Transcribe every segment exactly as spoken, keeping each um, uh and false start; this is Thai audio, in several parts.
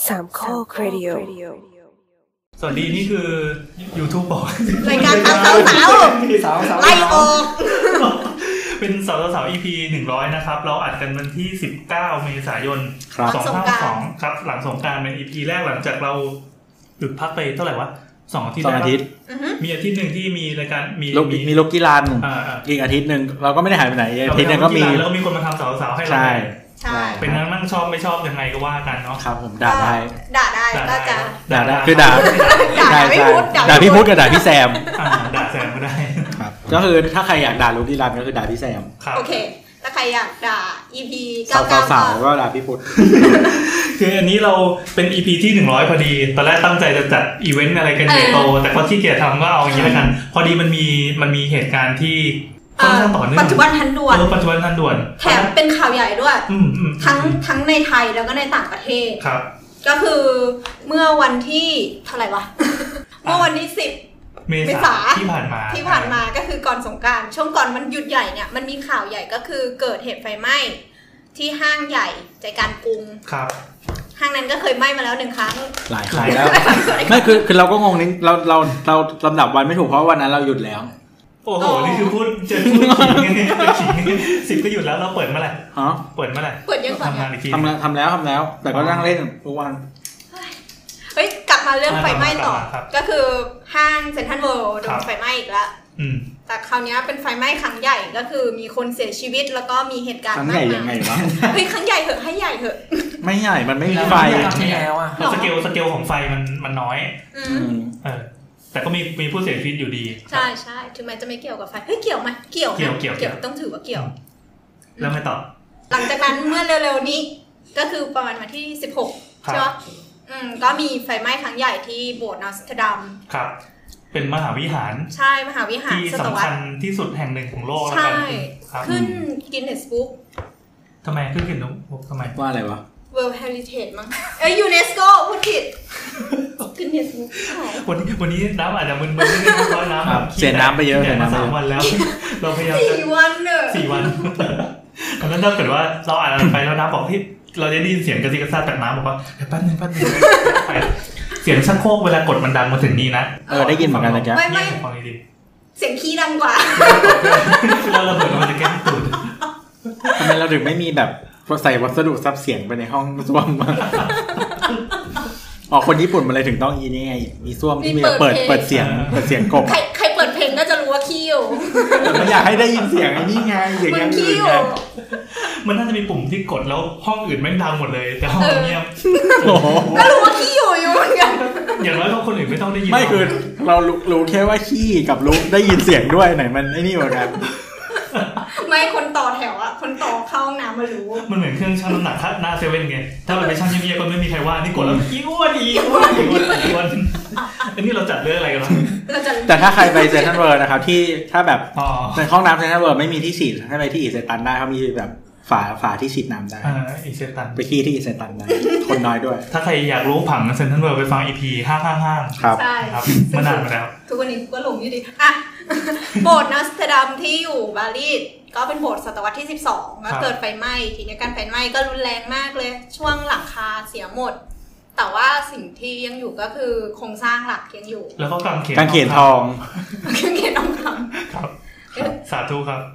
สามข้อเรดิโอสวัสดีนี่คือ YouTube บอกรายการสาวสาวไล่ออกเป็นสาวสาว อี พี หนึ่งร้อยนะครับเราอัดกันวันที่สิบเก้าเมษายนสองพันห้าร้อยสองครับหลังสงกรานต์เป็น อี พี แรกหลังจากเราหยุดพักไปเท่าไหร่วะสองอาทิตย์อาทิตย์มีอาทิตย์นึงที่มีรายการมีมีโลกิรันอีกอาทิตย์นึงเราก็ไม่ได้หายไปไหนอาทิตย์นึงก็มีแล้วก็มีคนมาทำสาวสาวให้เราใช่เป็นนั้นมั่งชอบไม่ชอบยังไงก็ว่ากันเนาะครับผมด่าได้ด่าได้ก็จะด่าได้คือด่าด่าพี่พุทธด่าพี่พุทธกับด่าพี่แซมด่าแซมก็ได้ครับก็คือถ้าใครอยากด่าโลกิรันก็คือด่าพี่แซมโอเคถ้าใครอยากด่า อี พี เก้าสิบเก้าสาวๆก็ด่าพี่พุทธคืออันนี้เราเป็น อี พี ที่หนึ่งร้อยพอดีตอนแรกตั้งใจจะจัดอีเวนต์อะไรกันใหญ่โตแต่พอขี้เกียจทำก็เอาอย่างนี้แล้วกันพอดีมันมีมันมีเหตุการณ์ที่ค่อนข้างต่อเนื่องปัจจุบันทันด่วนปัจจุบันทันด่วนแถมเป็นข่าวใหญ่ด้วยทั้งทั้งในไทยแล้วก็ในต่างประเทศครับก็คือเมื่อวันที่เท่าไหร่วะเมื่อวันที่สิบเมษายนที่ผ่านมาที่ผ่านมาก็คือก่อนสงกรานต์ช่วงก่อนมันหยุดใหญ่เนี่ยมันมีข่าวใหญ่ก็คือเกิดเหตุไฟไหม้ที่ห้างใหญ่ใจกลางกรุงครับห้างนั้นก็เคยไหม้มาแล้วหนึ่งครั้งหลายครั้งแล้วไม่คือคือเราก็งงนิดเราเราเราลำดับวันไม่ถูกเพราะวันนั้นเราหยุดแล้วโอ้โหนี่คือพูดจะพูดขิงไงจะขิงสิบก็หยุดแล้วเราเปิดเมื่อไหร่ฮะเปิดเมื่อไหร่เปิดยังก่อนทำงานอีกทีทำทำแล้วทำแล้วแต่ก็นั่งเล่นทุกวันเฮ้ยกลับมาเรื่องไฟไหม้ต่อก็คือห้างเซ็นทรัลเวิลด์โดนไฟไหม้อีกแล้วแต่คราวนี้เป็นไฟไหม้ครั้งใหญ่ก็คือมีคนเสียชีวิตแล้วก็มีเหตุการณ์มากมายครั้งใหญ่ยังไงวะเฮ้ยครั้งใหญ่เหอะให้ใหญ่เหอะไม่ใหญ่มันไม่มีไฟที่แล้วอ่ะสเกลสเกลของไฟมันมันน้อยเออแต่ก็มีมีผู้เสียชีวิตอยู่ดีใช่ใช่ถึงแม้จะไม่เกี่ยวกับไฟเฮ้ยเกี่ยวไหมเกี่ยวเกี่ยวเกี่ยวเกี่ยวต้องถือว่าเกี่ยวแล้วไงต่อหลังจากนั้นเมื่อเร็วๆนี้ก็คือประมาณวันที่สิบหกใช่ไหมอืมก็มีไฟไหม้ครั้งใหญ่ที่โบสถ์นอสเทอร์ดัมครับเป็นมหาวิหารใช่มหาวิหารที่สำคัญที่สุดแห่งหนึ่งของโลกแล้วกันขึ้นกินเนสบุ๊กทำไมขึ้นกินเนสบุ๊กทำไมว่าอะไรวะ World Heritage มั้งเอ้ยยูเนสโกพูดผิดขึ้นเนสบุ๊กวันนี้วันนี้น้ำอาจจะมึนๆนิดนึงเพราะน้ำเสียน้ำไปเยอะเลยนะสามวันแล้วเราพยายามสี่วันเนอะสี่วันแล้วถ้าเกิดว่าเราอ่านไปแล้วน้ำบอกที่เราได้ยินเสียงกระซิบกระซาบจากน้ำบอกว่าแป๊บนึงแป๊บนึงเสียงชักโครกเวลากดมันดังมาถึงนี่นะเออได้ยินเหมือนกันนะแกไม่ไม่เสียงขี้ดังกว่าเราเราเปิดมันจะแก้ตูดทำไมเราถึงไม่มีแบบใส่วัสดุซับเสียงไปในห้องส้วมมาอ๋อคนญี่ปุ่นมันเลยถึงต้องอีนี่ไงมีส้วมที่มีเปิดเปิดเสียงเปิดเสียงกบใครใครเปิดเพลงก็จะรู้ว่าขี้อยู่มันอยากให้ได้ยินเสียงไอ้นี่ไงเสียงอย่างอื่นไงมันน่าจะมีปุ่มที่กดแล้วห้องอื่นไม่ดังหมดเลยแต่ห้องเงียบก็รู้ว่าขี้อยู่อยู่เหมือนกันอย่างน้อยคนอื่นไม่ต้องได้ยินไม่คือเรารู้แค่ว่าขี้กับรู้ได้ยินเสียงด้วยไหนมันไอ้นี่เหมือนกันไม่คนต่อแถวอะคนต่อเข้าห้องน้ำมารู้มันเหมือนเครื่องชั่งน้ำหนักหน้าเซเว่นไงถ้ามันไปชั่งเงียบๆก็ไม่มีใครว่านี่กดแล้วอีอ้วนอีอ้วนอีอ้วนอีอ้วนอันนี้เราจัดเรื่องอะไรกันวะแต่ถ้าใครไปเซ็นทรัลเวิลด์นะครับที่ถ้าแบบในห้องน้ำเซ็นทรัลเวิลด์ไม่มีที่ฉีดให้ไปที่อิเซตันได้เขามีแบบฝาฝาที่ฉีดน้ำได้อิเซตันไปขี้ที่อิเซตันได้คนน้อยด้วยถ้าใครอยากรู้ผังเซ็นทรัลเวิลด์ไปฟัง อี พี ห้าห้าห้าครับครับเมื่อนานมาแล้วทุกวันนี้ก็หลงอยู่ดีอ่ะโบสถ์นอสเทอร์ดัมที่อยู่ปารีสก็เป็นโบสถ์ศตวรรษที่สิบสองแล้วเกิดไฟไหม้ทีนี้การไฟไหม้ก็รุนแรงมากเลยช่วงหลังคาเสียหมดแต่ว่าสิ่งที่ยังอยู่ก็คือโครงสร้างหลักยังอยู่แล้วก็กางเขนกางเขนทองกางเขนทองคำครับสาธุครับ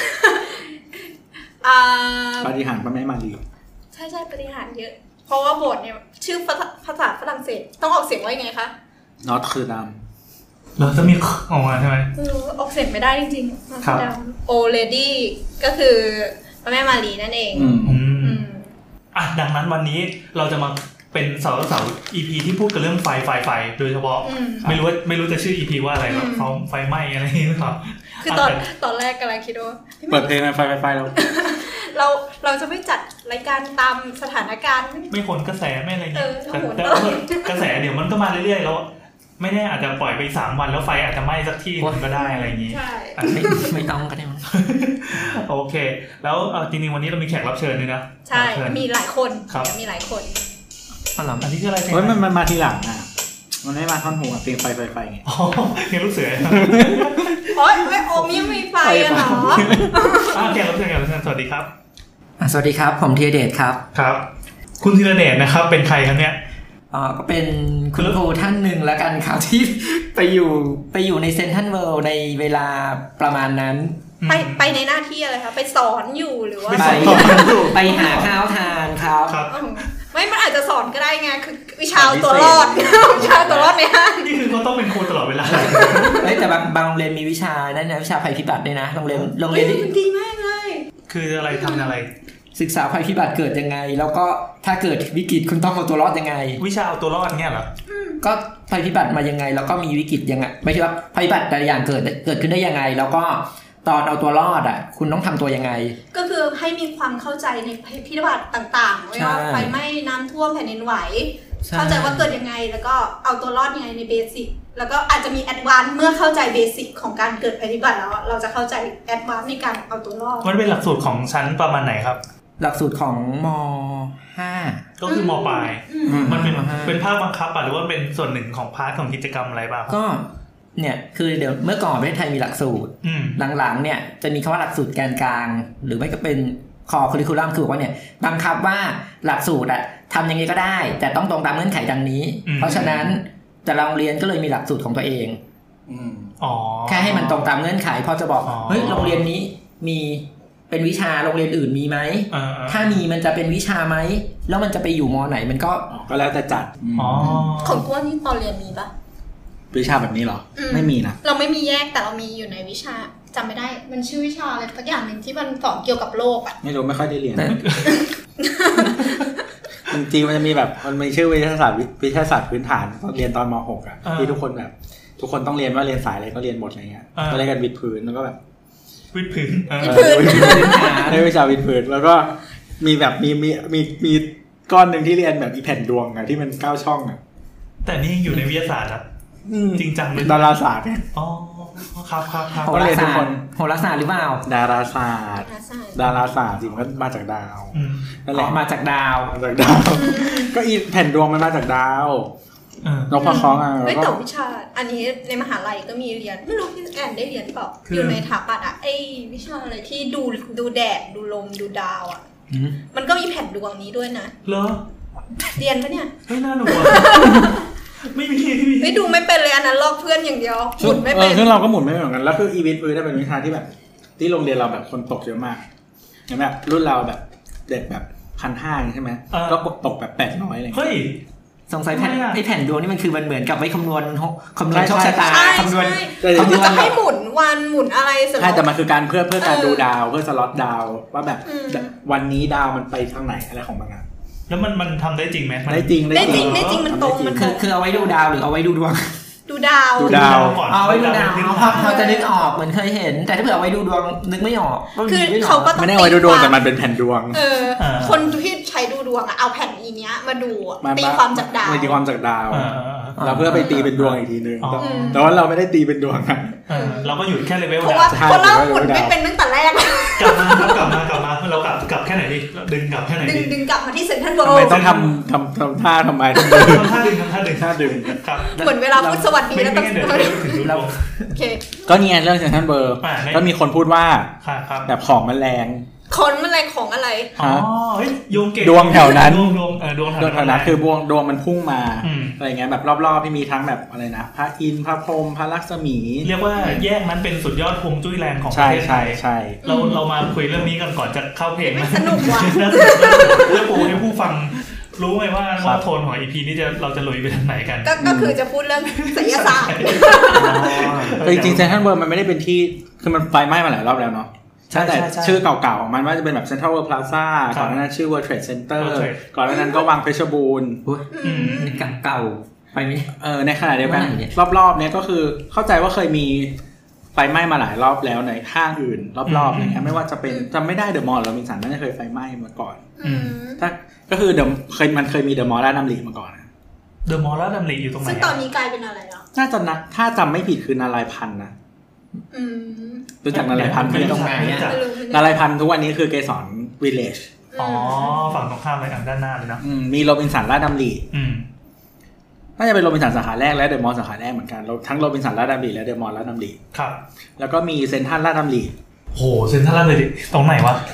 ปฏิหารย์พระแม่มารีใช่ใช่ปฏิหารย์เยอะเพราะว่าโบสถ์เนี่ยชื่อภาษาฝรั่งเศสต้องออกเสียงว่ายังไงคะนอตคือดำเราจะมีออกมาใช่ไหมเออออกเสียงไม่ได้จริงๆครับโอเลดี้ก็คือพระแม่มารีนั่นเองอืมอ่ะดังนั้นวันนี้เราจะมาเป็นเสาร์เสาร์ อี พี ที่พูดกันเรื่องไฟไฟไฟโดยเฉพาะไม่รู้ว่าไม่รู้จะชื่อ อี พี ว่าอะไรแบบไฟไหม้อะไรนี่หรือเปล่าคือตอนตอนแรกกำลังคิดว่าเปิดเพลงไฟไฟไฟเราเราเราจะไม่จัดรายการตามสถานการณ์ไม่ผลกระแสไม่อะไรเงี้ยแต่กระแสเดี๋ยวมันก็มาเรื่อยๆแล้วไม่แน่อาจจะปล่อยไปสามวันแล้วไฟอาจจะไหม้สักที่ก็ได้อะไรอย่างงี้ใช่ไม่ไม่ต้องก็ได้มั้งโอเคแล้วจริงๆวันนี้เรามีแขกรับเชิญด้วยนะใช่มีหลายคนมีหลายคนอันนี้คืออะไรเฮ้ยมันมันมาทีหลังอ่ะมันไม่มาท่อนหัวเพลงไฟไฟไฟไงอ๋อเพลงลูกเสือโอ๊ยโอ๊ยโอมยังมีไฟอ่ะเหรออ่ะแขกรับเชิญแขกรับเชิญสวัสดีครับสวัสดีครับผมธีรเดชครับครับคุณธีรเดชนะครับเป็นใครครับเนี่ยอ๋อก็เป็นคุณครูท่านหนึ่งแล้วกันครับที่ไปอยู่ไปอยู่ในเซ็นทรัลเวิลด์ในเวลาประมาณนั้นไปไปในหน้าที่อะไรคะไปสอนอยู่หรือว่าไปไปหาข้าวทานครับไม่มันอาจจะสอนก็ได้ไงคือวิชาตัวรอดวิชาตัวรอดในห้างนี่คือเขาต้องเป็นครูตลอดเวลาเฮ้ยแต่บางบางโรงเรียนมีวิชานั่นนะวิชาภัยพิบัติด้วยนะโรงเรียนโรงเรียนที่ดีมากเลยคืออะไรทำอะไรศึกษาภัยพิบัติเกิดยังไงแล้วก็ถ้าเกิดวิกฤตคุณต้องเอาตัวรอดยังไงวิชาเอาตัวรอดเงี้ยเหรอก็ภัยพิบัติมายังไงแล้วก็มีวิกฤตยังไงไม่ใช่ว่าภัยพิบัติแต่ละอย่างเกิดเกิดขึ้นได้ยังไงแล้วก็ตอนเอาตัวรอดอ่ะคุณต้องทำตัวยังไงก็คือให้มีความเข้าใจในภัยพิบัติต่างๆไม่ว่าไฟไหม้น้ำท่วมแผ่นดินไหวเข้าใจว่าเกิดยังไงแล้วก็เอาตัวรอดยังไงในเบสิกแล้วก็อาจจะมีแอดวานซ์เมื่อเข้าใจเบสิกของการเกิดภัยพิบัติแล้วเราจะเข้าใจแอดวานซ์ในการเอาตัวรอดมันเป็นหลักสูตรของชั้นประมาณไหนครับหลักสูตรของม.ห้าก็คือม.ปลายมันเป็นเป็นภาคบังคับหรือว่าเป็นส่วนหนึ่งของพาร์ทของกิจกรรมอะไรบ้างก็เนี่ยคือเดี๋ยวเมื่อก่อนประเทศไทยมีหลักสูตรหลังๆเนี่ยจะมีคำว่าหลักสูตรแกนกลางหรือไม่ก็เป็นคอคัลลิคูลัมคือว่าเนี่ยบังคับว่าหลักสูตรอะทำยังไงก็ได้แต่ต้องตรงตามเงื่อนไขดังนี้เพราะฉะนั้นแต่ละโรงเรียนก็เลยมีหลักสูตรของตัวเองแค่ให้มันตรงตามเงื่อนไขพอจะบอกเฮ้ยโรงเรียนนี้มีเป็นวิชาโรงเรียนอื่นมีไหมถ้ามีมันจะเป็นวิชาไหมแล้วมันจะไปอยู่ม.ไหนมันก็ก็แล้วแต่จัดของตัวนี้ตอนเรียนมีปะวิชาแบบนี้เหรอไม่มีนะเราไม่มีแยกแต่เรามีอยู่ในวิชาจำไม่ได้มันชื่อวิชาอะไรสักอย่างหนึ่งที่มันสอนเกี่ยวกับโลกอ่ะไม่รู้ไม่ค่อยได้เรียนจริงๆมันจะมีแบบมันมีชื่อวิทยาศาสตร์วิทยาศาสตร์พื้นฐานเรียนตอนม.หกอ่ะที่ทุกคนแบบทุกคนต้องเรียนว่าเรียนสายอะไรก็เรียนหมดอะไรเงี้ยก็เรียนกันวิทย์พื้นแล้วก็แบบวิทย์พื้นในวิชาวิทย์พื้นแล้วก็มีแบบมีมีมีมีก้อนนึงที่เรียนแบบอีแผ่นดวงอ่ะที่มันเก้าช่องอ่ะแต่นี่อยู่ในวิทยาศาสตร์อ่ะจริงจังเลยดาราศาสตร์เนี่ยอ๋อครับครับครับโหราศาสตร์โหราศาสตร์หรือเปล่าดาราศาสตร์ดาราศาสตร์จริงมันมาจากดาวนั่นแหละมาจากดาวมาจากดาวก็อีแผ่นดวงมันมาจากดาวนกพะเคราะห์อ่ะไม่แต่วิชาอันนี้ในมหาลัยก็มีเรียนไม่รู้พี่แอนได้เรียนเปล่าอยู่ในถาปัตย์อ่ะไอ้วิชาอะไรที่ดูดูแดดดูลมดูดาวอ่ะมันก็มีแผ่นดวงนี้ด้วยนะเหรอเรียนปะเนี่ยไม่น่าหนูไม่มีไม่ดูไม่เป็นเลยอันนั้นลอกเพื่อนอย่างเดียวหมุนไม่เป็นคือเราก็หมุนไม่เป็นเหมือนกันแล้วคืออีเวนต์พื้นเป็นวิชาที่แบบที่โรงเรียนเราแบบคนตกเยอะมากอย่างแบบรุ่นเราแบบเด็กแบบพันห้าใช่ไหมก็ตกแบบแปดร้อยอะไรเฮ้ยสงสัยแผ่นไอ้แผ่นดวงนี่มันคือมันเหมือนกับไว้คำนวณคำนวณโชคชะตาคำนวณเขาจะให้หมุนวันหมุนอะไรใช่แต่มันคือการเพื่อเพื่อการดูดาวเพื่อสล็อตดาวว่าแบบวันนี้ดาวมันไปทางไหนอะไรของมันอ่ะแล้วมันมันทำได้จริงไหมได้จริงได้จริงได้จริงมันตรงมันคือคือเอาไว้ดูดาวหรือเอาไว้ดูดวงดูดาวดูดาวเอาไว้ดูดาวพอพอจะนึกออกเหมือนเคยเห็นแต่ถ้าเผื่อเอาไว้ดูดวงนึกไม่ออกคือเขาก็ต้องไม่ได้เอาไว้ดูดวงแต่มันเป็นแผ่นดวงเออคนที่ใช้ดูดวงเอาแผ่นอีเนี้ยมาดูตีความจากดาวตีความจากดาวแล้วเพื่อไปตีเป็นดวงอีกทีนึงแต่ว่าเราไม่ได้ตีเป็นดวงนะเราก็หยุดแค่เลเวลเพราะว่าเพราะเราหมุนไม่เป็นตั้งแต่แรกกลับมาครับกลับมากลับมาเรากลับกลับแค่ไหนดีดึงกลับแค่ไหนดีดึงดึงกลับมาที่เซ็นทรัลเวิลด์ทำไมต้องทำทำทำท่าทำไมทำท่าดึงทำท่าดึงท่าดึงครับเหมือนเวลาพูดสวัสดีแล้วต้องเราโอเคก็เนี่ยเรื่องเซ็นทรัลเวิลด์ก็มีคนพูดว่าแบบของมันแรงคนมันอะไรของอะไรอ๋อโยงเก่งดวงแถวนั้นดวงเออดวงแถวนั้นคือดวงดวงมันพุ่งมาอะไรเงี้ยแบบรอบๆที่มีทั้งแบบอะไรนะพระอินทร์พระพรหมพระลักษมีเรียกว่าแยกนั้นเป็นสุดยอดฮวงจุ้ยแรงของประเทศไทยใช่เราเรามาคุยเรื่องนี้กันก่อนจะเข้าเพลงนะสนุกว่ะแล้วปูให้ผู้ฟังรู้ไหมว่าว่าโทนของ อี พี นี้จะเราจะลุยไปทางไหนกันก็คือจะพูดเรื่องไสยศาสตร์แต่จริงๆเซ็นทรัลเวิลด์มันไม่ได้เป็นที่คือมันไฟไหม้มาหลายรอบแล้วเนาะใช่แต่ชื่อเก่าๆของมันว่าจะเป็นแบบ Central World Plaza ก่อนหน้านั้นชื่อ World Trade Center ก่อนหน้านั้นก็วางเพชรบูรณ์เก่าไปไหมเออในขณะเดียวกันรอบๆเนี้ยก็คือเข้าใจว่าเคยมีไฟไหม้มาหลายรอบแล้วในห้างอื่นรอบๆอะไรเงี้ยไม่ว่าจะเป็นจำไม่ได้เดอะมอลล์หรือโรบินสันน่าจะเคยไฟไหม้มาก่อนถ้าก็คือเดอะเคยมันเคยมีเดอะมอลล์ลาดน้ำลีมาก่อนเดอะมอลล์ลาดน้ำลีอยู่ตรงไหนซึ่งตอนนี้กลายเป็นอะไรแล้วน่าจะนะถ้าจำไม่ผิดคือนารายพันธ์นะรู้จักนารายพันธ์ไหมตรงไหนนารายพันธ์ทุกวันนี้คือเกสรวิลเลจอ๋อฝั่งตรงข้ามเลยอ่ะด้านหน้าเลยนะมีโรบินสันลาดน้ำลีน่าจะเป็นโรบินสันสาขาแรกและเดอะมอลล์สาขาแรกเหมือนกันทั้งโรบินสันลาดน้ำลีและเดอะมอลล์ลาดน้ำลีครับแล้วก็มีเซ็นทรัลลาดน้ำลีโหเซ็นทรัลลาดน้ำลีตรงไหนวะ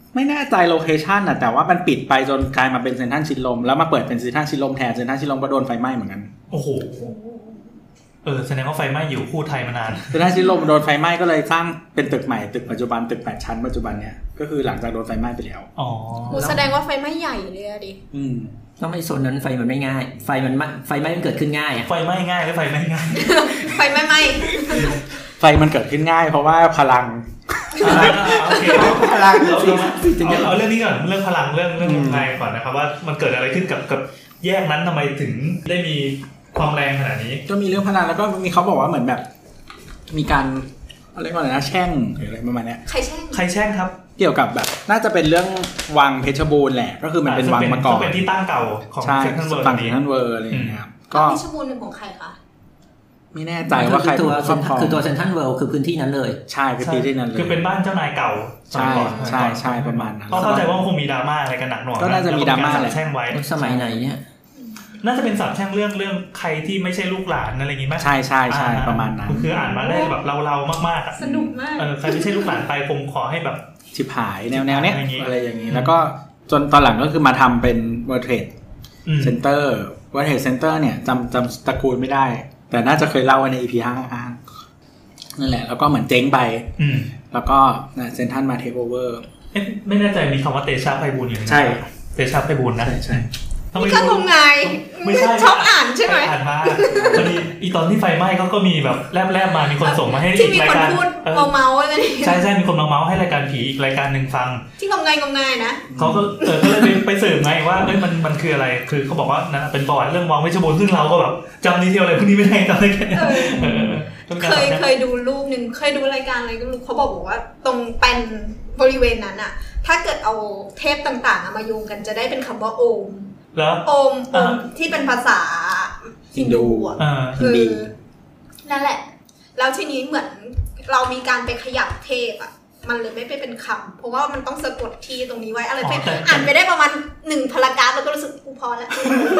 ไม่แน่ใจโลเคชั่นอ่ะแต่ว่ามันปิดไปจนกลายมาเป็นเซ็นทรัลชิดลมแล้วมาเปิดเป็นเซ็นทรัลชิดลมแทนเซ็นทรัลชิดลมก็โดนไฟไหม้เหมือนกันโอ้โหเออแสดงว่าไฟไหม้อยู่คู่ไทยมานานเซ็นทรัลชิดลมโดนไฟไหม้ก็เลยสร้างเป็นตึกใหม่ตึกปัจจุบันตึกแปดชั้นปัจจุบันเนี่ยก็คือหลังจากโดนไฟไหม้ไปแล้วอ๋อแสดงว่าไฟไหม้ใหญ่เลยอะดิอืมต้องไม่โซนนั้นไฟมันไม่ง่ายไฟมันไฟไหม้มันเกิดขึ้นง่ายอ่ะไฟไหม้ง่ายหรือไฟไม่ง่ายไฟไหม้ไหม้ไฟมันเกิดขึ้นง่ายเพราะว่าพลังโอเคพลังเราเอาเรื่องนี้ก่อนเรื่องพลังเรื่องเรื่องไงก่อนนะครับว่ามันเกิดอะไรขึ้นกับกับแยกนั้นทำไมถึงได้มีความแรงขนาดนี้ก็มีเรื่องพลังแล้วก็มีเขาบอกว่าเหมือนแบบมีการอะไรก่อนนะแช่งหรืออะไรประมาณนี้ใครแช่งใครแช่งครับเกี่ยวกับแบบน่าจะเป็นเรื่องวังเพชรบูรณ์แหละก็คือมันเป็นวังมาก่อนเป็นที่ตั้งเก่าของเซ็นทรัลเวิลด์ฝั่งเซ็นทรัลเวิลด์อะไรอย่างเงี้ยครับก็เพชรบูรณ์เป็นของใครคะไม่แน่ใจว่าใครตัวคือตัวเซ็นทรัลเวิลด์คือพื้นที่นั้นเลยใช่คือพื้นที่นั้นเลยคือเป็นบ้านเจ้านายเก่าใช่ใช่ใช่ประมาณนั้นก็เข้าใจว่าคงมีดราม่าอะไรกันหนักหน่วงก็น่าจะมีดราม่าแหละแช่งไว้สมัยไหนเนี่ยน่าจะเป็นสาบแช่งเรื่องเรื่องใครที่ไม่ใช่ลูกหลานอะไรอย่างงี้ไหมใช่ใช่ใช่ประมาณนั้นคืออ่านมาได้แบบเราๆมากๆสนุกมากเออใครไม่ใช่ลูกหลานไปคงขอให้แบบชิบหายแนวแนวเนี้ยอะไรอย่างงี้แล้วก็จนตอนหลังก็คือมาทำเป็น World Trade Center World Trade Center เนี่ยจำจำตระกูลไม่ได้แต่น่าจะเคยเล่าใน อี พี ห้าห้านั่นแหละแล้วก็เหมือนเจ๊งไปแล้วก็เซ็นทรัลมาเทคโอเวอร์ไม่แน่ใจมีคำว่าเตชะไพบูลย์อย่างนี้ใช่เตชะไพบูลย์นะใช่ใช่นี่ก็งงไงไม่ชอบอ่านใช่ไหมอ่านมาพอดีอีตอนที่ไฟไหม้เขาก็มีแบบแลบๆมามีคนส่งมาให้อีกรายการเมาๆอะไรใช่ใช่มีคนเมาๆให้รายการผีอีกรายการหนึ่งฟังที่งงไงงงไงนะเขาก็เออก็เลยไปสืบไงว่าเอ้ยมันมันคืออะไรคือเขาบอกว่านั่นเป็นประวัติเรื่องวังเพชรบูรณ์ซึ่งเราก็แบบจำดีเทลอะไรพวกนี้ไม่ได้จำได้แค่เคยเคยดูรูปนึงเคยดูรายการอะไรก็รู้เขาบอกบอกว่าตรงเป็นบริเวณนั้นอะถ้าเกิดเอาเทพต่างๆมาโยงกันจะได้เป็นคำว่าโอมโอมโอมที่เป็นภาษาฮินดูอ่ะคือนั่นแหละแล้วทีนี้เหมือนเรามีการไปขยับเทพอ่ะมันเลยไม่ไปเป็นคำเพราะว่ามันต้องสะกดที่ตรงนี้ไว้อะไรไปอ่านไปได้ประมาณหนึ่งพารากราฟแล้วก็รู้สึกกูพอแล้ว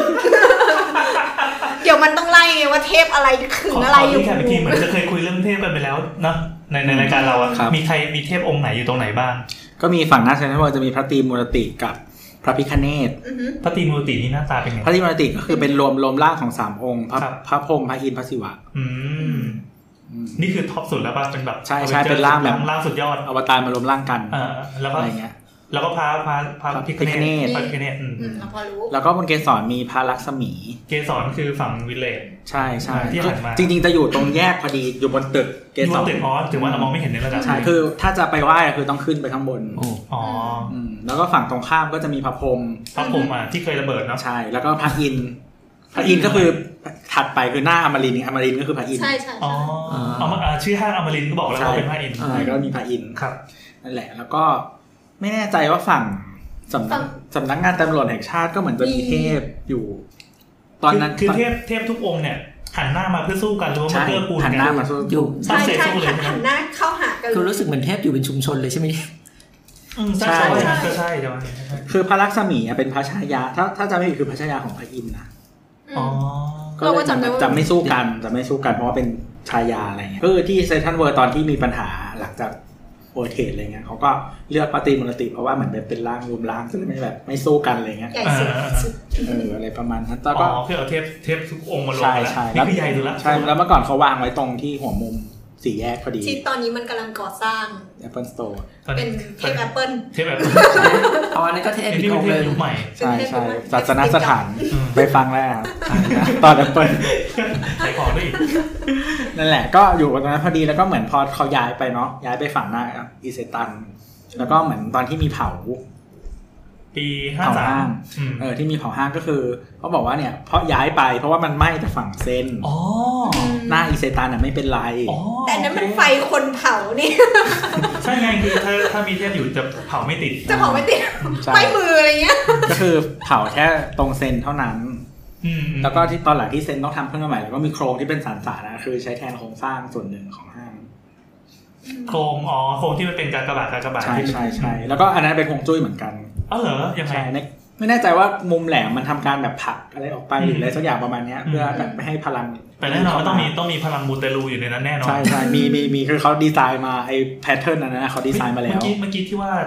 เดี๋ยวมันต้องไล่ไงว่าเทพอะไรถึงอะไรอยู่แค่เมื่อกี้เหมือนจะเคยคุยเรื่องเทพกันไปแล้วนะในในรายการเราอ่ะมีใครมีเทพองค์ไหนอยู่ตรงไหนบ้างก็มีฝั่งหน้าเซ็นทรัลเวิลด์จะมีพระตรีมูรติกับพระพิฆเนศพระตรีมูรตินี่หน้าตาเป็นไงพระตรีมูรติก็คือเป็นรวมรวมร่างของสามองค์พระพระพรหมพระอินทร์พระศิวะอืมนี่คือท็อปสุดแล้วป่ะเป็นแบบใช่ใช่เป็นร่างแบบร่างสุดยอดอวตารมารวมร่างกันอ่าแล้วก็อะไรเงี้ยแล้วก็พระพระพระพิฆเนศพระพิฆเนศอืมพอรู้แล้วก็บนเกศรมีพระลักษมีเกศรคือฝั่งวิลเลจใช่ใช่ที่หันมาจริงๆจะอยู่ตรงแยกพอดีอยู่บนตึกเกศรตึกอ๋อถึงว่าเรามองไม่เห็นในระดับใช่คือถ้าจะไปไหว้คือต้องขึ้นไปข้างบนอ๋อแล้วก็ฝั่งตรงข้ามก็จะมีพระพรหมพระพรหมอ่ะที่เคยระเบิดเนาะใช่แล้วก็พระอินทร์พระอินทร์ก็คือถัดไปคือหน้าอมรินทร์อมรินทร์ก็คือพระอินทร์ใช่ใช่อ๋อชื่อห้างอมรินทร์ก็บอกแล้วว่าเป็นพระอินทร์ใช่ก็มีพระอินทร์ครับนั่นแหละแล้วก็ไม่แน่ใจว่าฝั่งสำนักสำนักงานตำรวจแห่งชาติก็เหมือนจะมีเทพอยู่ตอนนั้นคือเทพเทพทุกองค์เนี่ยหันหน้ามาเพื่อสู้กันหรือว่ามาเพื่อกูหันหน้ามาสู้อยู่ใช่ใช่หันหน้าเข้าหากันคือรู้สึกเหมือนเทพอยู่เป็นชุมชนเลยใช่ไหมใช่ใช่ก็ใช่ใช่คือพระลักษมีเป็นพระชายาถ้าถ้าจะไม่ผิดคือพระชายาของพระอินทร์นะอ๋อก็จำจะไม่สู้กันจะไม่สู้กันเพราะว่าเป็นชายาอะไรเงี้ยคือที่เซนทรัลเวิลด์ตอนที่มีปัญหาหลังจากโอเทสอะไรเงี้ยเขาก็เลือกพระตรีมูรติเพราะว่าเหมือนเป็นร่างรวมร่างซึ่งไม่แบบไม่สู้กันอะไรเงี้ยเอออะไรประมาณนั้นแล้วก็เพื่อเอาเทพเทพทุกองค์มาลงแล้วนี่คือใหญ่สุดละใช่แล้วเมื่อก่อนเขาวางไว้ตรงที่หัวมุมสี่แยกพอดีที่ตอนนี้มันกำลังก่อสร้าง Apple Store เป็นเทพ Apple เทพ Apple อ๋ออันนี้ก็เทพอีกองค์นึงยุคใหม่ใช่ใช่ศาสนสถานไปฟังแล้วตอน Apple ขายของด้วยนั่นแหละก็อยู่ตรงนั้นพอดีแล้วก็เหมือนพอเขาย้ายไปเนาะย้ายไปฝั่งหน้าอิเซตันแล้วก็เหมือนตอนที่มีเผาปีห้าสามเออที่มีเผาห้างก็คือเขาบอกว่าเนี่ยเพราะย้ายไปเพราะว่ามันไหม้แต่ฝั่งเซนอ๋อหน้าอิเซตันน่ะไม่เป็นไรแต่นั้นมันไฟคนเผานี่ใช่ไงคือถ้าถ้ามีเทพอยู่จะเผาไม่ติดจะเผาไม่ติดไม่มืออะไรเงี้ยก็คือเผาแค่ตรงเซนเท่านั้นแล้วก็ที่ตอนหลังที่เซนต้องทำขึ้นมาใหม่แล้วก็มีโครงที่เป็นสารๆนะคือใช้แทนโครงสร้างส่วนหนึ่งของห้างโครงอ๋อโครงที่มันเป็นกากบาทกากบาทใช่ใช่ใช่แล้วก็อันนั้นเป็นฮวงจุ้ยเหมือนกันอ๋อเหรอยังไงไม่แน่ใจว่ามุมแหลมมันทำการแบบผลักอะไรออกไปหรืออะไรสักอย่างประมาณนี้เพื่อแบบไม่ให้พลังแต่แน่นอนต้องมีต้องมีพลังมูเตลูอยู่ในนั้นแน่นอนใช่ใช่มีมีมีคือเขาดีไซน์มาไอ้แพทเทิร์นนั้นนะเขาดีไซน์มาแล้วเมื่อกี้เมื่อกี้ที่ว่าท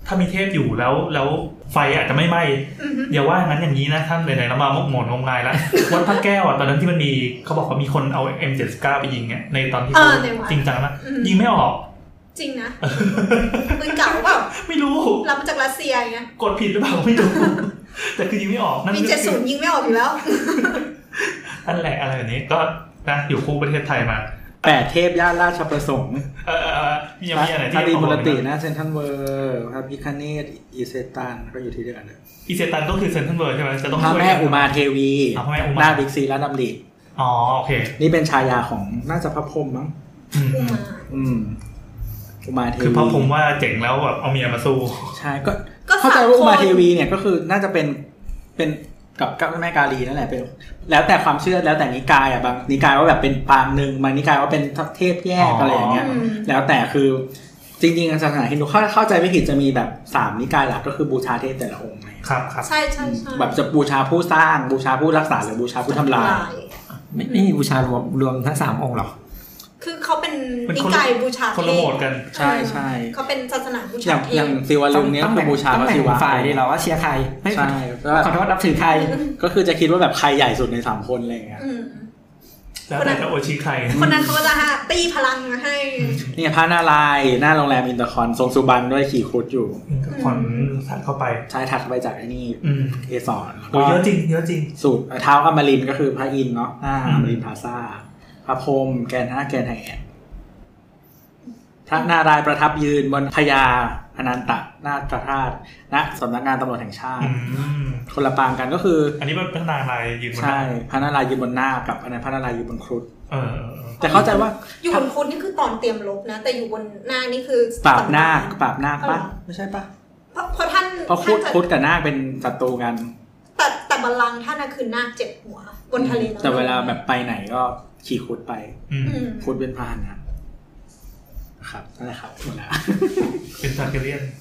ถ้ามีเทพอยู่แล้วแล้วไฟอาจจะไม่ไหม้อย่าว่างั้นอย่างนี้นะท่านไหนๆเรามาหมกหมนงมงายแล้ว วัดพระแก้วอ่ะตอนนั้นที่มันมีเขาบอกว่ามีคนเอา เอ็ม เจ็ดสิบเก้า ไปยิงเนี่ยในตอนที่เขาจริงจังนะยิงไม่ออกจริงนะปืนเก่าเปล่าไม่รู้รับมาจากรัสเซียไงกดผิดหรือเปล่าไม่รู้แต่คือยิงไม่ออกนั่นคือมีเจ็ดสิบยิงไม่ออกอยู่แล้วนั่นแหละอะไรแบบนี้ก็นะอยู่คู่ประเทศไทยมาแปดเทพย่านราชประสงค์เออๆๆมีอะไรที่พระดีมุรตินะเซนทรัลเวิลด์พระพิฆเนศอีเซตันก็อยู่ที่เดียวกันเลยอีเซตันก็คือเซนทรัลเวิลด์ใช่มั้ยจะต้องช่วยพระแม่อุมาเทวีหน้าบิ๊กซีและดำริอ๋อโอเคนี่เป็นฉายาของน่าจะพระพรหมมั้งอุมาอืมอุมาเทวีคือพระพรหมว่าเจ๋งแล้วแบบเอาเมียมาสู้ใช่ก็เข้าใจว่าอุมาเทวีเนี่ยก็คือน่าจะเป็นเป็นกับกับแม่กาลีนั่นแหละเป็นแล้วแต่ความเชื่อแล้วแต่นิกายอ่ะบางนิกายว่าแบบเป็นปางนึงบางนิกายว่าเป็นเทพแยกอะไรอย่างเงี้ยแล้วแต่คือจริงๆศาสนาฮินดูเข้าใจไม่ผิดจะมีแบบสามนิกายหลักก็คือบูชาเทพแต่ละองค์ครับครับใช่ๆๆแบบจะบูชาผู้สร้างบูชาผู้รักษาหรือบูชาผู้ทำลายไม่ไม่มีบูชารวมรวมทั้งสามองค์หรอคือเขาเป็นนิกายบูชาเทพคนละโหมดกันใช่ๆเขาเป็นศาสนาบูชาเทพอย่างศิวลึงเนี้ยคือบูชาพระศิวะฝ่ายนี่เราว่าเชียร์ใครใช่ขอโทษนับถือใครก็คือจะคิดว่าแบบใครใหญ่สุดในสามคนอะไรอย่างเงี้ยแล้วแต่จะโอชิใครคนนั้นเขาจะตีพลังมาให้นี่พระนารายณ์หน้าโรงแรมอินเตอร์คอนทรงสุบรรณด้วยขี่ครุฑอยู่คอนถัดเข้าไปใช่ถัดไปจากไอ้นี่เอสอนโอ้เยอะจริงเยอะจริงสูตรเท้าอมรินทร์ก็คือพระอินทร์เนาะหน้าอมรินทร์พลาซ่าพระพรหมแกนห้าแกนไฮแอนพระนารายณ์ประทับยืนบนพญาอนันตนาคราชณสำนักงานตำรวจแห่งชาติคนละปางกันก็คืออันนี้เป็นพระนารายณ์ยืนบนใช่พระนารายณ์ยืนบนหน้ากับอันนั้นพระนารายณ์ยืนบนครุฑเออแต่เข้าใจว่าอยู่บนครุฑนี่คือตอนเตรียมรบนะแต่อยู่บนหน้านี่คือปราบนาคปราบนาคปะไม่ใช่ปะเพราะท่านเพราะครุฑครุฑกับนาคเป็นศัตรูกันแต่แต่บัลลังก์ท่านน่ะคือนาคเจ็ดหัวบนทะเลแต่เวลาแบบไปไหนก็ขี่ครุฑไปครุฑเป็นพาหนะครับนั่นแหละครับหมดแล้วเป็นซาเกเรียน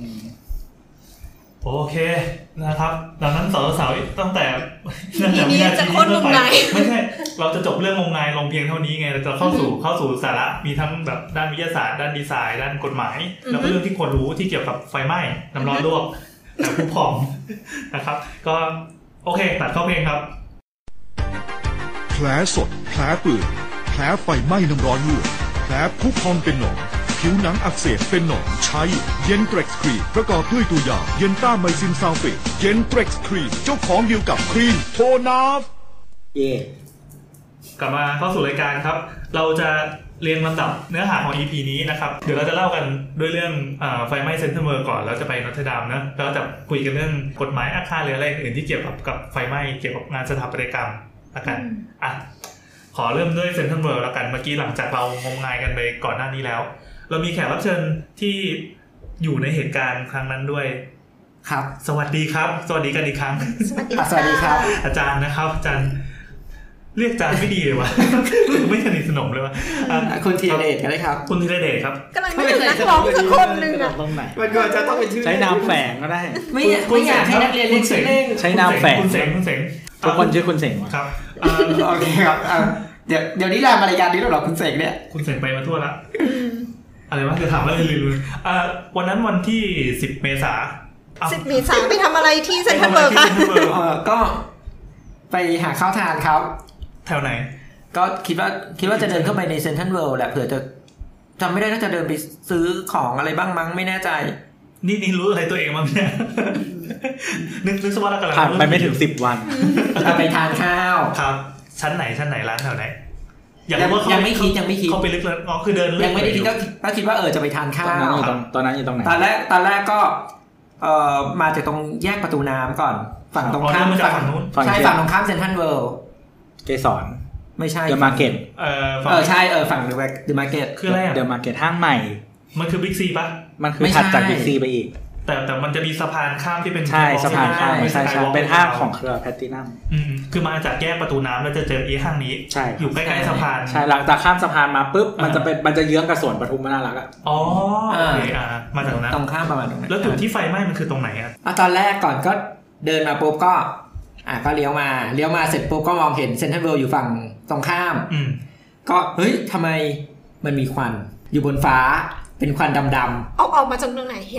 โอเคนะครับดังนั้นสาวๆตั้งแต่ตั้งแต่วินาทีนี้ไปไม่ใช่เราจะจบเรื่องงมงายลงเพียงเท่านี้ไงเราจะเข้าสู่เข้าสู่สาระมีทั้งแบบด้านวิทยาศาสตร์ด้านดีไซน์ด้านกฎหมายแล้วก็เรื่องที่ควรรู้ที่เกี่ยวกับไฟไหม้น้ำร้อนลวกแต่ผู้ผอมนะครับก็โอเคตัดเข้าเพลงครับแผลสดแผลเปื่อยแผลไฟไหม้น้ำร้อนลวกแผลพุพองเป็นหนองผิวหนังอักเสบเป็นหนองใช้เย็นเทร็กซ์ครีมประกอบด้วยตัวอย่างเย็นต้าไมซินซัลเฟตเย็นเทร็กซ์ครีมเจ้าของเดียวกับครีมโทนาฟเย่กลับมาเข้าสู่รายการครับเราจะเรียงลำดับเนื้อหาของ อี พี นี้นะครับเดี๋ยวเราจะเล่ากันด้วยเรื่องไฟไหม้เซ็นทรัลเวิลด์ก่อนแล้วจะไปนอตเทอร์ดัมนะแล้วจะคุยกันเรื่องกฎหมายอาคารหรืออะไรอื่นที่เกี่ยวกับกับไฟไหม้เกี่ยวกับงานสถาปัตยกรรมละกันอ่ะขอเริ่มด้วยเซ็นทรัลเวิลด์แล้วกันเมื่อกี้หลังจากเรางมงายกันไปก่อนหน้านี้แล้วเรามีแขกรับเชิญที่อยู่ในเหตุการณ์ครั้งนั้นด้วยครับสวัสดีครับสวัสดีกันอีกครั้งสวัสดีครับอาจารย์นะครับอาจารย์เรียกอาจารย์ไม่ดีเลยวะไม่สนิทสนมเลยวะคุณธีรเดชกันเลยครับคุณธีรเดชครับกำลังไม่ถึงนักร้องสักคนนึงอ่ะตรงไหนมันก็จะต้องเป็นชื่อใช้นามแฝงก็ได้ไม่ไม่อยากให้นักเรียนเรียกชื่อเล่นใช้นามแฝงคุณเสงคุณเสงทุกคนชื่อคุณเสงครับโอเคครับเดี๋ยวเดี๋ยวนี้รายรายการนี้เราหรอคุณเสกเนี่ยคุณเสกไปมาทั่วละอะไรวะจะถามว่าลืมๆอ่าวันนั้นวันที่สิบเมษายนสิบเมษายนไปทำอะไรที่เซ็นทรัลเวิลด์คะก็ไปหาข้าวทานครับแถวไหนก็คิดว่าคิดว่าจะเดินเข้าไปในเซ็นทรัลเวิลด์แหละเผื่อจะจำไม่ได้น่าจะเดินไปซื้อของอะไรบ้างมั้งไม่แน่ใจนี่นี่รู้อะไรตัวเองมั้งเนี่ยนึกนึกสว่าเรากำลังผ่านไปไม่ถึงสิบวันไปทานข้าวครับชั้นไหนชั้นไหนร้านแถวไหนยังยังไม่คิดยังไม่คิดเขาไปลึกเลยอ๋อคือเดินยังไม่ได้คิดก็ก็คิดว่าเออจะไปทานข้าวตอนนั้นอยู่ตรงไหนตอนแรกตอนแรกก็เอ่อมาจากตรงแยกประตูน้ำก่อนฝั่งตรงข้ามฝั่งนู้นใช่ฝั่งตรงข้ามเซ็นทรัลเวิลด์เกสรไม่ใช่เดอะมาร์เก็ตเออเออใช่เออฝั่งเดอะมาร์เก็ตคืออะไรอ่ะเดอะมาร์เก็ตห้างใหม่มันคือบิ๊กซีป่ะมันคือถัดจากบิ๊กซีไปอีกแต่แต่มันจะมีสะพานข้ามที่เป็นใช่สะพานข้ามใช่ใช่เป็นห้างของเครือแพลตินัมอืมคือมาจากแยกประตูน้ำแล้วจะเจออีห้างนี้อยู่ใกล้ๆสะพานใช่หลังจากข้ามสะพานมาปุ๊บมันจะเป็นมันจะเยื้องกับสวนปทุมน่ารักอ่ะอ๋อโอเคอ่ามาจากนั้นตรงข้ามประมาณตรงนั้นแล้วจุดที่ไฟไหม้มันคือตรงไหนอ่ะตอนแรกก่อนก็เดินมาปุ๊บก็อ่ะก็เลี้ยวมาเลี้ยวมาเสร็จปุ๊บก็มองเห็นเซ็นทรัลเวิลด์อยู่ฝั่งตรงข้ามอืมก็เฮ้ยทำไมมันมีควันอยู่บนฟ้าเป็นควันดำๆเอาออกมาจากตรงไหนเห็น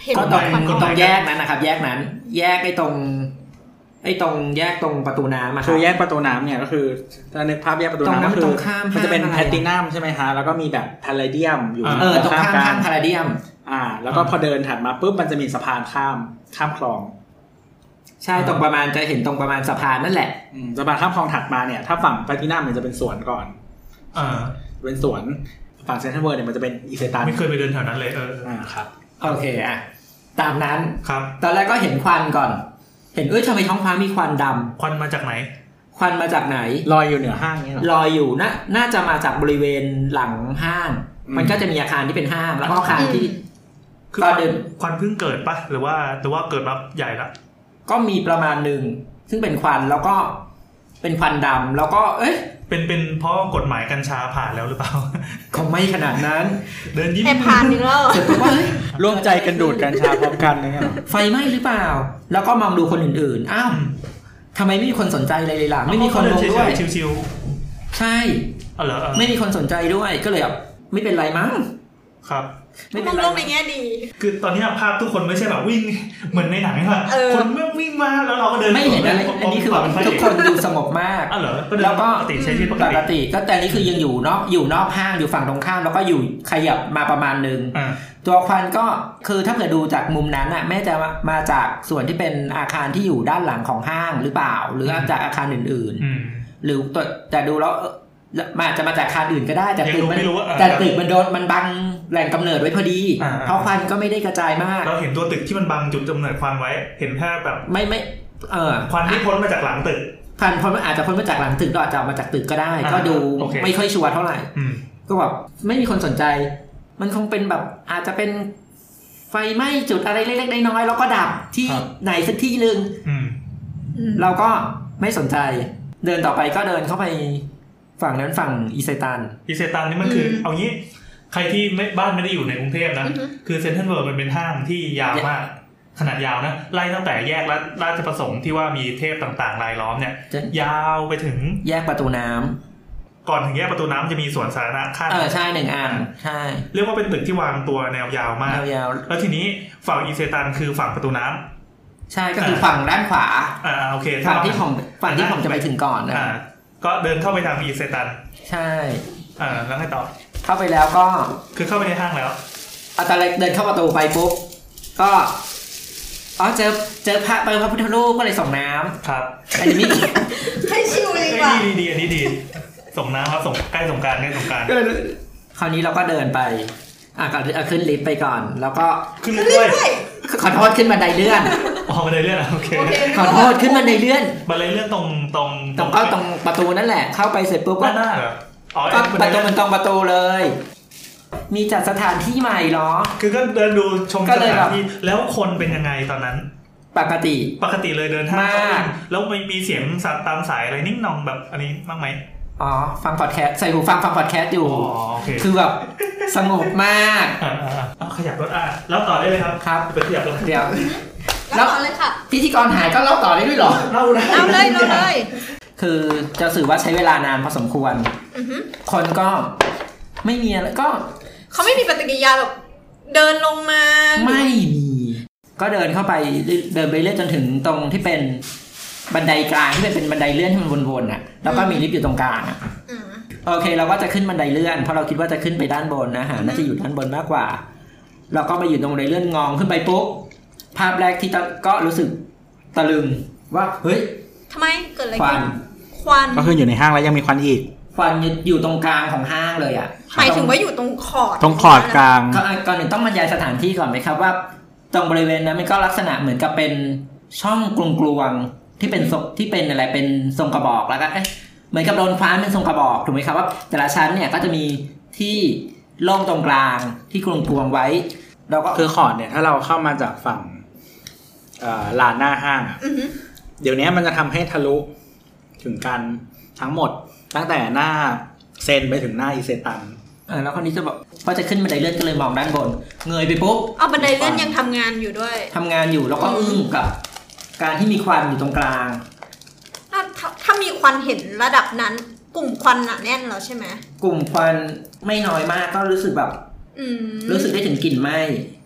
ก็ตรงตรงแยกนั้นนะครับแยกนั้นแยกไอ้ตรงไอ้ตรงแยกตรงประตูน้ำคือแยกประตูน้ำเนี่ยก็คือถ้านึกภาพแยกประตูน้ำก็คือมันจะเป็นแพลตินัมใช่ไหมฮะแล้วก็มีแบบพาราเดียมอยู่เออตรงข้ามข้ามพาราเดียมอ่าแล้วก็พอเดินถัดมาปุ๊บมันจะมีสะพานข้ามข้ามคลองใช่ตรงประมาณจะเห็นตรงประมาณสะพานนั่นแหละสะพานข้ามคลองถัดมาเนี่ยถ้าฝั่งแพลตินัมมันจะเป็นสวนก่อนอ่าเป็นสวนฝั่งเซ็นทรัลเวิลด์เนี่ยมันจะเป็นอิเซตันไม่เคยไปเดินแถวนั้นเลยเอออ่าครับโอเคอ่ะตามนั้นครับตอนแรกก็เห็นควันก่อนเห็นเอ้ยทำไมท้องฟ้ามีควันดำควันมาจากไหนควันมาจากไหนลอยอยู่เหนือห้างนี่หรอลอยอยู่น่าน่าจะมาจากบริเวณหลังห้างมันก็จะมีอาคารที่เป็นห้างแล้วก็อาคารที่ก็เดินควันเพิ่งเกิดปะหรือว่าหรือว่าเกิดมาใหญ่ละก็มีประมาณหนึ่งซึ่งเป็นควันแล้วก็เป็นควันดำแล้วก็เอ๊ะเป็นเป็นเพราะกฎหมายกัญชาผ่านแล้วหรือเปล่าคงไม่ขนาดนั้นเดินยิ้มแอบผ่านอีกแล้วร่วมใจกันดูดกัญชาพร้อมกันอะไรเงี้ยไฟไหม้หรือเปล่าแล้วก็มองดูคนอื่นๆอ้าวทำไมไม่มีคนสนใจเลยเลยล่ะไม่มีคนลงด้วยชิวๆใช่อ๋อเหรอไม่มีคนสนใจด้วยก็เลยแบบไม่เป็นไรมั้งครับไม่เป็นไรในแง่ดีคือตอนนี้ภาพทุกคนไม่ใช่แบบวิ่งเหมือนในหนังค่ะคนไม่วิ่งมาแล้วเราก็เดินไม่เห็นอะไรอันนี้คือแบบทุกคนดูสงบมากแล้วก็ปกติใช้ชีวิตปกติก็แต่นี้คือยังอยู่นอกอยู่นอกห้างอยู่ฝั่งตรงข้ามแล้วก็อยู่ขยับมาประมาณนึงตัวควันก็คือถ้าเผื่อดูจากมุมนั้นน่ะแม้จะมาจากส่วนที่เป็นอาคารที่อยู่ด้านหลังของห้างหรือเปล่าหรือจากอาคารอื่นๆหรือแต่ดูแล้วมาจะมาจากอาคารอื่นก็ได้แต่ตึกมันแต่ตึกมันโดนมันบังแหล่งกำเนิดไว้พอดีเพราะควันก็ไม่ได้กระจายมากเราเห็นตัวตึกที่มันบังจุดกำเนิดควันไว้เห็นแค่แบบไม่ไม่เออควันที่พ้นมาจากหลังตึกควันพ้นอาจจะพ้นมาจากหลังตึกก็อาจจะมาจากตึกก็ได้ก็ดูไม่ค่อยชัวร์เท่าไหร่ก็แบบไม่มีคนสนใจมันคงเป็นแบบอาจจะเป็นไฟไหม้จุดอะไรเล็กๆน้อยๆแล้วก็ดับที่ไหนสักที่นึงเราก็ไม่สนใจเดินต่อไปก็เดินเข้าไปฝั่งนั้นฝั่งอิเซตันอิเซตันนี่มันคือเอางี้ใครที่ไม่บ้านไม่ได้อยู่ในกรุงเทพนะคือเซ็นทรัลเวิลด์มันเป็นห้างที่ยาวมากขนาดยาวนะไล่ตั้งแต่แยกราชประสงค์ที่ว่ามีเทพต่างๆรายล้อมเนี่ยยาวไปถึงแยกประตูน้ำก่อนถึงแยกประตูน้ำจะมีสวนสาธารณะขั้นเออใช่หนึ่งอันใช่เรียกว่าเป็นตึกที่วางตัวแนวยาวมากยาวแล้วทีนี้ฝั่งอิเซตันคือฝั่งประตูน้ำใช่ก็คือฝั่งด้านขวาอ่าโอเคฝั่งที่ผมฝั่งที่ผมจะไปถึงก่อนนะก็เดินเข้าไปทางอิเซตันใช่อ่าแล้วไงต่อเข้าไปแล้วก็คือเข้าไปในห้างแล้วเอาตอนแรกเดินเข้าประตูไปปุ๊บก็อ๋อเจอเจอพระเปิดพระพุทธรูปก็เลยส่งน้ำครับอันนี้ให้ชิวเลยว่ะดีดีอันนี้ดีส่งน้ำครับส่งใกล้สงกรานต์ใกล้สงกรานต์คราวนี้เราก็เดินไปอ่ะก็ขึ้นลิฟต์ไปก่อนแล้วก็ขึ้นลิฟต์ด้วยขอโทษขึ้นบันไดเลื่อนอ๋อบันไดเลื่อนโอเคขอโทษขึ้นบันไดเลื่อนบันไดเลื่อนตรงตรงตรงก็ตรงประตูนั่นแหละเข้าไปเสร็จปุ๊บก็หน้าก็ประตูมันตรงประตูเลยมีจัดสถานที่ใหม่เหรอคือก็เดินดูชมสถานที่แล้วคนเป็นยังไงตอนนั้นปกติปกติเลยเดินทางแล้วมีมีเสียงสัตว์ตามสายอะไรนิ่งนองแบบอันนี้บ้างไหมอ๋อฟังพอดแคสต์ใส่หูฟังฟังพอดแคสต์อยู่อ๋อโอเคคือแบบสงบมากอ่าอ่าขยับรถอ่ะแล้วต่อได้เลยครับครับไปขยับรถเดี๋ยวแล้วต่อเลยค่ะพิธีกรหายก็เล่าต่อได้ด้วยหรอเล่าเลยเล่าเลยเล่าเลยคือจะสื่อว่าใช้เวลานานพอสมควรคนก็ไม่มีอะไรก็เขาไม่มีปฏิกิริยาแบบเดินลงมาไม่มีก็เดินเข้าไปเดินไปเรื่อยจนถึงตรงที่เป็นบันไดกลางที่เป็นบันไดเลื่อนที่มันวนๆอ่ะแล้วก็มีลิฟต์อยู่ตรงกลางอ่ะโอเคเราก็จะขึ้นบันไดเลื่อนเพราะเราคิดว่าจะขึ้นไปด้านบนนะฮะน่าจะอยู่ด้านบนมากกว่าเราก็มาอยู่ตรงบันไดเลื่อนงองขึ้นไปปุ๊บภาพแรกที่ก็รู้สึกตะลึงว่าเฮ้ยทำไมเกิดอะไรขึ้นควันก็คืออยู่ในห้างแล้วยังมีควันอีกควันอยู่ตรงกลางของห้างเลยอ่ะหมายถึงว่าอยู่ตรงขอดตรงขอดกลางก่อนหนึ่งต้องบรรยายสถานที่ก่อนไหมครับว่าตรงบริเวณนั้นมันก็ลักษณะเหมือนกับเป็นช่องกลวงๆที่เป็นที่เป็นอะไรเป็นทรงกระบอกแล้วก็เหมือนกับโดนคว้านเป็นทรงกระบอกถูกไหมครับว่าแต่ละชั้นเนี่ยก็จะมีที่โล่งตรงกลางที่กลวงๆไว้เราก็คือขอดเนี่ยถ้าเราเข้ามาจากฝั่งลานหน้าห้างเดี๋ยวนี้มันจะทำให้ทะลุถึงกันทั้งหมดตั้งแต่หน้าเซนไปถึงหน้าอิเซตันอ่าแล้วคนนี้จะบอกพอจะขึ้นบันไดเลื่อนก็เลยมองด้านบนเงยไปปุ๊บเอาบันไดเลื่อนยังทำงานอยู่ด้วยทำงานอยู่แล้วก็อึ้งกับการที่มีควันอยู่ตรงกลางถ้าถ้ามีควันเห็นระดับนั้นกลุ่มควันหนาแน่นแล้วใช่ไหมกลุ่มควันไม่น้อยมากก็รู้สึกแบบรู้สึกได้ถึงกลิ่นไหม้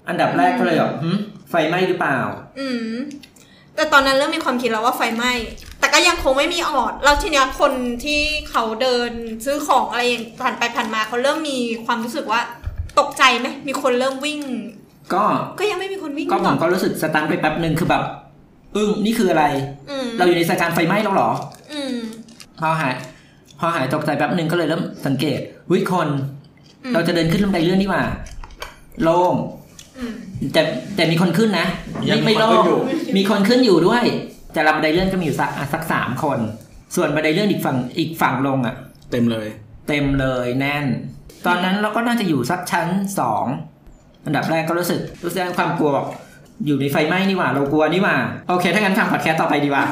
อันดับแรกก็เลยแบบไฟไหม้หรือเปล่าอืมแต่ตอนนั้นเริ่มมีความคิดแล้วว่าไฟไหม้แต่ก็ยังคงไม่มีออดแล้วทีเนี้ยคนที่เขาเดินซื้อของอะไรอย่างผ่านไปผ่านมาเขาเริ่มมีความรู้สึกว่าตกใจไหมมีคนเริ่มวิ่งก็ก็ยังไม่มีคนวิ่งก็ผมก็รู้สึกสตันไปแป๊บนึงคือแบบอึ้งนี่คืออะไรเราอยู่ในสถานการณ์ไฟไหม้แล้วหรออืมพอหายพอหายตกใจแป๊บนึงก็เลยเริ่มสังเกตวิคนเราจะเดินขึ้นลงบันไดเลื่อนนี่หว่าโล่งแต่แต่มีคนขึ้นนะไม่ไม่โล่งมีคนขึ้นอยู่ด้วยแต่ลำบันไดเลื่อนก็มีอยู่สักสักสามคนส่วนบันไดเลื่อนอีกฝั่งอีกฝั่งลงอ่ะเต็มเลยเต็มเลยแน่นตอนนั้นเราก็น่าจะอยู่สักชั้นสองอันดับแรกก็รู้สึกรู้สึกความกลัวแบบอยู่ในไฟไหม้นี่หว่าเรากลัวนี่หว่าโอเคถ้างั้นฟังพอดแคสต์ต่อไปดีกว่า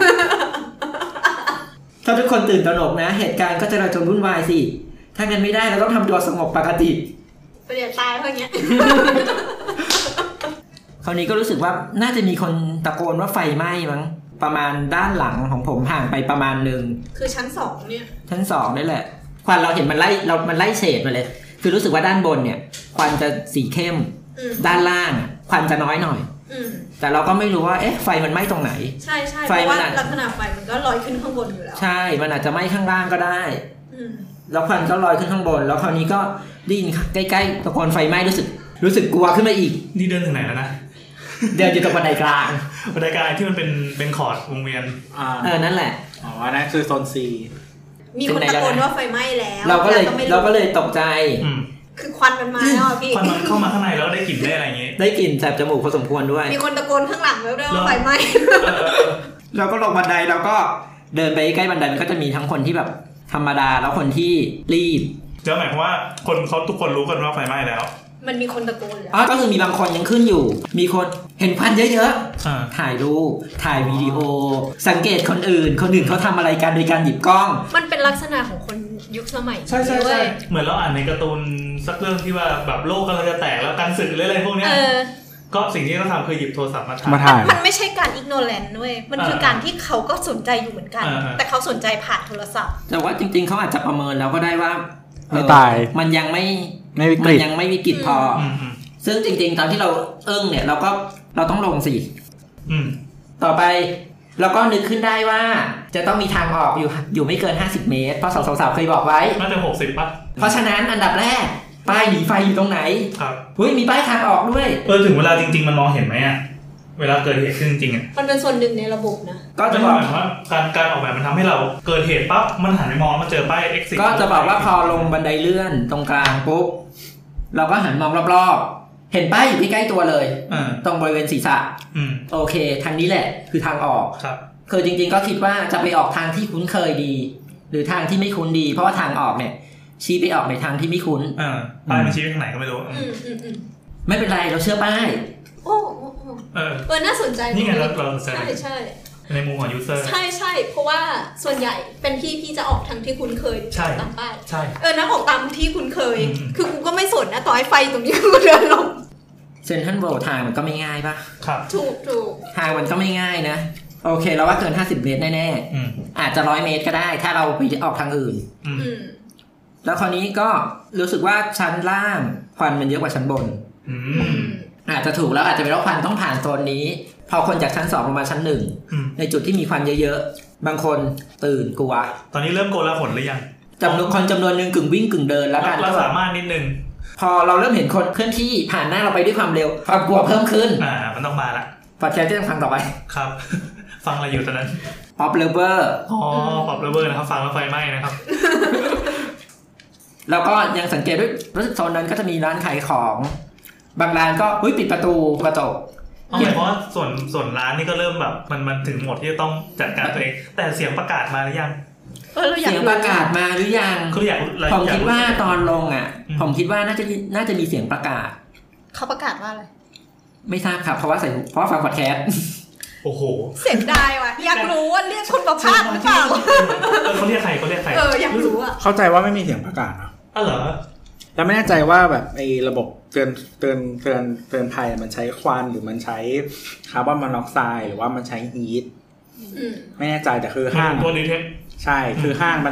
ถ้าทุกคนตื่นตระหนกนะเหตุการณ์ก็จะระจมวุ่นวายสิถ้างั้นไม่ได้เราต้องทำตัวสงบปกติเดี๋ยวตายเพราะอย่างเงี้ยคราวนี้ก็รู้สึกว่าน่าจะมีคนตะโกนว่าไฟไหม้มั้งประมาณด้านหลังของผมห่างไปประมาณนึงคือชั้นสองเนี่ยชั้นสองนี่แหละควันเราเห็นมันไล่เรามันไล่เฉดมาเลยคือรู้สึกว่าด้านบนเนี่ยควันจะสีเข้มด้านล่างควันจะน้อยหน่อยแต่เราก็ไม่รู้ว่าเอ๊ะไฟมันไหม้ตรงไหนใช่ใช่เพราะว่าลักษณะไฟมันก็ลอยขึ้นข้างบนอยู่แล้วใช่มันอาจจะไหม้ข้างล่างก็ได้แล้วควันก็ลอยขึ้นข้างบนแล้วคราวนี้ก็ได้ยินใกล้ๆตะโกนไฟไหม้รู้สึกรู้สึกกลัวขึ้นมาอีกนี่เดินถึงไหนแล้วนะเดินอยู่ตรงบันไดกลางบันไดกลางที่มันเป็นเป็นคอร์ดวงเวียนอ่าเออนั่นแหละอ๋อนั่นคือโซน C มีคนตะโกนว่าไฟไหม้แล้วเราก็เลยเราก็เลยตกใจคือควันมันมาแล้วพี่ควันมันเข้ามาข้างในแล้วได้กลิ่นได้อะไรอย่างงี้ได้กลิ่นแสบจมูกพอสมควรด้วยมีคนตะโกนข้างหลังแล้วด้วยว่าไฟไหม้เราก็ลงบันไดเราก็เดินไปใกล้บันไดมันก็จะมีทั้งคนที่แบบธรรมดาแล้วคนที่รีบจะหมายความว่าคนเขาทุกคนรู้กันว่าไฟไหม้แล้วมันมีคนตะโกนเหรออ๋อก็คือมีบางคนยังขึ้นอยู่มีคนเห็นควันเยอะๆถ่ายรูปถ่ายวิดีโอสังเกตคนอื่นคนอื่นเขาทำอะไรกันโดยการหยิบกล้องมันเป็นลักษณะของคนยุคสมัยใช่ใช่ใช่เหมือนเราอ่านในการ์ตูนสักเรื่องที่ว่าแบบโลกกำลังจะแตกแล้วการศึกหรืออะไรพวกนี้ก็สิ่งที่เขาทำคือหยิบโทรศัพท์มาถ่ายมันไม่ใช่การอิกโนแลนด์ด้วยมันคือการที่เขาก็สนใจอยู่เหมือนกันแต่เขาสนใจผ่านโทรศัพท์แต่ว่าจริงๆเขาอาจจะประเมินแล้วก็ได้ว่าไม่ตายมันยังไม่ไม่วิกฤตมันยังไม่วิกฤตพอซึ่งจริงๆตอนที่เราเอิ้งเนี่ยเราก็เราต้องลงสิต่อไปเราก็นึกขึ้นได้ว่าจะต้องมีทางออกอยู่อยู่ไม่เกินห้าสิบเมตรเพราะสาวๆเคยบอกไว้น่าจะหกสิบป่ะเพราะฉะนั้นอันดับแรกป้ายหนีไฟอยู่ตรงไหนครับเฮ้ยมีป้ายทางออกด้วยเออถึงเวลาจริงๆมันมองเห็นไหมอะเวลาเกิดเหตุขึ้นจริงๆอ่ะมันเป็นส่วนหนึ่งในระบบนะก็จะบอกว่าการการออกแบบมันทำให้เราเกิดเหตุปั๊บมันหันไปมองมันเจอป้าย exit ก็จะบอกว่าพอลงบันไดเลื่อนตรงกลางปุ๊บเราก็หันมองรอบๆเห็นป้ายอยู่ใกล้ๆตัวเลยตรงบริเวณศีรษะโอเคทางนี้แหละคือทางออกครับคือจริงๆก็คิดว่าจะไปออกทางที่คุ้นเคยดีหรือทางที่ไม่คุ้นดีเพราะว่าทางออกเนี่ยชี้ไปออกในทางที่ไม่คุ้นอ่าป้ายมันชี้ไปทางไหนก็ไม่รู้ไม่เป็นไรเราเชื่อป้ายโอ้เออเออน่าสนใจนี่ไงเราเราใช่ใช่ในมุมของยูเซอร์ใช่ใช่เพราะว่าส่วนใหญ่เป็นพี่พี่จะออกทางที่คุ้นเคยตามป้ายใช่เออนะออกตามที่คุ้นเคยคือกูก็ไม่สนนะต่อให้ไฟตรงนี้กูเดินลงเซนทรัลเวิลด์ทางมันก็ไม่ง่ายป่ะครับถูกถูกทางมันก็ไม่ง่ายนะโอเคเราว่าเกินห้าสิบเมตรแน่ๆอาจจะหนึ่งร้อยเมตรก็ได้ถ้าเราไปออกทางอื่นแล้วคราวนี้ก็รู้สึกว่าชั้นล่างควันมันเยอะกว่าชั้นบนอาจจะถูกแล้วอาจจะเป็นเพราะควันต้องผ่านโซนนี้พอคนจากชั้นสองลงมาชั้นหนึ่งในจุดที่มีควันเยอะๆบางคนตื่นกลัวตอนนี้เริ่มโกลาหลหรือยังจำนวนคนจำนวนนึงกึ่งวิ่งกึ่งเดินแล้วกันเราสามารถนิดนึงพอเราเริ่มเห็นคนเคลื่อนที่ผ่านหน้าเราไปด้วยความเร็วความกลัวเพิ่มขึ้นอ่ามันต้องมาละพอแคสจะต้องฟังต่อไปครับฟังอะไรอยู่ตอนนั้น Pop Lover อ๋อ Pop Lover นะครับฟังแล้วไฟไหม้นะครับแล้วก็ยังสังเกตด้วยรู้สึกโซนนั้นก็จะมีร้านขายของบางร้านก็อุ้ยปิดประตูกระจกอ๋อเพราะส่วนส่วนร้านนี่ก็เริ่มแบบมันมันถึงหมดที่จะต้องจัดการตัวเองแต่เสียงประกาศมาหรือยังเสียงประกาศมาหรือยังคืออยากผมคิดว่าตอนลงอ่ะผมคิดว่าน่าจะน่าจะมีเสียงประกาศเขาประกาศว่าอะไรไม่ทราบครับเพราะว่าใส่เพราะว่าฟังพอดแคสต์โอ้โหเสียงได้ว่ะอยากรู้ว่าเรียกคนประพาสหรือเปล่าเขาเรียกใครเขาเรียกใครเอออยากรู้อ่ะเข้าใจว่าไม่มีเสียงประกาศนะอ๋อเหรอแล้วไม่แน่ใจว่าแบบไอ้ระบบเตือนเตือนเตือนเตือนภัยมันใช้ควันหรือมันใช้คาร์บอนมอนอกไซด์หรือว่ามันใช้ฮีทไม่แน่ใจแต่คือห้างตัวรีเทคใช่คือห้างมัน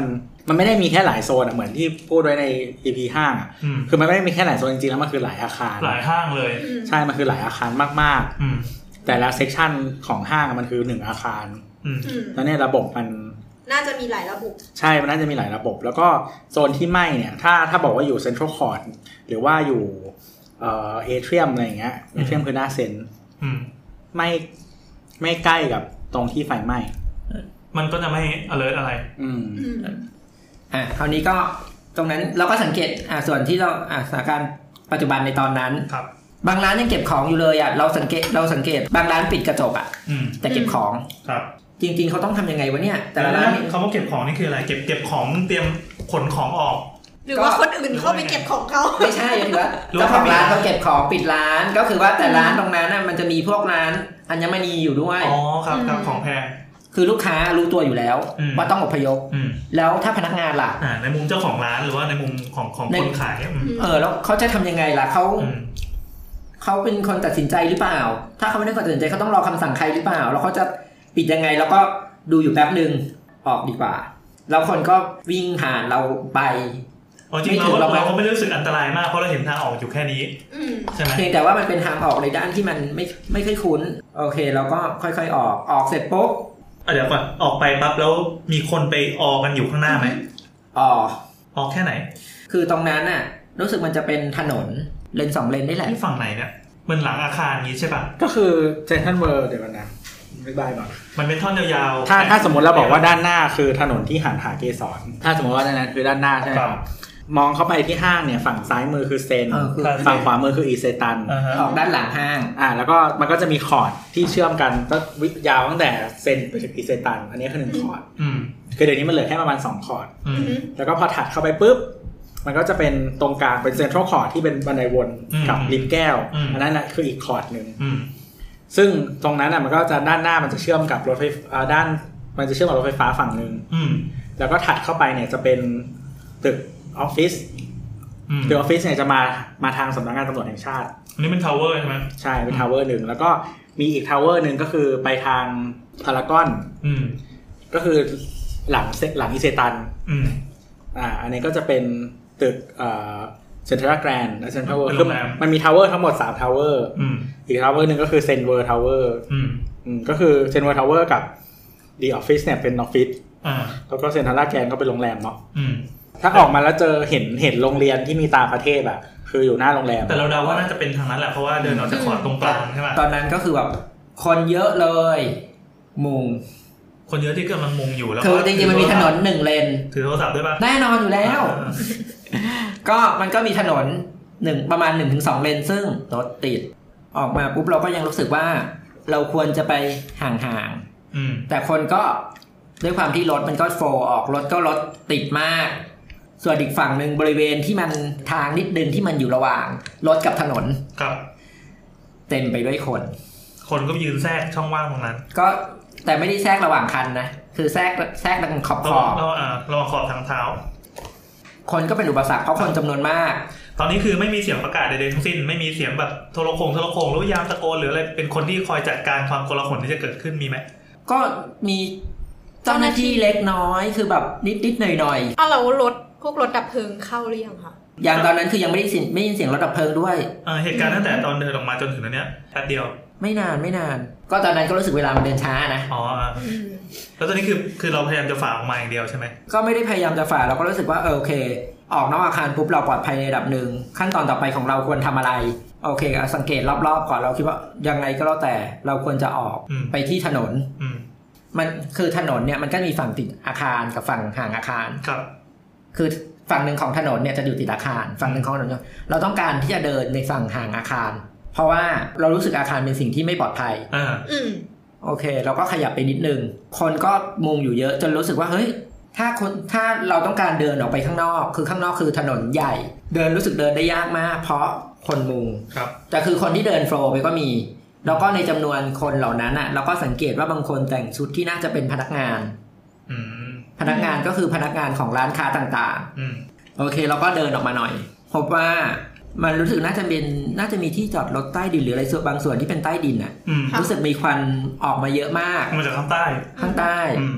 มันไม่ได้มีแค่หลายโซนอ่ะเหมือนที่พูดไว้ใน อี พี ห้างอ่ะคือมันไม่ได้มีแค่หลายโซนจริงๆแล้วมันคือหลายอาคารหลายห้างเลยใช่มันคือหลายอาคารมากๆแต่ละเซกชันของห้างมันคือหนึ่งอาคารแล้วเนี่ยระบบมันน่าจะมีหลายระบบใช่มันน่าจะมีหลายระบบแล้วก็โซนที่ไม่เนี่ยถ้าถ้าบอกว่าอยู่เซ็นทรัลคอร์ทหรือว่าอยู่เอ่อเอเทรียมอะไรอย่างเงี้ยเอเทรียมคือหน้าเซ็นไม่ไม่ใกล้กับตรงที่ไฟไหม้มันก็จะไม่ alert อะไรอืมอ่ะคราวนี้ก็ตรงนั้นเราก็สังเกตอ่ะส่วนที่เราอ่ะสถานการณ์ปัจจุบันในตอนนั้นครับบางร้านยังเก็บของอยู่เลยอ่ะเราสังเกตเราสังเกตบางร้านปิดกระจกอ่ะแต่เก็บของครับจริงๆเขาต้องทำยังไงวะเนี่ยแต่ละร้านเขาว่าเก็บของนี่คืออะไรเก็บเก็บของเตรียมขนของออกหรือว่าคนอื่นเข้าไปเก็บของเขาไม่ใช่ถือว่าเจ้าของร้านเขาเก็บของปิดร้านก็คือว่าแต่ร้านตรงนั้นน่ะมันจะมีพวกร้านอัญมณีอยู่ด้วยอ๋อครับครับของแพงคือลูกค้ารู้ตัวอยู่แล้วว่าต้องอพยพแล้วถ้าพนักงานล่ะในมุมเจ้าของร้านหรือว่าในมุมของของคนขายเออแล้วเขาจะทำยังไงล่ะเขาเขาเป็นคนตัดสินใจหรือเปล่าถ้าเขาไม่ได้ตัดสินใจเขาต้องรอคำสั่งใครหรือเปล่าแล้วเขาจะปิดยังไงแล้วก็ดูอยู่แป๊บนึงออกดีกว่าแล้วคนก็วิ่งผ่านเราไปจริงๆเราเราก็ไม่รู้สึกอันตรายมากเพราะเราเห็นทางออกอยู่แค่นี้ใช่ไหมเพียงแต่ว่ามันเป็นทางออกในด้านที่มันไม่ไม่ค่อยคุ้นโอเคเราก็ค่อยๆออกออกเสร็จปุ๊บเดี๋ยวก่อนออกไปปั๊บแล้วมีคนไปออกันอยู่ข้างหน้าไหมอ๋อออกแค่ไหนคือตรงนั้นน่ะรู้สึกมันจะเป็นถนนเลนสองเลนนี่แหละที่ฝั่งไหนเนี่ยมันหลังอาคารนี้ใช่ป่ะก็คือเซ็นทรัลเวิลด์เดี๋ยวนะไม่ได้ก่อนมันเป็นท่อนยาวๆถ้าถ้าสมมติเราบอกว่าด้านหน้าคือถนนที่หันหาเกสรถ้าสมมติว่าด้านนั้นคือด้านหน้าใช่ไหมครับมองเข้าไปที่ห้างเนี่ยฝั่งซ้ายมือคือเซนฝั่งขวามือคืออีเซตันออกด้านหลังห้างอ่าแล้วก็มันก็จะมีคอร์ดที่เชื่อมกันก็ยาวตั้งแต่เซนไปถึงอีเซตันอันนี้คือหนึ่งคอร์ดคือเดี๋ยวนี้มันเหลือแค่ประมาณสองคอร์ดแล้วก็พอถัดเข้าไปปุ๊บมันก็จะเป็นตรงกลางเป็นเซ็นทรัลคอร์ดที่เป็นบันไดวนกับริมแก้วอันนั้นนะคืออีกคอร์ดนึงซึ่งตรงนั้นน่ะมันก็จะด้านหน้ามันจะเชื่อมกับรถไฟฟ้าด้านมันจะเชื่อมกับรถไฟฟ้าฝั่งนึงแล้วก็ถัดเข้าไปเนี่ยจะเป็นตึกออฟฟิศตึกออฟฟิศเนี่ยจะมามาทางสำนักงานตำรวจแห่งชาติอันนี้เป็นทาวเวอร์ใช่ไหมใช่เป็นทาวเวอร์หนึ่งแล้วก็มีอีกทาวเวอร์หนึ่งก็คือไปทางพารากอนก็คือหลังหลังอีเซตันอ่าอันนี้ก็จะเป็นตึกเอ่อเซ็นทรัลแกรนด์และเซ็นทรัลเวิลด์คือมันมีทาวเวอร์ทั้งหมดสามทาวเวอร์อีกทาวเวอร์นึงก็คือเซ็นเวิร์ทาวเวอร์ก็คือเซ็นเวิร์ทาวเวอร์กับดีออฟฟิศเนี่ยเป็นออฟฟิศแล้วก็เซ็นทรัลแกรนด์ก็เป็นโรงแรมเนาะถ้าออกมาแล้วเจอเห็นเห็นโรงเรียนที่มีตาประเทศอะคืออยู่หน้าโรงแรมแต่เราเดาว่าน่าจะเป็นทางนั้นแหละเพราะว่าเดินออกจากคอร์ดตรงกลางใช่ไหมตอนนั้นก็คือแบบคนเยอะเลยมุงคนเยอะที่กำลังมุงอยู่แล้วคือจริงๆมันมีถนนหนึ่งเลนถือโทรศัพท์ด้วยป่ะแน่นอนอยู่แล้วก็มันก็มีถนนหนึ่งประมาณ หนึ่งถึงสอง เลนซึ่งรถติดออกมาปุ๊บเราก็ยังรู้สึกว่าเราควรจะไปห่างๆแต่คนก็ด้วยความที่รถมันก็โฟออกรถก็รถติดมากส่วนอีกฝั่งนึงบริเวณที่มันทางนิดนึงที่มันอยู่ระหว่างรถกับถนนครับเต็มไปด้วยคนคนก็ยืนแทรกช่องว่างตรงนั้นก็แต่ไม่ได้แทรกระหว่างคันนะคือแทรกแทรกตรงขอบขอบเราอ่าเราขอบทางเท้าคนก็เป็นอุปสรรคเพราะคนจำนวนมากตอนนี้คือไม่มีเสียงประกาศใดๆทั้งสิ้นไม่มีเสียงแบบโทรโขงโทรโขงหรือยามตะโกนหรืออะไรเป็นคนที่คอยจัดการความโกลาหลที่จะเกิดขึ้นมีไหมก็มีเจ้าหน้าที่เล็กน้อยคือแบบนิดๆหน่อยๆอ้าวแล้วรถพวกรถดับเพลิงเข้าหรือยังคะอย่างตอนนั้นคือยังไม่ได้ยินไม่ยินเสียงรถดับเพลิงด้วยอ่าเหตุการณ์ตั้งแต่ตอนเดินออกมาจนถึงตอนเนี้ยแป๊บเดียวไม่นานไม่นานก็ตอนนั้นก็รู้สึกเวลามันเดินช้านะอ๋อแล้วตอนนี้คือคือเราพยายามจะฝ่าออกมาอย่างเดียวใช่ไหมก็ไม่ได้พยายามจะฝ่าเราก็รู้สึกว่าเออโอเคออกนอกอาคารปุ๊บเราปลอดภัยในระดับหนึ่งขั้นตอนต่อไปของเราควรทำอะไรโอเคสังเกตรอบๆก่อนเราคิดว่ายังไงก็แล้วแต่เราควรจะออกไปที่ถนนมันคือถนนเนี่ยมันก็มีฝั่งติดอาคารกับฝั่งห่างอาคารครับคือฝั่งหนึ่งของถนนเนี่ยจะอยู่ติดอาคารฝั่งหนึ่งของถนนเราต้องการที่จะเดินในฝั่งห่างอาคารเพราะว่าเรารู้สึกอาคารเป็นสิ่งที่ไม่ปลอดภัยอ่าโอเคเราก็ขยับไปนิดนึงคนก็มุงอยู่เยอะจนรู้สึกว่าเฮ้ยถ้าคนถ้าเราต้องการเดินออกไปข้างนอกคือข้างนอกคือถนนใหญ่เดินรู้สึกเดินได้ยากมากเพราะคนมุงครับแต่คือคนที่เดินโฟล์ไปก็มีแล้วก็ในจำนวนคนเหล่านั้นอ่ะเราก็สังเกตว่าบางคนแต่งชุดที่น่าจะเป็นพนักงานพนักงานก็คือพนักงานของร้านค้าต่างๆโอเคเราก็เดินออกมาหน่อยพบว่ามันรู้สึกน่าจะเป็นน่าจะมีที่จอดรถใต้ดินหรืออะไรส่วนบางส่วนที่เป็นใต้ดินน่ะรู้สึกมีควันออกมาเยอะมากมาจากข้างใต้ข้างใต้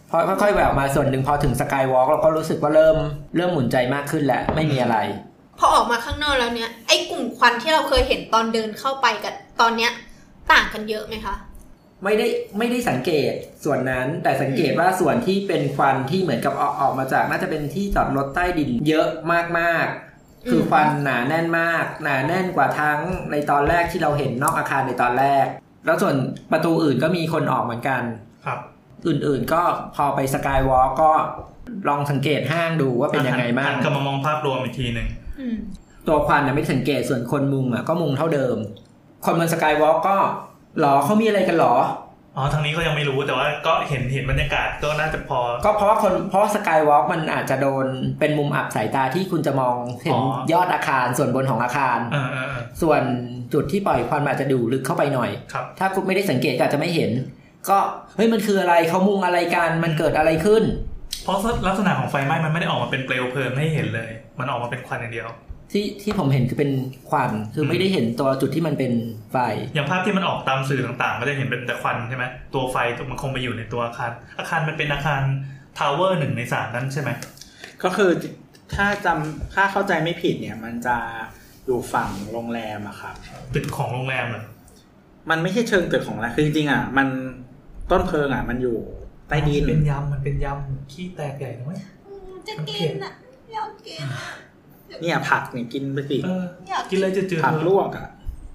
พอค่อยๆแหววมาส่วนหนึ่งพอถึงสกายวอล์กเราก็รู้สึกว่าเริ่มเริ่มหมุนใจมากขึ้นแหละไม่มีอะไรพอออกมาข้างนอกแล้วเนี่ยไอ้กลุ่มควันที่เราเคยเห็นตอนเดินเข้าไปกับตอนเนี้ยต่างกันเยอะไหมคะไม่ได้ไม่ได้สังเกตส่วนนั้นแต่สังเกตว่าส่วนที่เป็นควันที่เหมือนกับออกออกมาจากน่าจะเป็นที่จอดรถใต้ดินเยอะมากๆคือควันหนาแน่นมากหนาแน่นกว่าทั้งในตอนแรกที่เราเห็นนอกอาคารในตอนแรกแล้วส่วนประตูอื่นก็มีคนออกเหมือนกันครับอื่นๆก็พอไปสกายวอล์กก็ลองสังเกตห้างดูว่าเป็นยังไงบ้างก็มามองภาพรวมอีกทีนึงตัวควันน่ะไม่สังเกตส่วนคนมุงอ่ะก็มุงเท่าเดิมคนบนสกายวอล์กก็หรอเขามีอะไรกันหรออ๋อทางนี้ก็ยังไม่รู้แต่ว่าก็เห็นเห็นบรรยากาศก็น่าจะพอก็เพราะว่าคนเพราะสกายวอล์กมันอาจจะโดนเป็นมุมอับสายตาที่คุณจะมองเห็นยอดอาคารส่วนบนของอาคารส่วนจุดที่ปล่อยควันอาจจะดูลึกเข้าไปหน่อยถ้าคุณไม่ได้สังเกตก็อาจจะไม่เห็นก็เฮ้ยมันคืออะไรเขามุงอะไรกันมันเกิดอะไรขึ้นเพราะลักษณะของไฟไหม้มันไม่ได้ออกมาเป็นเปลวเพลิงให้เห็นเลยมันออกมาเป็นควันอย่างเดียวที่ที่ผมเห็นคือเป็นควันคือไม่ได้เห็นตัวจุดที่มันเป็นไฟอย่างภาพที่มันออกตามสื่อต่างๆก็จะเห็นเป็นแต่ควันใช่ไหมตัวไฟมันคงไปอยู่ในตัวอาคารอาคารมันเป็นอาคารทาวเวอร์หนึ่งในสามนั้นใช่ไหมก็คือถ้าจำถ้าเข้าใจไม่ผิดเนี่ยมันจะอยู่ฝั่งโรงแรมอะครับตึกของโรงแรมเหรอมันไม่ใช่เชิงตึกของโรงแรมคือจริงๆอะมันต้นเพลิงอะมันอยู่ใต้ดินเป็นยำมันเป็นยำขี้แตกใหญ่นะเว้ยจะกินอะอยากกินเนี่ยผักเนี่ยกินไปสิกินอะไรจืดๆผักลวกอ่ะ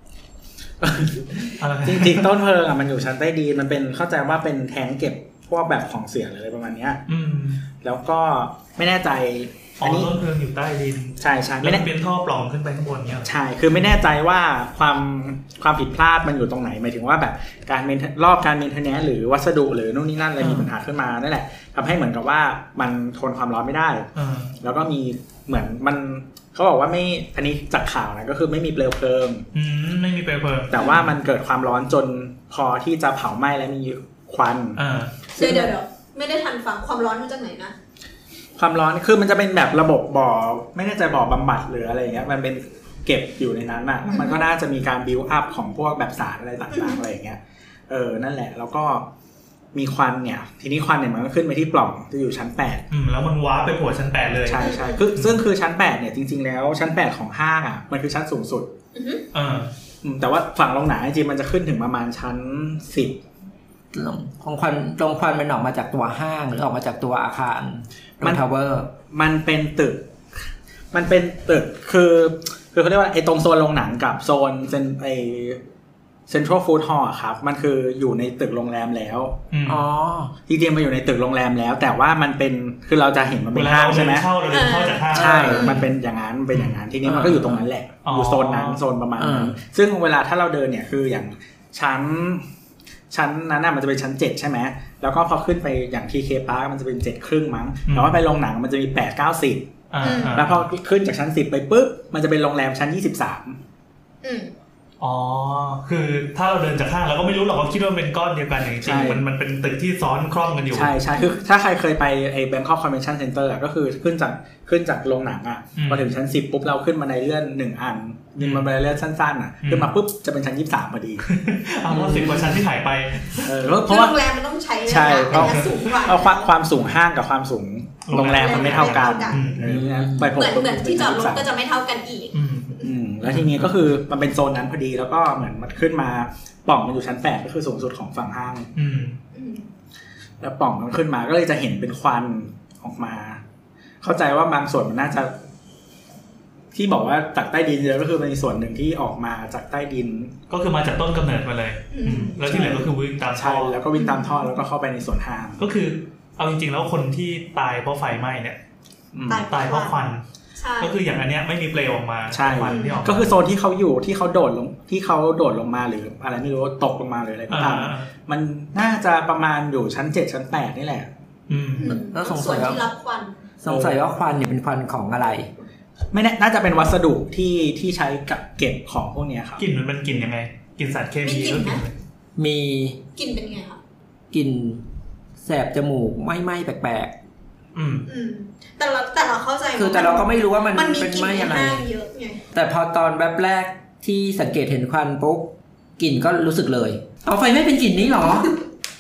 จริงๆต้นเพลิงอ่ะมันอยู่ชั้นใต้ดินมันเป็นเข้าใจว่าเป็นแทงเก็บพวกแบบของเสียอะไรประมาณเนี้ยแล้วก็ไม่แน่ใจอันนี้ต้นเพลิงอยู่ใต้ดินใช่ใช่ไม่ได้เป็นท่อปล่องขึ้นไปข้างบนเนี้ยใช่คือไม่แน่ใจว่าความความผิดพลาดมันอยู่ตรงไหนหมายถึงว่าแบบการเมนรอบการเมนเทนแนนซ์หรือวัสดุหรือนู่นนี่นั่นอะไรมีปัญหาขึ้นมานั่นแหละทำให้เหมือนกับว่ามันทนความร้อนไม่ได้แล้วก็มีเหมือนมันเขาบอกว่าไม่อันนี้จากข่าวนะก็คือไม่มีเปลวเพลิงอืมไม่มีเปลวเพลิงแต่ว่ามันเกิดความร้อนจนพอที่จะเผาไหม้และมีควันอ่าเดี๋ยวเดี๋ยวไม่ได้ทันฟังความร้อนมาจากไหนนะความร้อนคือมันจะเป็นแบบระบบบ่อไม่แน่ใจบ่อบำบัดหรืออะไรเงี้ยมันเป็นเก็บอยู่ในนั้นอ่ะมันก็น่าจะมีการบิวอัพของพวกแบบสารอะไรต่างๆอะไรอย่างเงี้ยเออนั่นแหละแล้วก็มีควันเนี่ยทีนี้ควันเนี่ยมันก็ขึ้นไปที่ปล่องที่อยู่ชั้นแปดอืมแล้วมันว้าไปโผล่ชั้นแปดเลยใช่ๆคือซึ่งคือชั้นแปดเนี่ยจริงๆแล้วชั้นแปดของห้างอ่ะมันคือชั้นสูงสุดเออแต่ว่าฝั่งโรงหนังจริงๆมันจะขึ้นถึงประมาณชั้นสิบของควันตรงควันมันออกมาจากตัวห้างหรือออกมาจากตัวอาคารมันทาวเวอร์มันเป็นตึกมันเป็นตึกคือคือเขาเรียกว่าไอ้ตรงโซนโรงหนังกับโซนเซนไอเซ็นทรัลฟู้ดฮอลล์ครับมันคืออยู่ในตึกโรงแรมแล้วอ๋อจริงๆมันอยู่ในตึกโรงแรมแล้วแต่ว่ามันเป็นคือเราจะเห็นมันเป็นห้างใช่ไหมเข้าเราเดินเข้าจากห้างใช่มันเป็นอย่างนั้นเป็นอย่างนั้นทีนี้มันก็อยู่ตรงนั้นแหละอยู่โซนนั้นโซนประมาณนั้นซึ่งเวลาถ้าเราเดินเนี่ยคืออย่างชั้นชั้นนั้นน่ะมันจะเป็นชั้นเจ็ดใช่ไหมแล้วก็พอขึ้นไปอย่าง ที เค Park มันจะเป็นเจ็ดครึ่งมั้งแต่ว่าไปโรงหนังมันจะมีแปด เก้า สิบแล้วพอขึ้นจากชั้นสิบไปปุ๊บมันจะเป็นโรงแรมชั้นยี่สิบสามอืมอ๋อคือถ้าเราเดินจากห้างเราก็ไม่รู้หรอกว่าคิดว่าเป็นก้อนเดียวกันจริงๆมันมันเป็นตึกที่ซ้อนคล่อมกันอยู่ใช่ใช่คือถ้าใครเคยไปไอ้ Bangkok Convention Center อ่ะก็คือขึ้นจากขึ้นจากโรงหนังอ่ะพอถึงชั้นสิบปุ๊บเราขึ้นบันไดเลื่อนหนึ่งอันยิงมาบันไดเลื่อนสั้นๆอ่ะขึ้นมาปุ๊บจะเป็นชั้นยี่สิบสามพอดีอ้าวสิบกว่าชั้นที่ถ่ายไปเออเพราะว่าโรงแรมมันต้องใช้ใช่เพราะเอาความสูงห้างกับความสูงโรงแรมมันไม่เท่ากันเหมือนเหมือนที่จอดรถก็จะไม่เท่ากันอีกแล้วทีนี้ก็คือมันเป็นโซนนั้นพอดีแล้วก็เหมือนมันขึ้นมาปล่องมันอยู่ชั้นแปดก็คือสูงสุดของฝั่งห้างแล้วปล่องมันขึ้นมาก็เลยจะเห็นเป็นควันออกมาเข้าใจว่าบางส่วนมันน่าจะที่บอกว่าจากใต้ดินเยอะก็คือมีส่วนหนึ่งที่ออกมาจากใต้ดินก็คือมาจากต้นกำเนิดมาเลยแล้วที่เหลือก็คือวิ่งตามท่อแล้วก็วิ่งตามท่อแล้วก็เข้าไปในส่วนห้างก็คือเอาจริงๆแล้วคนที่ตายเพราะไฟไหม้เนี่ยตายเพราะควันก็คืออย่างอันเนี้ยไม่มีเปลวออกมาควันที่ออกก็คือโซนที่เขาอยู่ที่เขาโดดลงที่เขาโดดลงมาหรืออะไรไม่รู้ตกลงมาหรืออะไรก็ตามมันน่าจะประมาณอยู่ชั้นเจ็ดชั้นแปดนี่แหละอืมแล้วสงสัยว่าสงสัยว่าควันเนี่ยเป็นควันของอะไรไม่แน่น่าจะเป็นวัสดุที่ที่ใช้กับเก็บของพวกนี้ครับกลิ่นมันเป็นกลิ่นยังไงกลิ่นสารเคมีหรือกลิ่นมีกลิ่นเป็นไงคะกลิ่นแสบจมูกไม่ไหม้แปลกๆอืมอืมแต่เราแต่เราเข้าใจคือแต่เราก็ไม่รู้ว่ามันเป็นไหม้อะไรแต่พอตอนแวบแรกที่สังเกตเห็นควันปุ๊บกลิ่นก็รู้สึกเลยเอาไฟไม่เป็นกลิ่นนี้หรอ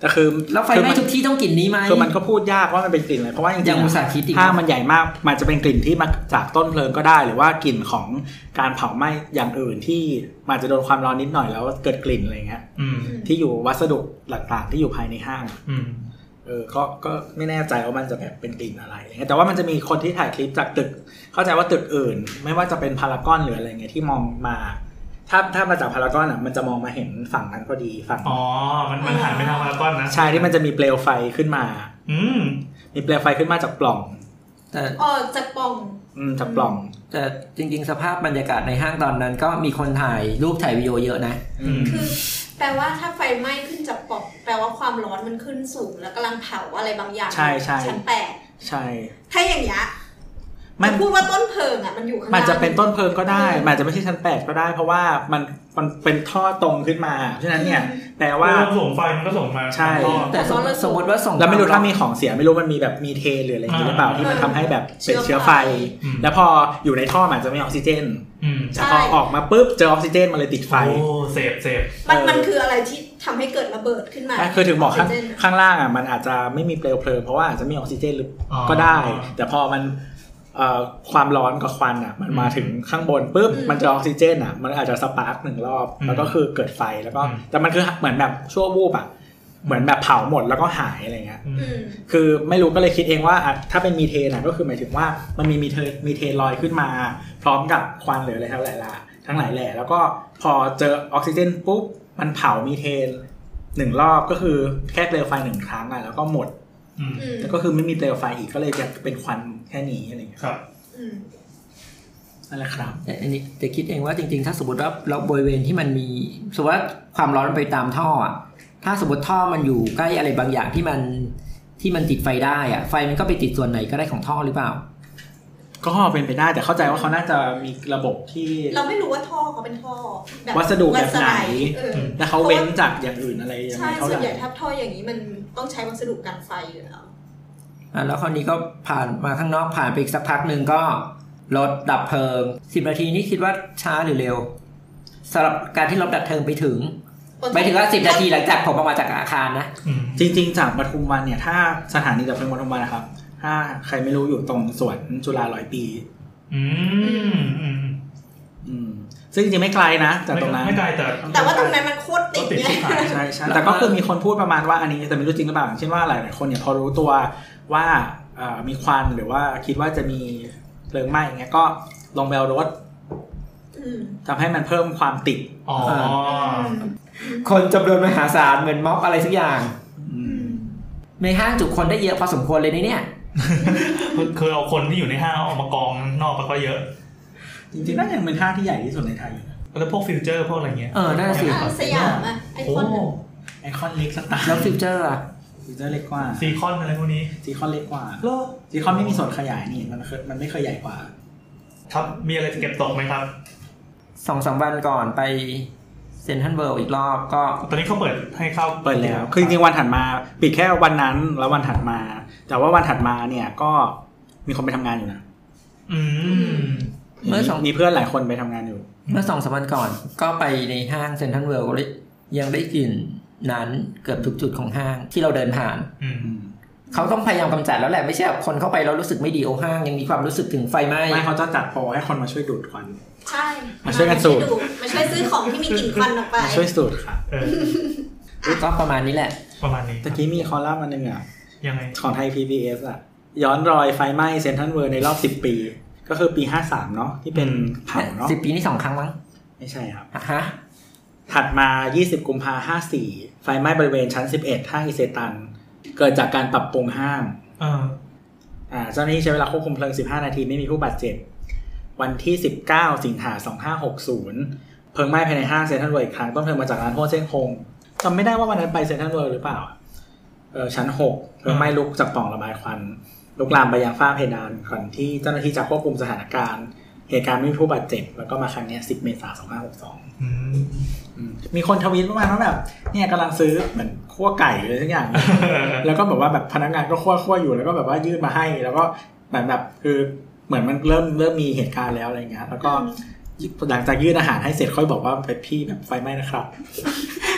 แต่คือแล้วไฟไหม้ทุกที่ต้องกลิ่นนี้ไหมคือมันก็พูดยากว่ามันเป็นกลิ่นอะไรเพราะว่าจริงๆถ้ามันใหญ่มากมันจะเป็นกลิ่นที่มาจากต้นเพลิงก็ได้หรือว่ากลิ่นของการเผาไหม้อย่างอื่นที่มันจะโดนความร้อนนิดหน่อยแล้วเกิดกลิ่นอะไรเงี้ยที่อยู่วัสดุต่างๆที่อยู่ภายในห้างเออก็ก็ไม่แน่ใจว่ามันจะแบบเป็นกลิ่นอะไรอย่างเงี้ยแต่ว่ามันจะมีคนที่ถ่ายคลิปจากตึกเข้าใจว่าตึกอื่นไม่ว่าจะเป็นพารากอนหรืออะไรเงี้ยที่มองมาถ้าถ้ามาจากพารากอนอ่ะมันจะมองมาเห็นฝั่งนั้นพอดีฝั่งอ๋อมันมันหันไปทางพารากอนนะใช่ที่มันจะมีเปลวไฟขึ้นมาอืมมีเปลวไฟขึ้นมาจากปล่องแต่อ๋อจากปล่องอืมจากปล่องแต่จริงๆสภาพบรรยากาศในห้างตอนนั้นก็มีคนถ่ายรูปถ่ายวิดีโอเยอะนะคือแปลว่าถ้าไฟไหม้ขึ้นจากปล่องแปลว่าความร้อนมันขึ้นสูงแล้วกำลังเผาอะไรบางอย่างใช่ใช่ชั้นแปดใช่ถ้าอย่างเงี้ยมันพูดว่าต้นเพลิงอ่ะมันอยู่ข้างล่างมันจะเป็นต้นเพลิงก็ได้มันจะไม่ใช่ชั้นแปดก็ได้เพราะว่ามันมันเป็นท่อตรงขึ้นมาฉะนั้นเนี่ยแปลว่าส่งไฟมันก็ส่งมาใช่แต่สมมติว่าส่งแล้วไม่รู้ถ้ามีของเสียไม่รู้มันมีแบบมีเทหรืออะไรอย่างนี้หรือเปล่าที่มันทำให้แบบเป็นเชื้อไฟแล้วพออยู่ในท่อมันจะไม่ออกซิเจนแต่พอออกมาปุ๊บเจอออกซิเจนมันเลยติดไฟโอ้เสพเสพมันมันคืออะไรที่ทำให้เกิดระเบิดขึ้นมาคือถึงบอกข้างข้างล่างอ่ะมันอาจจะไม่มีเปลวเพลิงเพราะว่าอาจจะมีออกซิเจนหรือก็ได้แต่พอมันความร้อนกับควันอ่ะมันมาถึงข้างบนปุ๊บมันจะออกซิเจนอ่ะมันอาจจะสปาร์คหนึ่งรอบแล้วก็คือเกิดไฟแล้วก็แต่มันคือเหมือนแบบชั่ววูบอ่ะเหมือนแบบเผาหมดแล้วก็หายอะไรเงี้ยคือไม่รู้ก็เลยคิดเองว่าถ้าเป็นมีเทนอ่ะก็คือหมายถึงว่ามันมีมีเทนมีเทนลอยขึ้นมาพร้อมกับควันหรืออะไรทั้งหลายละทั้งหลายแหล่แล้วก็พอเจอออกซิเจนปุ๊บมันเผามีเทนหนึ่งรอบก็คือแค่เปลวไฟหนึ่งครั้งอ่ะแล้วก็หมดแล้วก็คือไม่มีเปลวไฟอีกก็เลยจะเป็นควันแค่นี้อะไรอย่างเงี้ยครับนั่นแหละครับอันนี้แต่คิดเองว่าจริงๆถ้าสมมติว่าเราบริเวณที่มันมีสมมติว่าความร้อนมันไปตามท่ออ่ะถ้าสมมติท่อมันอยู่ใกล้อะไรบางอย่างที่มันที่มันติดไฟได้อ่ะไฟมันก็ไปติดส่วนไหนก็ได้ของท่อหรือเปล่าก็เป็นไปได้แต่เข้าใจว่าเขาน่าจะมีระบบที่เราไม่รู้ว่าท่อเขาเป็นท่อแบบวัสดุแบบไหนแต่เขาเว้นจากอย่างอื่นอะไรยังไงเท่าไหร่ใช่ส่วนใหญ่ถ้าท่ออย่างนี้มันต้องใช้วัสดุกันไฟอยู่แล้วอ่ะแล้วคราวนี้ก็ผ่านมาข้างนอกผ่านไปอีกสักพักนึงก็รถดับเพลิงสิบนาทีนี่คิดว่าช้าหรือเร็วสำหรับการที่รถดับเพลิงไปถึงไปถึงว่าสิบนาทีหลังจากผมออกมาจากอาคารนะจริงๆจากปทุมวันเนี่ยถ้าสถานีดับเพลิงปทุมวันนะครับถ้าใครไม่รู้อยู่ตรงสวนจุฬาร้อยปีอืมอืมซึ่งจริงๆไม่ไกลนะจากตรงนั้นไม่ไกลแต่แต่ว่าตรงนั้นมันโคตรติดเนี่ยใช่ใช่แต่ก็คือมีคนพูดประมาณว่าอันนี้แต่ไม่รู้จริงหรือเปล่าเช่นว่าหลายๆคนเนี่ยพอรู้ตัวว่ามีควันหรือว่าคิดว่าจะมีเพลิงไหม้อย่างเงี้ยก็ลงแบลรถทำให้มันเพิ่มความติดอ๋อคนจำนวนมหาศาลเหมือนม็อบอะไรสักอย่างในห้างจุคนได้เยอะพอสมควรเลยเนี่ยเคยเอาคนที่อยู่ในห้างเอามากองนอกก็เยอะจริงๆน่าจะเป็นห้างที่ใหญ่ที่สุดในไทยแล้วพวกฟิวเจอร์พวกอะไรเงี้ยเออน่าสิสยามอ่ะไอคอนไอคอนเล็กสตาร์แล้วฟิวเจอร์อ่ะฟิวเจอร์เล็กกว่าซีคอนอะไรพวกนี้ซีคอนเล็กกว่าซีคอนไม่มีส่วนขยายนี่มันเคยมันไม่เคยใหญ่กว่าครับมีอะไรจะเก็บตกไหมครับสองสามวันก่อนไปเซ็นทรัลเวิลด์อีกรอบก็ตอนนี้เขาเปิดให้เข้าเปิดแล้วคือจริงๆวันถัดมาปิดแค่วันนั้นแล้ววันถัดมาแต่ว่าวันถัดมาเนี่ยก็มีคนไปทำงานอยู่นะอืมเมื่อสองมีเพื่อนหลายคนไปทำงานอยู่เมื่อสองสามวันก่อนก็ไปในห้างเซ็นทรัลเวิลด์ยังได้กลิ่นนั้นเกือบทุกจุดของห้างที่เราเดินผ่านเขาต้องพยายามกำจัดแล้วแหละไม่ใช่แบบคนเข้าไปแล้วรู้สึกไม่ดีโอ้ห้างยังมีความรู้สึกถึงไฟไหม้ไม่เขาจะจัดโปรให้คนมาช่วยดูดควันใช่มาช่วยกันสูดมาช่วยซื้อของที่มีกลิ่นควันออกไปช่วยสูดค่ะก็ประมาณนี้แหละประมาณนี้ตะกี้มีคอลัมน์อันนึงอ่ะยังไงของไทย พี บี เอส อ่ะย้อนรอยไฟไหม้เซ็นทรัลเวิลด์ในรอบสิบปีก็คือปีห้าสามเนาะที่เป็นเผาเนาะสิบปีนี่สองครั้งมั้งไม่ใช่ครับฮะถัดมายี่สิบกุมภาพันธ์ห้าสี่ไฟไหม้บริเวณชั้นสิบเอ็ดห้างอิเซตันเกิดจากการปรับปรุงห้างอ่าอ่าเจ้าหน้าที่ใช้เวลาควบคุมเพลิงสิบห้านาทีไม่มีผู้บาดเจ็บวันที่สิบเก้าสิงหาคมสองพันห้าร้อยหกสิบเพลิงไหม้ภายในห้างเซ็นทรัลเวิลด์อีกครั้งต้นเพลิงมาจากร้านโฮเซ่งคงจำไม่ได้ว่าวันนั้นไปเซ็นทรัลเวิลด์หรือเปล่าเออชั้นหกเพลิงไหม้ลุกจากปล่องระบายควันลุกลามไปยังฝ้าเพดานก่อนที่เจ้าหน้าที่จะควบคุมสถานการณ์เหตุการณ์ไม่มีผู้บาดเจ็บแล้วก็มาครั้งนี้สิบเมษายนสองพันห้าร้อยหกสิบสองอืมมีคนทวีตประมาณว่าแบบเนี่ยกำลังซื้อเหมือนคั่วไก่เลยทุกอย่าง แล้วก็แบบว่าแบบพนักงานก็คั่วๆอยู่แล้วก็แบบว่ายื่นมาให้แล้วก็แบบแบบคือเหมือนมันเริ่มเริ่มมีเหตุการณ์แล้วอะไรเงี้ยแล้วก็หลังจากยื่นอาหารให้เสร็จค่อยบอกว่าเป็นพี่แบบไฟไหม้นะครับ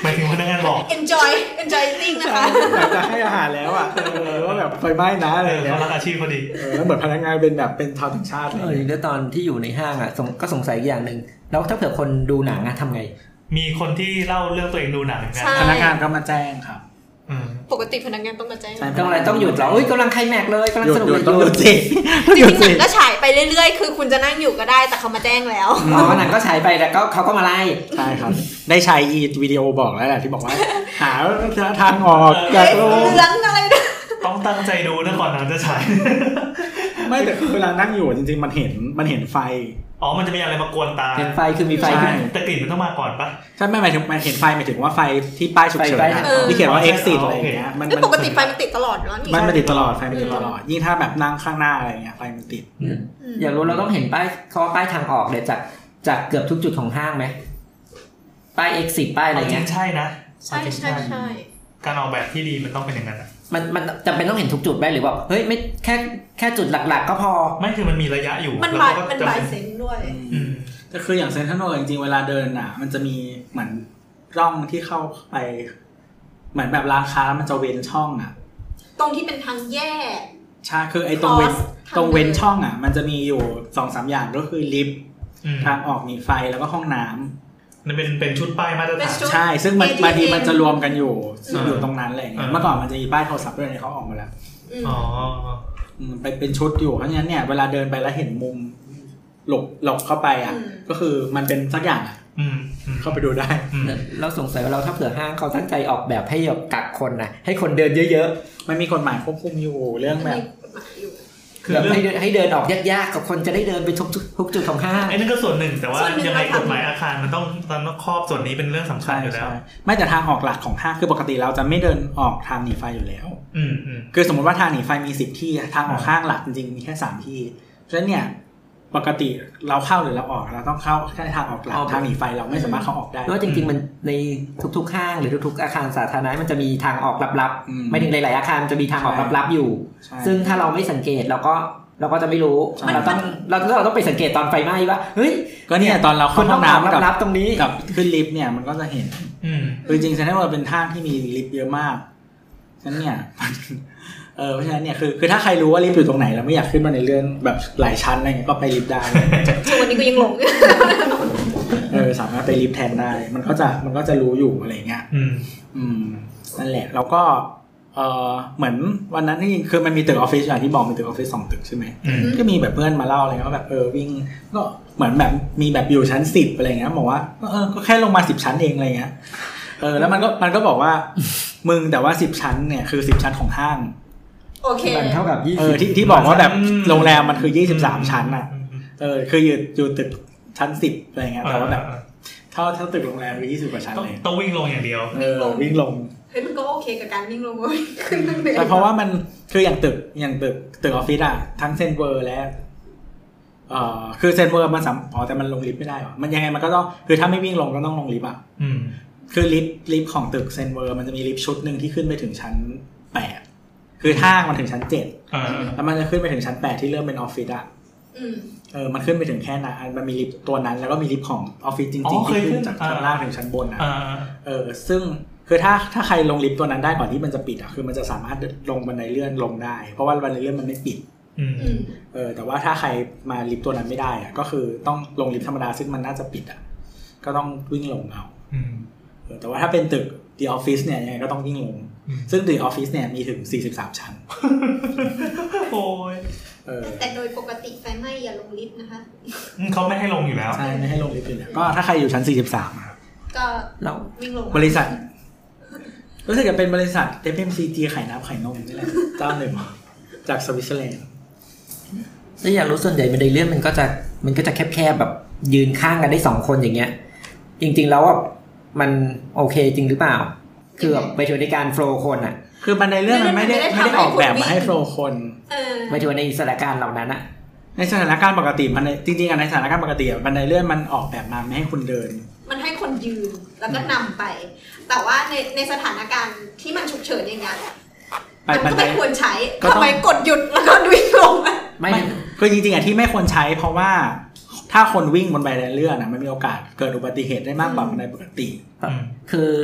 หมายถึงพนักงานบอก enjoy enjoy eating นะคะแบบจะให้อาหารแล้วอ่ะเออว่าแบบไฟไหม้นะอะไรอย่างเงี้ยเขารักอาชีพพอดีเออแล้วเหมือนพนักงานเป็นแบบเป็นชาวต่างชาติเออแล้วตอนที่อยู่ในห้างอ่ะก็สงสัยอย่างนึงแล้วถ้าเผื่อคนดูหนังอ่ะทำไงมีคนที่เล่าเรื่องตัวเองดูหนังนะพนักงานก็มาแจ้งครับปกติพนักงานต้องมาแจ้งต้องอะไรต้องหยุดเหรอเอ้ยกำลังไคลแม็กซ์เลยกำลังสนุกเลยต้องหยุดจริงๆหนังก็ฉายไปเรื่อยๆคือคุณจะนั่งอยู่ก็ได้แต่เขามาแจ้งแล้วอ๋อหนังก็ฉายไปแต่ก็เขาก็มาไล่ใช่ครับได้ใช้อีวิดีโอบอกแล้วแหละที่บอกว่าหาทางออกจากโลกเรื่องอะไรนะต้องตั้งใจดูนะก่อนหนังจะฉายไม่แต่เวลานั่งอยู่จริงๆมันเห็นมันเห็นไฟอ๋อมันจะมีอะไรมากวนตาเห็นไฟคือมีไฟแต่กลิ่นมันต้องมาก่อนปะใช่ไม่หมายถึงมันเห็นไฟหมายถึงว่าไฟที่ป้ายฉุกเฉินที่เขียนว่า exit อะไรอย่างเงี้ยมันปกติไฟมันติดตลอดเนาะมันมันติดตลอดไฟมันติดตลอดยิ่งถ้าแบบนั่งข้างหน้าอะไรเงี้ยไฟมันติดอยากรู้เราต้องเห็นป้ายเขาป้ายทางออกเลยจากจากเกือบทุกจุดของห้างไหมป้าย exit ป้ายอะไรเงี้ยใช่นะใช่ใช่ใช่การออกแบบที่ดีมันต้องเป็นอย่างนั้นอ่ะมันมันจำเป็นต้องเห็นทุกจุดไหมหรือว่าเฮ้ยไม่แค่แค่จุดหลักๆก็พอไม่คือมันมีระยะอยู่มันบายมันบายเซนด้วยแต่คืออย่างเซ็นทรัลเวิลด์จริงๆเวลาเดินอ่ะมันจะมีเหมือนร่องที่เข้าไปเหมือนแบบร้านค้ามันจะเว้นช่องอ่ะตรงที่เป็นทางแยกใช่คือไอ้ตรงเว้นตรงเว้นช่องอ่ะมันจะมีอยู่ สองสาม อย่างก็คือลิฟต์ทางออกหนีไฟแล้วก็ห้องน้ำมันเป็นเป็นชุดป้ายมาตรฐานใช่ซึ่งมันบางทีมันจะรวมกันอยู่อยู่ตรงนั้นอะไรอย่างเงี้ยเมื่อก่อนมันจะมีป้ายโทรศัพท์ด้วยเขาออกมาแล้วอ๋อไปเป็นชุดอยู่เพราะฉะนั้นเนี่ยเวลาเดินไปแล้วเห็นมุมหลบหลบเข้าไปอ่ะก็คือมันเป็นสักอย่างอ่ะเข้าไปดูได้เราสงสัยว่าเราถ้าเผื่อห้างเขาตั้งใจออกแบบให้กักคนนะให้คนเดินเยอะๆมันมีกฎหมายควบคุมอยู่เรื่องแบบคือให้ให้เดินออกยากๆกับคนจะได้เดินไปทุกทุกจุดของห้างไอ้นั่นก็ส่วนหนึ่งแต่ว่ายังไงกฎหมายอาคารมันต้องต้องครอบส่วนนี้เป็นเรื่องสำคัญอยู่แล้วไม่แต่ทางออกหลักของห้างคือปกติเราจะไม่เดินออกทางหนีไฟอยู่แล้วคือสมมติว่าทางหนีไฟมีสิบที่ทางออกห้างหลักจริงๆมีแค่สามที่เพราะฉะนั้นเนี่ยปกติเราเข้าหรือเราออกเราต้องเข้าแค่ทางออกหลักทางหนีไฟเราไม่สามารถเข้าออกได้เพราะจริงๆมันในทุกๆห้างหรือทุกๆอาคารสาธารณะมันจะมีทางออกลับๆไม่ถึงหลายๆอาคารจะมีทางออกลับๆอยู่ซึ่งถ้าเราไม่สังเกตเราก็เราก็จะไม่รู้เราต้องเราเราต้องไปสังเกตตอนไฟไหม้ว่าเฮ้ยก็เนี่ยตอนเราเข้าห้องน้ำกับตรงนี้กับขึ้นลิฟต์เนี่ยมันก็จะเห็นคือจริงๆเซ็นทรัลเวิลด์เป็นห้างที่มีลิฟต์เยอะมากฉะนั้นเนี่ยเออเพราะฉะนั้นเนี่ยคือคือถ้าใครรู้ว่าลิฟต์อยู่ตรงไหนแล้วไม่อยากขึ้นมาในเรื่องแบบหลายชั้นอะไรเงี้ยก็ไปลิฟต์ได้ช่วงวันนี้ก็ยังหลงเออสามารถไปลิฟต์แทนได้มันก็จะมันก็จะรู้อยู่อะไรเงี้ยอืมอืมนั่นแหละแล้วก็เออเหมือนวันนั้นที่คือมันมีตึกออฟฟิศอย่างที่บอกมีตึกออฟฟิศสองตึกใช่ไหมก็มีแบบเพื่อนมาเล่าอะไรก็แบบเออวิ่งก็เหมือนแบบมีแบบอยู่ชั้นสิบอะไรเงี้ยบอกว่าเออก็แค่ลงมาสิบชั้นเองอะไรเงี้ยเออแล้วมันก็มันก็บอกว่ามึงแต่ว่าสิบชั้นเนี่ยคือสิบชั้นของห้างโอเคมันเท่ากับยี่สิบเออที่ที่บอกว่าแบบโรงแรมมันคือยี่สิบสามชั้นอ่ะเออคืออยู่อยู่ตึกชั้นสิบอะไรเงี้ยแต่ว่าแบบเท่าเท่าตึกโรงแรมคือยี่สิบกว่าชั้นเลยต้องวิ่งลงอย่างเดียวเออวิ่งลงเฮ้ยมันก็โอเคกับการวิ่งลงเลยแต่เพราะว่ามันคืออย่างตึกอย่างตึกตึกออฟฟิศอะทั้งเซนเวอร์และเอ่อคือเซนเวอร์มันสามอ๋อแต่มันลงลิฟต์ไม่ได้หรอมันยังไงมันก็ต้องคือถ้าไม่วิ่งลงก็ต้องลงลิฟต์อ่ะคือลิฟต์ลิฟต์ของตึกเซนเวอร์มันจะมีลิฟต์ชุดนึงที่ขึ้นไปถึงชั้นแปดคือห้างมันถึงชั้นเจ็ดแล้วมันจะขึ้นไปถึงชั้นแปดที่เริ่มเป็นออฟฟิศอ่ะเออมันขึ้นไปถึงแค่นั้นมันมีลิฟต์ตัวนั้นแล้วก็มีลิฟต์ของออฟฟิศจริงๆที่ขึ้นจากชั้นล่างถึงชั้นบนอ่ะเออซึ่งคือถ้าถ้าใครลงลิฟต์ตัวนั้นได้ก่อนที่มันจะปิดอ่ะคือมันจะสามารถลงบันไดเลื่อนลงได้เพราะว่าบันไดเลื่อนมันไม่ปิดเออแต่ว่าถ้าใครมาลิฟต์ตัวนั้นไม่ได้อ่ะก็คือต้องลงลิฟต์ธรรมดาซึ่งมันน่าจะปิดอ่ะก็ต้องวิ่งลงเอาเออแต่ว่าถ้าเป็นตึก The Office เนี่ยยังไงก็ต้องวิ่งลงซึ่ง The Office เนี่ยมีถึงสี่สิบสามชั้นโอ้ยเออแต่โดยปกติไฟไหม้อย่าลงลิฟต์นะคะเขาไม่ให้ลงอยู่แล้วใช่ไม่ให้ลงลิฟต์อยู่แล้วก็ถ้าใครอยู่ชั้นสี่สิบสามก็เราวิ่งลงบริษัทรู้สึกจะเป็นบริษัท เอฟ เอ็ม ซี จี ไข่น้ำไข่นมนี่แหละเจ้าหนึ่งจากสวิตเซอร์แลนด์ถ้าอยากรู้ส่วนใหญ่บันไดเลื่อนมันก็จะมันก็จะแคบๆแบบยืนข้างกันได้สองคนอย่างเงี้ยจริงๆแล้วอ่ะมันโอเคจริงหรือเปล่าคือแบบไปช่วยในการโฟล์คนอ่ะคือบันไดเลื่อนมันไม่ได้ไม่ได้ออกแบบมาให้โฟล์คนไปช่วยในสถานการณ์เหล่านั้นอ่ะในสถานการณ์ปกติมันจริงๆอ่ะในสถานการณ์ปกติบันไดเลื่อนมันออกแบบมาไม่ให้คุณเดินมันให้คนยืนแล้วก็นำไปแต่ว่าในในสถานการณ์ที่มันฉุกเฉินอย่างเงี้ยมันก็ไม่ควรใช้ทำไมกดหยุดแล้วก็วิ่งลงไม่คือจริงๆอ่ะที่ไม่ควรใช้เพราะว่าถ้าคนวิ่งบนบันไดเลื่อนอ่ะมันมีโอกาสเกิดอุบัติเหตุได้มากกว่าบันไดปกติคือ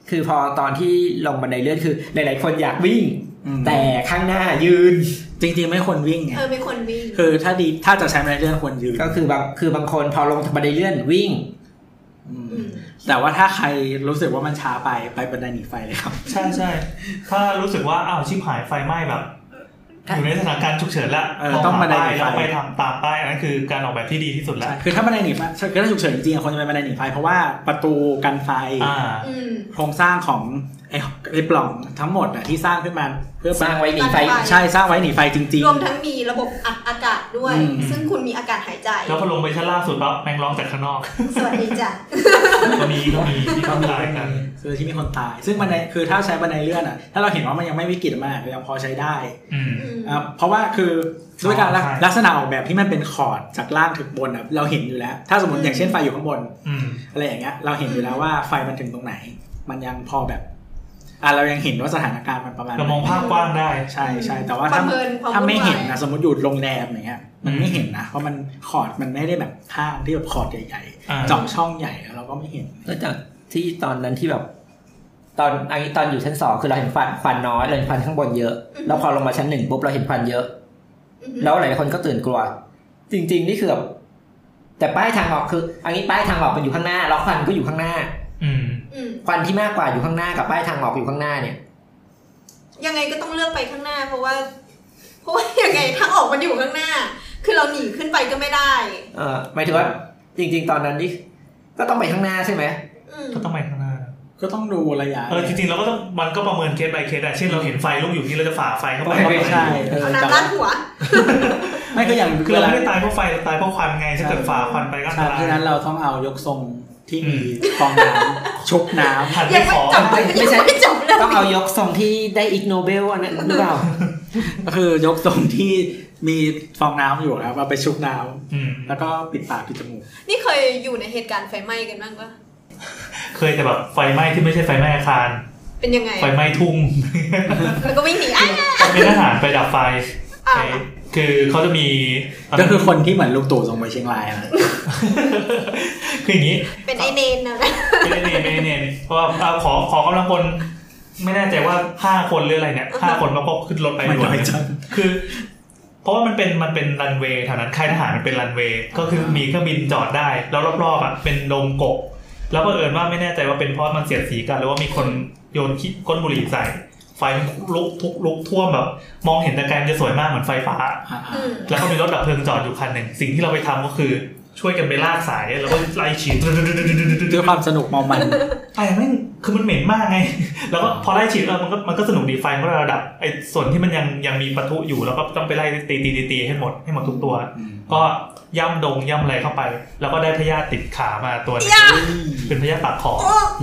คือพอตอนที่ลงบันไดเลื่อนคือหลายๆคนอยากวิ่งแต่ข้างหน้ายืนจริงๆไม่ควรวิ่งไงเออไม่ควรวิ่งคือถ้าดีถ้าจะใช้บันไดเลื่อนควรยืนก็คือบางคือบางคนพอลงบันไดเลื่อนวิ่งแต่ว่าถ้าใครรู้สึกว่ามันช้าไปไปบันไดหนีไฟเลยครับใช่ใช่ถ้ารู้สึกว่าอ้าวชิบหายไฟไหม้แบบอยู่ในสถานการณ์ฉุกเฉินแล้วต้องบันไดหนีไฟแล้วไปทำตามป้ายอันนั้นคือการออกแบบที่ดีที่สุดแล้วคือถ้าบันไดหนีไฟคือถ้าฉุกเฉินจริงๆคนจะไปบันไดหนีไฟเพราะว่าประตูกันไฟโครงสร้างของไอ้ไอ้ปล่องทั้งหมดอ่ะที่สร้างขึ้นมาเพื่อสร้างไว้หนีไฟใช่สร้างไว้หนีไฟจริงๆรวมทั้งมีระบบอัดอากาศด้วยซึ่งคุณมีอากาศหายใจแล้วพอลงไปชั้นล่างสุดปั๊บแมงร้องจากข้างนอกสวัสดีจ้ะก็มีก็มีที่ต้องตายกันคือที่มีคนตายซึ่งบันไดคือถ้าใช้บันไดเลื่อนอ่ะถ้าเราเห็นว่ามันยังไม่วิกฤตมากยังพอใช้ได้อ่าเพราะว่าคือด้วยการลักษณะออกแบบที่มันเป็นคอร์ดจากล่างถึงบนอ่ะเราเห็นอยู่แล้วถ้าสมมติอย่างเช่นไฟอยู่ข้างบนอะไรอย่างเงี้ยเราเห็นอยู่แล้วว่าไฟมันถึงตรงไหนมันยังพอแบบอ่ะเรายังเห็นว่าสถานการณ์มันประมาณเรามองภาพกว้างได้ใช่ใช่แต่ว่าถ้าถ้าไม่เห็นนะสมมติอยู่โรงแรมอย่างเงี้ยมันไม่เห็นนะเพราะมันคอร์ดมันไม่ได้แบบข้างที่แบบคอร์ดใหญ่ๆเจาะช่องใหญ่เราก็ไม่เห็นก็จากที่ตอนนั้นที่แบบตอนอันนี้ตอนอยู่ชั้นสองคือเราเห็นควันควันน้อยเราเห็นควันข้างบนเยอะแล้วพอลงมาชั้นหนึ่งปุ๊บเราเห็นควันเยอะแล้วหลายคนก็ตื่นกลัวจริงๆนี่คือแบบแต่ป้ายทางออกคืออันนี้ป้ายทางออกมันอยู่ข้างหน้าแล้วควันก็อยู่ข้างหน้าควันที่มากกว่าอยู่ข้างหน้ากับป้ายทางออกอยู่ข้างหน้าเนี่ยยังไงก็ต้องเลือกไปข้างหน้าเพราะว่าเพราะว่ายังไงทางออกมันอยู่ข้างหน้าคือเราหนีขึ้นไปก็ไม่ได้เออหมายถึงว่าจริงๆตอนนั้นนี่ก็ต้องไปข้างหน้าใช่ไหมก็ต้องไปข้างหน้าก็ต้องดูระยะเออจริงๆเราก็ต้องมันก็ประเมินเคส by เคสอะเช่นเราเห็นไฟลุกอยู่นี่เราจะฝ่าไฟเข้าไปไม่ใช่เอาน้ำราดหัวไม่ก็อย่างคือเราไม่ได้ตายเพราะไฟตายเพราะควันไงถ้าเกิดฝ่าควันไปก็ตายฉะนั้นเราต้องเอายกทรงที่มีฟองน้ำชุบน้ำหันไปขอไม่ใช่ต้องเอายกทรงที่ได้อีกโนเบลอันนั้นหรือเปล่าก็คือยกทรงที่มีฟองน้ำอยู่ครับเอาไปชุบน้ำแล้วก็ปิดปากปิดจมูกนี่เคยอยู่ในเหตุการณ์ไฟไหม้กันบ้างปะเคยแต่แบบไฟไหม้ที่ไม่ใช่ไฟไหม้อาคารเป็นยังไงไฟไหม้ทุ่งแล้วก็วิ่งหนีอ่ะเป็นทหารไปดับไฟคือเขาจะมีก็คือคนที่เหมือนลูกตู่ส่งไปเชียงรายนะคืออย่างนี้เป็นไอเนนนะเป็นไอเนนเป็นไอเนนเพราะว่าขอขอกำลังพลไม่แน่ใจว่าห้าคนหรืออะไรเนี่ยห้าคนมาก็ขึ้นรถไปด่วนคือเพราะว่ามันเป็นมันเป็นรันเวย์แถวนั้นค่ายทหารมันเป็นรันเวย์ก็คือมีเครื่องบินจอดได้แล้วรอบๆอ่ะเป็นโดมกบแล้วบังเอิญว่าไม่แน่ใจว่าเป็นเพราะมันเสียดสีกันหรือว่ามีคนโยนก้นบุหรี่ใส่ไฟมันลุกทุกลุกท่วมแบบมองเห็นตะแกรงจะสวยมากเหมือนไฟฟ้าแล้วก็มีรถดับเพลิงจอดอยู่คันหนึ่งสิ่งที่เราไปทำก็คือช่วยกันไปลากสายแล้วก็ไล่ฉีดด้วยความสนุกเมามันไอ้แม่งคือมันเหม็นมากไงแล้วก็พอไล่ฉีดแล้วมันก็มันก็สนุกดีไฟก็ระดับไอ้ส่วนที่มันยังยังมีปะทุอยู่แล้วก็ต้องไปไล่ตีตีตีให้หมดให้หมดทุกตัวก็ย่ำดงย่ำอะไรเข้าไปแล้วก็ได้พยาธิติดขามาตัวนึงเป็นพยาธิปากคอ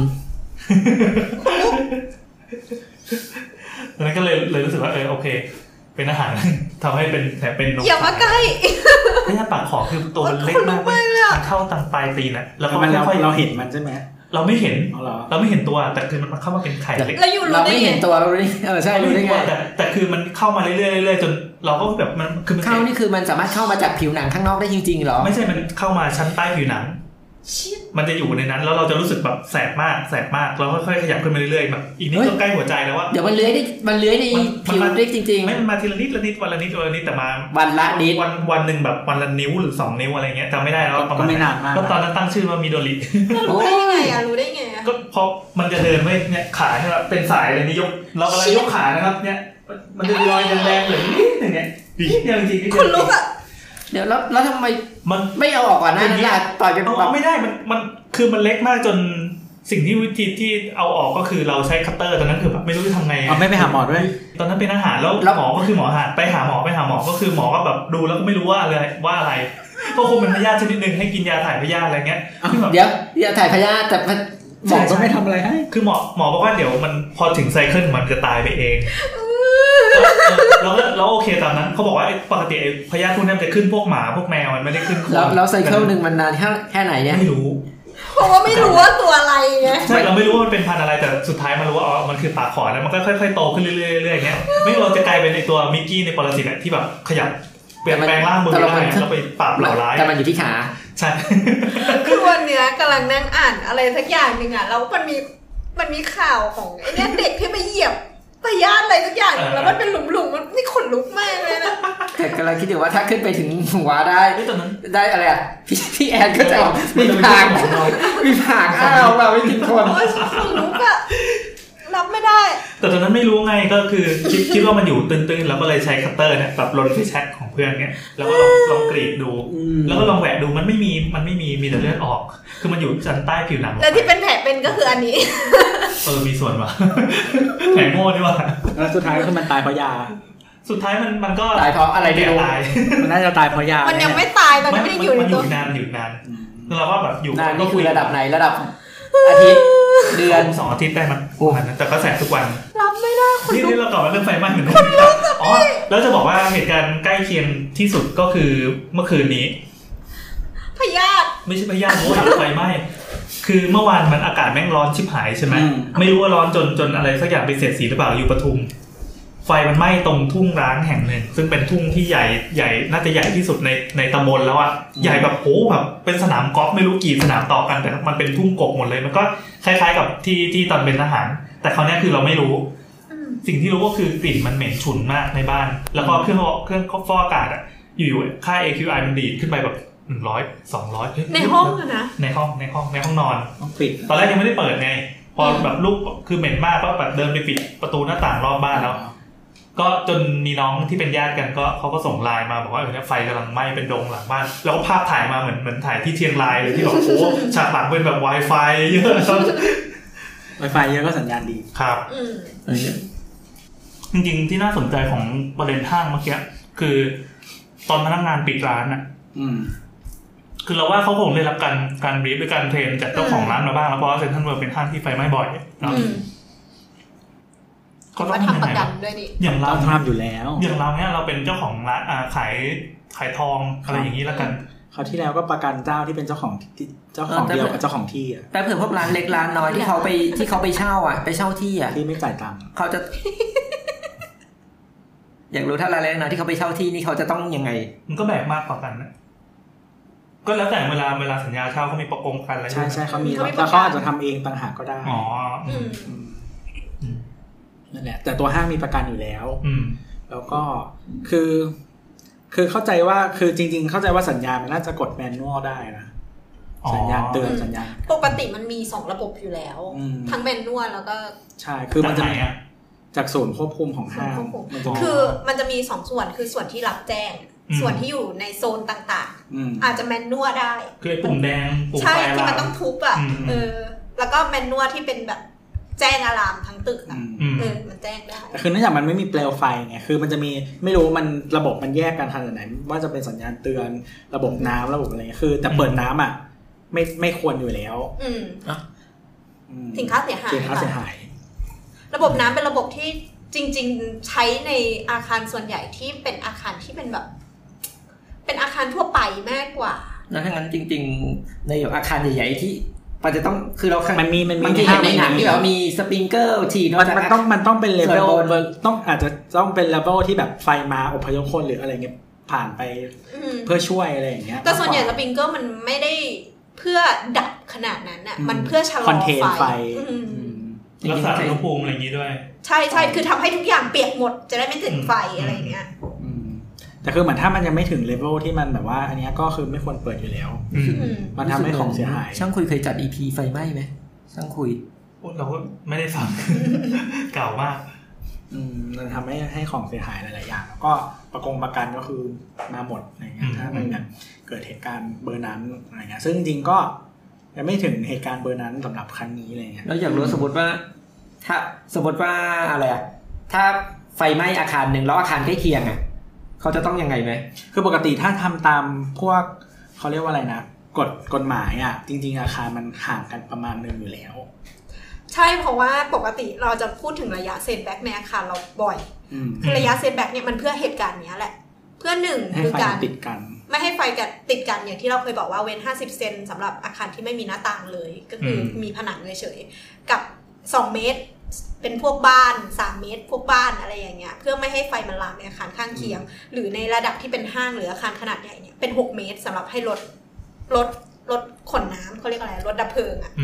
ตอนนั้นก็เลยเลยรู้สึกว่าเออโอเคเป็นอาหารทำให้เป็นแผลเป็นอย่ามาใกล้พยาธิปากคอคือตัวมันเล็กมากมันเข้าทางปลายตีนอ่ะแล้วมันเราเราเห็นมันใช่ไหมเราไม่เห็นเราไม่เห็นตัวแต่คือมันเข้ามาเป็นไข่เล็กเราไม่เห็นตัวเราเออใช่รู้ได้ไงแต่แต่คือมันเข้ามาเรื่อยๆเรื่อยๆจนเราก็แบบมันคือเข้านี่คือมันสามารถเข้ามาจากผิวหนังข้างนอกได้จริงๆหรอไม่ใช่มันเข้ามาชั้นใต้ผิวหนังมันจะอยู่ในนั้นแล้วเราจะรู้สึกแบบแสบมากแสบมากแล้วค่อยๆขยับขึ้นมาเรื่อยๆแบบอีกนิดก็ใกล้หัวใจแล้วว่าเดี๋ยวมันเลื้อยได้มันเลื้อยในผิวเล็กจริงๆไม่มันมาทีละนิดละนิดวันละนิดวันละนิดแต่มาวันละนิดวันวันนึงแบบวันละนิ้วหรือสองนิ้วอะไรเงี้ยจำไม่ได้แล้วประมาณไม่นานมากก็ตอนนั้นตั้งชื่อว่ามิโดริรู้ได้ยังไงอ่ะรู้ได้ไงก็พอมันจะเดินไม่เนี่ยขาใช่ไหมเป็นสายเลยนี่ยกเรากำลังยกขานะครับเนี่ยมันจะรอยแดงๆเหลืองนิดนึงเนี่ยดีจริงๆคุณลุกอ่ะเดี๋ยวแล้วแล้วทำไมมันไม่เอาออกก่อนหน้านั้นล่ะต่อยจนเอาไม่ได้มันมันคือมันเล็กมากจนสิ่งที่วิธีที่เอาออกก็คือเราใช้คัตเตอร์ตอนนั้นคือแบบไม่รู้จะทำไงอ๋อไม่ไปหาหมอด้วยตอนนั้นเป็นอาหารแล้วหมอก็คือหมอหาไปหาหมอไปหาหมอก็คือหมอก็แบบดูแล้วก็ไม่รู้ว่าอะไรว่าอะไรก็คงเป็นพยาธิชนิดนึงให้กินยาถ่ายพยาธิอะไรเงี้ยเดี๋ยวยาถ่ายพยาธิแต่หมอก็ไม่ทำอะไรให้คือหมอหมอบอกว่าเดี๋ยวมันพอถึงไซเคิลมันจะตายไปเองแล้วแล้วโอเคตามนั้นเขาบอกว่าปกติพยาธิพวกนี้มันจะขึ้นพวกหมาพวกแมวมันไม่ได้ขึ้นแล้วแล้วไซเคิลนึงมันนานแค่แค่ไหนเนี่ยไม่รู้เพราะว่าไม่รู้ว่าตัวอะไรไงใช่เราไม่รู้ว่ามันเป็นพันธุ์อะไรแต่สุดท้ายมันรู้ว่าอ๋อมันคือปากขอแล้วมันก็ค่อยๆโตขึ้นเรื่อยๆเรื่อยๆอย่างเงี้ยไม่เราจะกลายเป็นในตัวมิกกี้ในปรสิตอะที่แบบขยับเปลี่ยนแปลงร่างมือได้แล้วไปปราบเหล่าร้ายแต่มันอยู่ที่ขาใช่คือวันเนี้ยกำลังนั่งอ่านอะไรสักอย่างนึงอะแล้วมันมีมันมีข่าวของไอ้เนี่ยเด็กที่ไปเหยียบพยาธิอะไรสักอย่างแล้วมันเป็นหลุมๆมันนี่ขนลุกมากเลยนะแต่กำลังคิดอยู่ว่าถ้าขึ้นไปถึงหัวได้ได้อะไรอ่ะพี่พี่แอนก็จะมีผางมีผางอ้าวมาไม่ถึงคนขนลุกอะรับไม่ได้แต่ตอนนั้นไม่รู้ไงก็คือคิดคิดว่ามันอยู่ตื้นๆแล้วก็เลยใช้คัตเตอร์เนี่ยแบบลนไฟแช็กของเพื่อนเนี่ยแล้วก็ลองลองกรีดดูแล้วก็ลองแหวกดูมันไม่มีมันไม่มีมีแต่เลือดออกคือมันอยู่ชั้นใต้ผิวหนังแล้วที่เป็นแผลเป็นก็คืออันนี้เออมีส่วนว่ะแผลโง่นี่ว่ะแล้วสุดท้ายคือมันตายเพราะยาสุดท้ายมันมันก็ตายเพราะอะไรไม่รู้ตายมันน่าจะตายเพราะยามันยังไม่ตายตอนนี้ไม่ได้อยู่ในตัวมันอยู่นานอยู่นานเราก็แบบอยู่นานนี่คือระดับไหนระดับอาทิตย์เดือนสองอาทิตย์ได้มันแต่ก็แสบทุกวันรับไม่ได้คนนี่เรากลับมาเรื่องไฟไหม้เหมือนกันอ๋อแล้วจะบอกว่าเหตุการณ์ใกล้เคียงที่สุดก็คือเมื่อคืนนี้พยาธิไม่ใช่พยาธิโว้ยไฟไหม้คือเมื่อวานมันอากาศแม่งร้อนชิบหายใช่ไหมไม่รู้ว่าร้อนจนจนอะไรสักอย่างไปเสียดสีหรือเปล่าอยู่ปทุมไฟมันไหม้ตรงทุ่งร้างแห่งหนึ่งซึ่งเป็นทุ่งที่ใหญ่ใหญ่น่าจะใหญ่ที่สุดในในตำบลแล้วอะใหญ่แบบโอ้แบบเป็นสนามกอล์ฟไม่รู้กี่สนามต่อกันแต่มันเป็นทุ่งกกหมดเลยมันก็คล้ายๆกับที่ที่ตอนเป็นทหารแต่คราวนี้คือเราไม่รู้สิ่งที่รู้ก็คือกลิ่นมันเหม็นฉุนมากในบ้านแล้วก็เครื่องเครื่องฟอกอากาศอะอยู่ๆค่า เอ คิว ไอ มันดีดขึ้นไปแบบหนึ่งร้อย สองร้อยในห้องนะในห้องในห้องในห้องนอนต้องปิดตอนแรกยังไม่ได้เปิดไงพอแบบลูกคือเหม็นมากก็แบบเดินไปปิดประตูหน้าต่างรอบบ้านแล้วก็จนมีน้องที่เป็นญาติกันก็เขาก็ส่งไลน์มาบอกว่าเออเนี่ยไฟกำลังไหม้เป็นดงหลังบ้านแล้วก็ภาพถ่ายมาเหมือนเหมือนถ่ายที่เชียงรายเลยที่แบบโอ้ฉากหลังเป็นแบบ Wi-Fi เยอะ Wi-Fi เยอะก็สัญญาณดีครับจริงๆที่น่าสนใจของประเด็นห้างเมื่อกี้คือตอนพนักงานปิดร้านอ่ะคือเราว่าเขาคงได้รับการการบรีฟด้วยการเทรนจากเจ้าของร้านมาบ้างแล้วเพราะว่าเซ็นทรัลเวิลด์เป็นห้างที่ไฟไหม้บ่อยเนาะก็ต้องทำประกันด้วยดิอย่างเราทำอยู่แล้วอย่างเราเนี่ยเราเป็นเจ้าของร้านขายขายทองอะไรอย่างนี้แล้วกันคราวที่แล้วก็ประกันเจ้าที่เป็นเจ้าของเจ้าของเดียวกับเจ้าของที่อ่ะแต่เผื่อพวกร้านเล็กร้านน้อยที่เขาไปที่เขาไปเช่าอ่ะไปเช่าที่อ่ะที่ไม่จ่ายตังค์เขาจะอยากรู้ถ้าร้านเล็กน้อยที่เขาไปเช่าที่นี่เขาจะต้องยังไงมันก็แบกมากกว่ากันนะก็แล้วแต่เวลาเวลาสัญญาเช่าเขามีประกงกันอะไรใช่ใช่เขามีแล้วเขาอาจจะทำเองต่างหากก็ได้อ๋อนั่นแหละแต่ตัวห้างมีประกันอยู่แล้วแล้วก็คือคือเข้าใจว่าคือจริงๆเข้าใจว่าสัญญามันน่าจะกดแมนนวลได้นะสัญญาเตือนสัญญาปกติมันมีสองระบบอยู่แล้วทั้งแมนนวลแล้วก็ใช่คือมันจะจากศูนย์ควบคุมของห้างคือมันจะมีสองส่วนคือส่วนที่รับแจ้งส่วนที่อยู่ในโซนต่างๆอาจจะแมนนวลได้คือปุ่มแดงปุ่มไฟใช่ที่มันต้องทุบอ่ะเออแล้วก็แมนนวลที่เป็นแบบแจ้งอะลามทั้งตึกอ่ะเออมันแจ้งได้แต่คือเนื่องจากมันไม่มีเปลวไฟไงคือมันจะมีไม่รู้มันระบบมันแยกกันขนาดไหนว่าจะเป็นสัญญาณเตือนระบบน้ำระบบอะไรคือแต่เปิดน้ำอ่ะไม่ไม่ควรอยู่แล้วอืมสินค้าเสียหายสินค้าเสียหายระบบน้ำเป็นระบบที่จริงๆใช้ในอาคารส่วนใหญ่ที่เป็นอาคารที่เป็นแบบเป็นอาคารทั่วไปมากกว่าแล้วถ้างั้นจริงๆในอาคารใหญ่ๆที่มันจะต้องคือเรามันมีมันมีในหนังที่แบบมีสปริงเกอร์ทีมันต้องมันต้องเป็นเลเวลต้องอาจจะต้องเป็นเลเวลที่แบบไฟมาอพยพคนหรืออะไรเงี้ยผ่านไปเพื่อช่วยอะไรอย่างเงี้ยแต่ส่วนใหญ่สปริงเกอร์มันไม่ได้เพื่อดับขนาดนั้นอ่ะมันเพื่อชะลอไฟรักษาอุณหภูมิอะไรอย่างงี้ด้วยใช่ใช่คือทำให้ทุกอย่างเปียกหมดจะได้ไม่ติดไฟอะไรเงี้ยแต่คือเหมือนถ้ามันยังไม่ถึงเลเวลที่มันแบบว่าอันนี้ก็คือไม่ควรเปิดอยู่แล้วมันทำให้ของเสียหายช่างคุยเคยจัด อี พี ไฟไหม้ไหมช่างคุยเราก็ไม่ได้ฟังเก่ามากมันทำให้ให้ของเสียหายหลายๆอย่างแล้วก็ประกงประกันก็คือมาหมดอะไรเงี้ยถ้ามันแบบเกิดเหตุการณ์เบอร์นั้นอะไรเงี้ยซึ่งจริงๆก็ยังไม่ถึงเหตุการณ์เบอร์นั้นสำหรับครั้งนี้อะไรเงี้ยแล้วอยากรู้สมมติว่าถ้าสมมติว่าอะไรอะถ้าไฟไหม้อาคารหนึ่งแล้วอาคารใกล้เคียงอะเขาจะต้องยังไงไหมคือปกติถ้าทำตามพวกเขาเรียกว่าอะไรนะกฎกฎหมายอ่ะจริงๆอาคารมันห่างกันประมาณนึงอยู่แล้วใช่เพราะว่าปกติเราจะพูดถึงระยะเซตแบ็กในอาคารเราบ่อยคือระยะเซตแบ็กเนี่ยมันเพื่อเหตุการณ์นี้แหละเพื่อหนึ่งคือการติดกันไม่ให้ไฟกันติดกันอย่างที่เราเคยบอกว่าเว้นห้าสิบเซนสำหรับอาคารที่ไม่มีหน้าต่างเลยก็คือมีผนังเฉยๆกับสองเมตรเป็นพวกบ้านสามเมตรพวกบ้านอะไรอย่างเงี้ยเพื่อไม่ให้ไฟมันลามในอาคารข้างเคียงหรือในระดับที่เป็นห้างหรืออาคารขนาดใหญ่เนี่ยเป็นหกเมตรสำหรับให้รถรถรถขนน้ำเขาเรียกอะไรรถดับเพลิงอ่ะ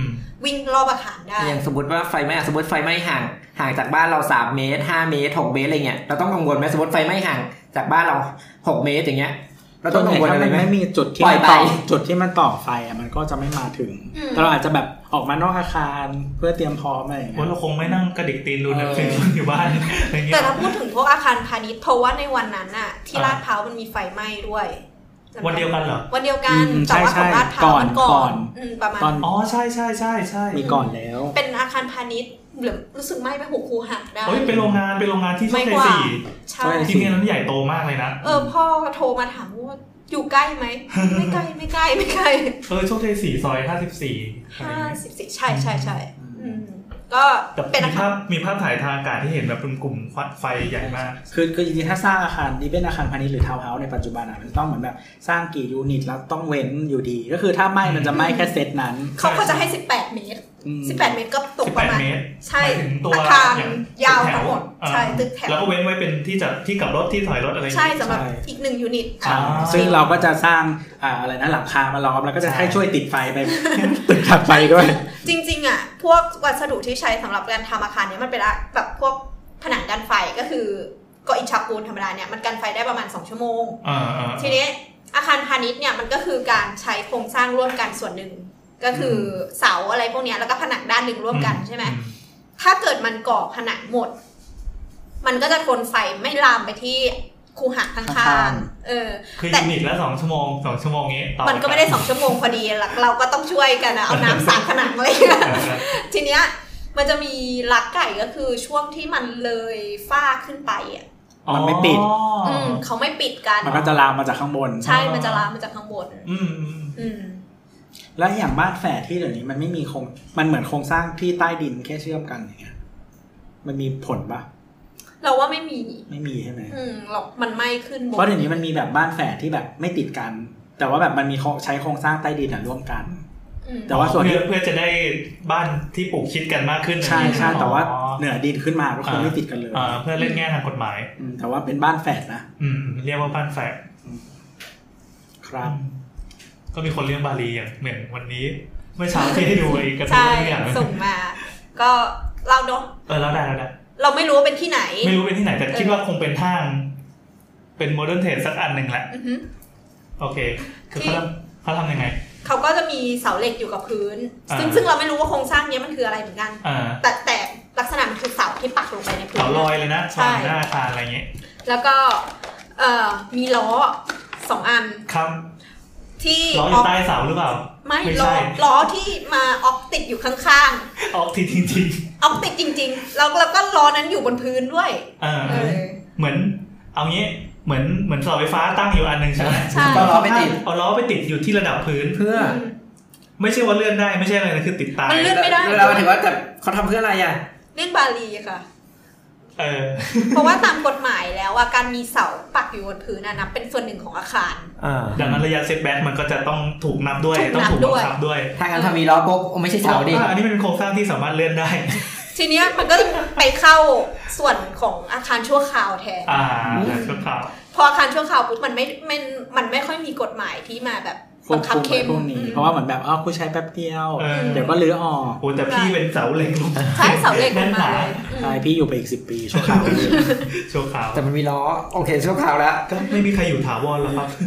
วิ่งรอบอาคารได้อย่างสมมติว่าไฟไหม้สมมติไฟไหม้ห่างห่างจากบ้านเราสามเมตรห้าเมตรหกเมตรอะไรเงี้ยเราต้องกังวลไหมสมมติไฟไหม้ห่างจากบ้านเราหกเมตรอย่างเงี้ยเราต้องกังวลอะไรไหมไม่มีจุดที่มันต่อจุดที่มันต่อไฟอ่ะมันก็จะไม่มาถึงแต่เราอาจจะแบบออกมานอกอาคารเพื่อเตรียมพร้อมอะไรอย่างเงี้ยเราคงไม่นั่งกระดิกตีนดูนะเป็นอยู่บ้านอะไรเงี้ยแต่ถ้าพูดถึงพวกอาคารพาณิชย์เพราะว่าในวันนั้นน่ะที่ลาดพร้าวมันมีไฟไหม้ด้วยวันเดียวกันเหรอวันเดียวกันแต่ว่าของลาดพร้าวมันก่อนประมาณอ๋อใช่ใช่ใช่ใช่มีก่อนแล้วเป็นอาคารพาณิชย์หรือรู้สึกไหม้ไปหกคูหาได้เฮ้ยเป็นโรงงานเป็นโรงงานที่โชคชัยสี่ใช่ที่นี่นั้นใหญ่โตมากเลยนะเออพ่อโทรมาถามว่าอยู่ใกล้ไหมไม่ใกล้ไม่ใกล้ไม่ใกล้เออโชคชัยสี่ซอยห้าสิบสี่ห้าสิบสี่ใช่ใช่ใช่ก็เป็นภาพมีภาพถ่ายทางอากาศที่เห็นแบบเป็นกลุ่มควันไฟใหญ่มากคือคือจริงๆถ้าสร้างอาคารที่เป็นอาคารพาณิชย์หรือทาวน์เฮาส์ในปัจจุบันอ่ะมันต้องเหมือนแบบสร้างกี่ยูนิตแล้วต้องเว้นอยู่ดีก็คือถ้าไหม้มันจะไหม้แค่เซตนั้นเขาก็จะให้สิบแปดเมตรสิบแปดเมตรก็ตกประมาณใช่อาคารยาวทั้งหมดใช่ตึกแถวแล้วก็เว้นไว้เป็นที่จะที่กลับรถที่ถอยรถอะไรใช่สำหรับอีกหนึ่งยูนิตซึ่งเราก็จะสร้างอะไรนะหลังคามาล้อมแล้วก็จะให้ช่วยติดไฟไปตึกถัดไปด้วยจริงๆอ่ะพวกวัสดุที่ใช้สำหรับการทำอาคารนี้มันเป็นแบบพวกผนังกันไฟก็คือก็อิฐฉาบปูนธรรมดาเนี่ยมันกันไฟได้ประมาณสองชั่วโมงทีนี้อาคารพาณิชย์เนี่ยมันก็คือการใช้โครงสร้างร่วมกันส่วนหนึ่งก็คือเสาอะไรพวกนี้แล้วก็ผนังด้านหนึ่งร่วมกันใช่ไหมถ้าเกิดมันก่อผนังหมดมันก็จะทนไฟไม่ลามไปที่คูหาข้างๆเออคือยูนิตละสองชั่วโมงสองชั่วโมงนี้มันก็ไม่ได้สองชั่วโมงพอดีเราก็ต้องช่วยกันนะเอาน้ำสาดผนังอะไรทีเนี้ยมันจะมีลักไก่ก็คือช่วงที่มันเลยฝ้าขึ้นไปอ่ะมันไม่ปิดอืมเขาไม่ปิดกันมันก็จะลามมาจากข้างบนใช่มันจะลามมาจากข้างบนอืมอืมแล้วอย่างบ้านแฝดที่เดี๋ยวนี้มันไม่มีโครงมันเหมือนโครงสร้างที่ใต้ดินแค่เชื่อมกันอย่างเงี้ยมันมีผลปะเราว่าไม่มีไม่มีใช่ไหมอืมหรอกมันไม่ขึ้นเพราะเดี๋ยวนี้มันมีแบบบ้านแฝดที่แบบไม่ติดกันแต่ว่าแบบมันมีใช้โครงสร้างใต้ดินร่วมกันแต่ว่าส่วนเพื่อจะได้บ้านที่ปลูกชิดกันมากขึ้นใช่ใช่แต่ว่าเหนือดินขึ้นมาก็คือไม่ติดกันเลยเพื่อเล่นแง่ทางกฎหมายแต่ว่าเป็นบ้านแฝดนะอืมเรียกว่าบ้านแฝดครับก็มีคนเลี้ยงบาลีอย่างเหมือนวันนี้เมื่อเช้าที่ให้ดูไอ้กระทู้อย่างส่งมาก็เราเนาะเออเราได้เราได้เราไม่รู้ว่าเป็นที่ไหนไม่รู้เป็นที่ไหนแต่คิดว่าคงเป็นห้างเป็นโมเดิร์นเทรดสักอันหนึ่งแหละโอเคคือเขาทำเขาทำยังไงเขาก็จะมีเสาเหล็กอยู่กับพื้นซึ่งซึ่งเราไม่รู้ว่าโครงสร้างนี้มันคืออะไรเหมือนกันแต่แต่ลักษณะมันคือเสาที่ปักลงไปในพื้นเสาลอยเลยนะใช่หน้าอาคารอะไรเงี้ยแล้วก็เอ่อมีล้อสองอันครับที่ล้ออยู่ใต้เสาหรือเปล่าไม่ล้อล้อที่มาออกติดอยู่ข้างๆออกติดจริงๆออกติดจริงๆแล้วแล้วก็ล้อนั้นอยู่บนพื้นด้วยเออเหมือนเอางี้เหมือนเหมือนเสาไฟฟ้าตั้งอยู่อันนึงใช่ไหมก็ล้อไปติดเอาล้อไปติดอยู่ที่ระดับพื้นเพื่อไม่ใช่ว่าเลื่อนได้ไม่ใช่อะไรนะคือติดตายมันเลื่อนไม่ได้เราถือว่าแต่เขาทำเพื่ออะไรอ่ะเลื่อนบาลีค่ะเออเพราะว่าตามกฎหมายแล้วว่าการมีเสาปักอยู่บนพื้นนะนับเป็นส่วนหนึ่งของอาคารดังนั้นระยะเซตแบ็กมันก็จะต้องถูกนับด้วยต้องถูกบังคับด้วยถ้างั้นถ้ามีล้อปุ๊บไม่ใช่เสาดิอันนี้เป็นโครงสร้างที่สามารถเลื่อนได้ทีเนี้ยมันก็ไปเข้าส่วนของอาคารชั่วคราวแทนอ่าชั่วคราวพออาคารชั่วคราวปุ๊บมันไม่มันมันไม่ค่อยมีกฎหมายที่มาแบบบังคับเข้มเพราะว่าเหมือนแบบอ้าวกูใช้แป๊บเดียวเดี๋ยวก็ลื้อออกโอ้แต่พี่เป็นเสาเหล็กลงใช่เสาเหล็กลงมาใช่พี่อยู่ไปอีกสิบปีชั่วคราวชั่วคราวแต่มันมีล้อโอเคชั่วคราวแล้วก็ไม่มีใครอยู่ถาวรแล้วครับ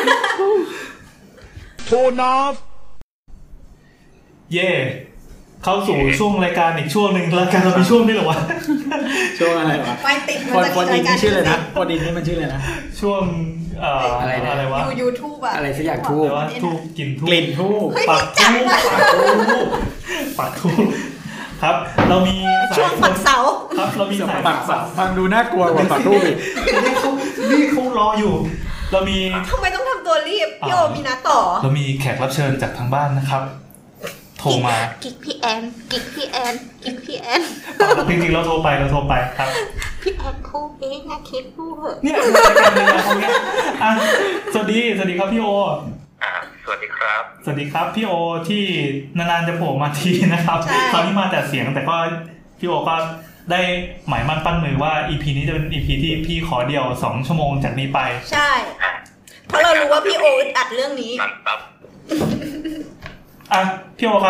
โทนับเย่เข้าสู่ช่วงรายการอีกช่วงหนึ่งรายการเรามีช่วงนี้หรอวะช่วงอะไรวะไม่ติดมันจะกินรายการชื่อเลยนะพอดีนี่มันชื่อเลยนะช่วงเอ่ออะไรอะไรวะยู YouTube อ่ะอะไรสักอย่างทูบทูบกินทูบกลิ่นทูบปักทูบปักทูบครับเรามีช่วงปักเสาครับเรามีสายปักเสาฟังดูน่ากลัวกว่าปักทูบอีกนี่เขานี่เขารออยู่เรามีทำไมต้องทำตัวรีบพี่โอมีนัดต่อเรามีแขกรับเชิญจากทางบ้านนะครับโทรมากิ๊กพี่แอนกิ๊กพี่แอนกิ๊กพี่แอนจริงๆเราโทรไปเราโทรไปครับพี่แอนพูดเองนะคิดพูดเนี่ยรายการเลยนะพวกนี้อ่ะสวัสดีสวัสดีครับพี่โออ่าสวัสดีครับสวัสดีครับพี่โอที่นานๆจะโผล่มาทีนะครับคราวนี้มาแต่เสียงแต่ก็พี่โอก็ได้หมายมั่นปั้นมือว่า อี พี นี้จะเป็น อี พี ที่พี่ขอเดียวสองชั่วโมงจากนี้ไปใช่เพราะเรารู้ว่าพี่โออัดเรื่องนี้ครับอ่ะพี่โอครับ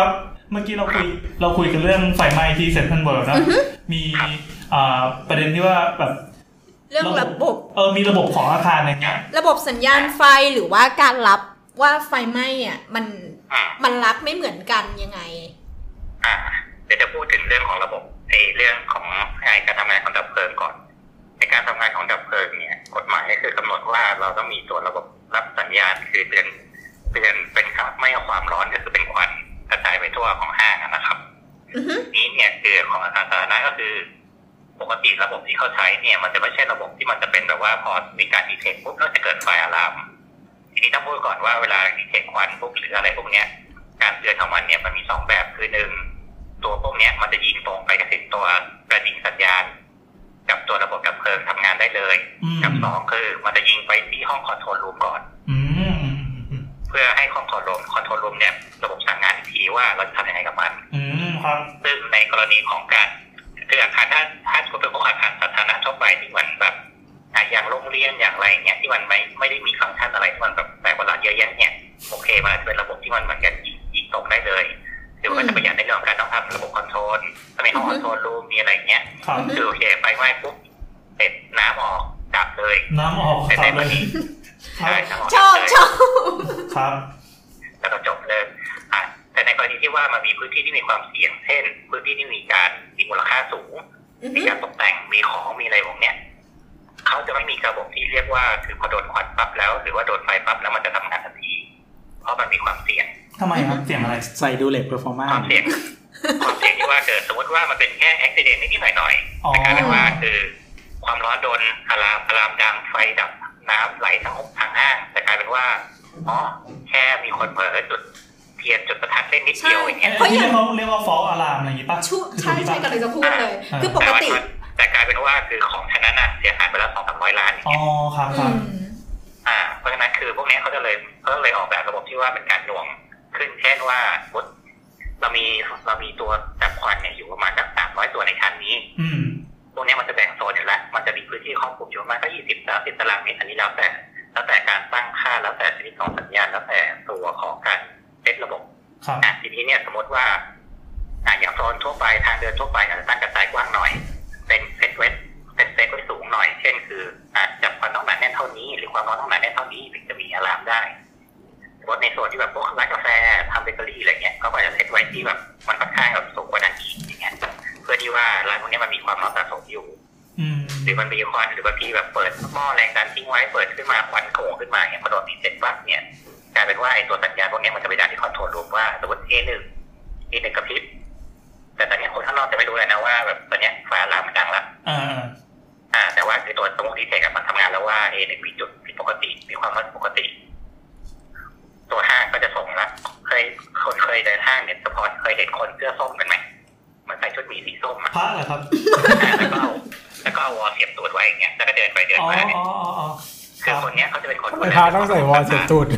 เมื่อกี้เราคุยเราคุยกันเรื่องไฟไหม้ที่เซ็นทรัลเวิลด์นะมีอ่าประเด็นที่ว่าแบบเรื่องระบบเออมีระบบของอาคารอย่างเงี้ยระบบสัญญาณไฟหรือว่าการรับว่าไฟไหม้อ่ะมันมันรับไม่เหมือนกันยังไงอ่าเดี๋ยวจะพูดถึงเรื่องของระบบในเรื่องของการทำงานของดับเพลิงก่อนในการทำงานของดับเพลิงเนี่ยกฎหมายก็คือกำหนดว่าเราต้องมีตัวระบบรับสัญญาณคือเตือนเตือนเป็นครับไม่เอาความร้อนก็คือเป็นควันกระจายไปทั่วของห้างนะครับนี้เนี่ยคือของอาคารสาธารณะก็คือปกติระบบที่เขาใช้เนี่ยมันจะไม่ใช่ระบบที่มันจะเป็นแบบว่าพอมีการดีเทคปุ๊บแล้วจะเกิดไฟอะลามทีนี้ต้องพูดก่อนว่าเวลาดีเทคควันปุ๊บหรืออะไรพวกเนี้ยการเตือนของมันเนี่ยมันมีสองแบบคือหนึ่งตัวพวกเนี้ยมันจะยิงตรงไปกับตัวกระดิ่งสัญญาณกับตัวระบบดับเพลิงทำงานได้เลยกับสองคือมันจะยิงไปที่ห้องคอนโทรลรูมก่อนเพื่อให้คอนโทรลรูมคอนโทรลรูมเนี่ยระบบสั่งงานอีกทีว่าเราจะทำยังไงกับมันซึ่งในกรณีของการคืออาคารถ้าถ้าเป็นพวกอาคารสาธารณะทั่วไปที่มันแบบอย่างโรงเรียนอย่างไรเงี้ยที่มันไม่ไม่ได้มีฟังก์ชันอะไรที่มันแบบแปลกประหลาดเยอะแยะเนี่ยโอเคมันอาจจะเป็นระบบที่มันเหมือนกันยิงตรงได้เลยหรือว่าจะประหยัดในเรื่องของการต้องทำระบบคอนโทรลถ้ามีห้องคอนโทรลรูมมีอะไรเงี้ยคือโอเคไฟไหม้ปุ๊บเสร็จน้ำออกดับเลยน้ำออกแต่ในกรณีใช่น้ำออกชอบชอบครับแล้วก็จบเลยอ่ะแต่ในกรณีที่ว่ามันมีพื้นที่ที่มีความเสี่ยงเช่นพื้นที่ที่มีการมีมูลค่าสูงมีการตกแต่งมีของมีอะไรพวกเนี้ยเขาจะไม่มีระบบที่เรียกว่าคือพอโดนควันปั๊บแล้วหรือว่าโดนไฟปั๊บแล้วมันจะทำงานทันทีเพราะมันมีความเสี่ยงทำไมครับเสี่ยงอะไรใส่ดูเลทเพอร์ฟอร์แมนซ์ความเสี่ยงความเสี่ยงที่ว่าเกิดสมมติว่ามันเป็นแค่อุบัติเหตุนิดๆหน่อยๆแต่กลายเป็นว่าคือความร้อนโดนอะลามอะลามดังไฟดับน้ำไหลทั้งทางห้างแต่กลายเป็นว่าอ๋อแค่มีคนเผลอจุดเทียนจุดประทัดเล่นนิดเดียวอย่างเงี้ยเพราะอย่างเขาเรียกว่าฟอลอะลามอะไรอย่างงี้ป่ะใช่ใช่กันเลยจะพูดเลยคือปกติแต่กลายเป็นว่าคือของชั้นนั้นน่ะเสียหายไปแล้วสองสามร้อยล้านอ๋อครับครับอ่าเพราะฉะนั้นคือพวกนี้เขาจะเลยเขาเลยออกแบบระบบที่ว่าเป็นการหน่วงขึ้นเช่นว่าเรามีเรามีตัวจับควันเนี่ยอยู่ประมาณสักสามร้อยตัวในชั้นนี้พวกนี้มันจะแบ่งโซนอยู่แล้วมันจะมีพื้นที่ครอบคลุมอยู่ประมาณก็ยี่สิบสามสิบตารางเมตรอันนี้แล้วแต่แล้วแต่การตั้งค่าแล้วแต่ชนิดของสัญญาณแล้วแต่ตัวของการเซตระบบอ่ะทีนี้เนี่ยสมมติว่าอ่าอย่างโซนทั่วไปทางเดินทั่วไปอาจจะตั้งกระจายกว้างหน่อยเป็นเซตเวทเซตเซตไว้สูงหน่อยเช่นคืออาจจับควันต้องหนาแน่นเท่านี้หรือความร้อนต้องหนาแน่นเท่านี้ถึงจะมีอะลามได้สมมติในโซนที่แบบพวกร้านกาแฟทำเบเกอรี่อะไรเงี้ยเขาก็จะเซตไว้ที่แบบมันค่อนข้างแบบสูงกว่านั้นอีกอย่างเงี้ยเพื่อที่ว่าร้านพวกนี้มันมีความร้อนสะสมอยู่หรือมันมีควันหรือบางทีแบบเปิดหม้อแรงดันทิ้งไว้เปิดขึ้นมาควันโขงขึ้นมาเนี่ยพอโดนดีเซ็ตปั๊บเนี่ยกลายเป็นว่าไอ้ตัวสัญญาณพวกนี้มันจะไปดันที่คอนโทรลรูมว่าสมมติ เอ หนึ่ง เอ หนึ่ง กระพริบแต่ตอนนี้คนข้างนอกจะไม่รู้เลยนะว่าแบบตอนนี้ไฟอะลามมันดังแล้วอ่าอ่าแต่ว่าคือตัวสมมุติดีเทคมันทำงานแล้วว่า เอ หนึ่ง มีจุดผิดปกติมีความร้อนปกติตัวห้างก็จะส่งละเคยคนเคยเดินห้างเนี่ยเฉพาะเคยเห็นคนเสื้อส้มกันไหมเหมือนใส่ชุดหมีสีส้มพระเหรอครับแล้วก็เอาแล้วก็เอาวอลเสียบตูดไว้อย่างเงี้ยแล้วก็เดินไปเดินมาเนี่ยคือคนเนี้ยเขาจะเป็นคนไม่พาต้องใส่วอลเสียบตูด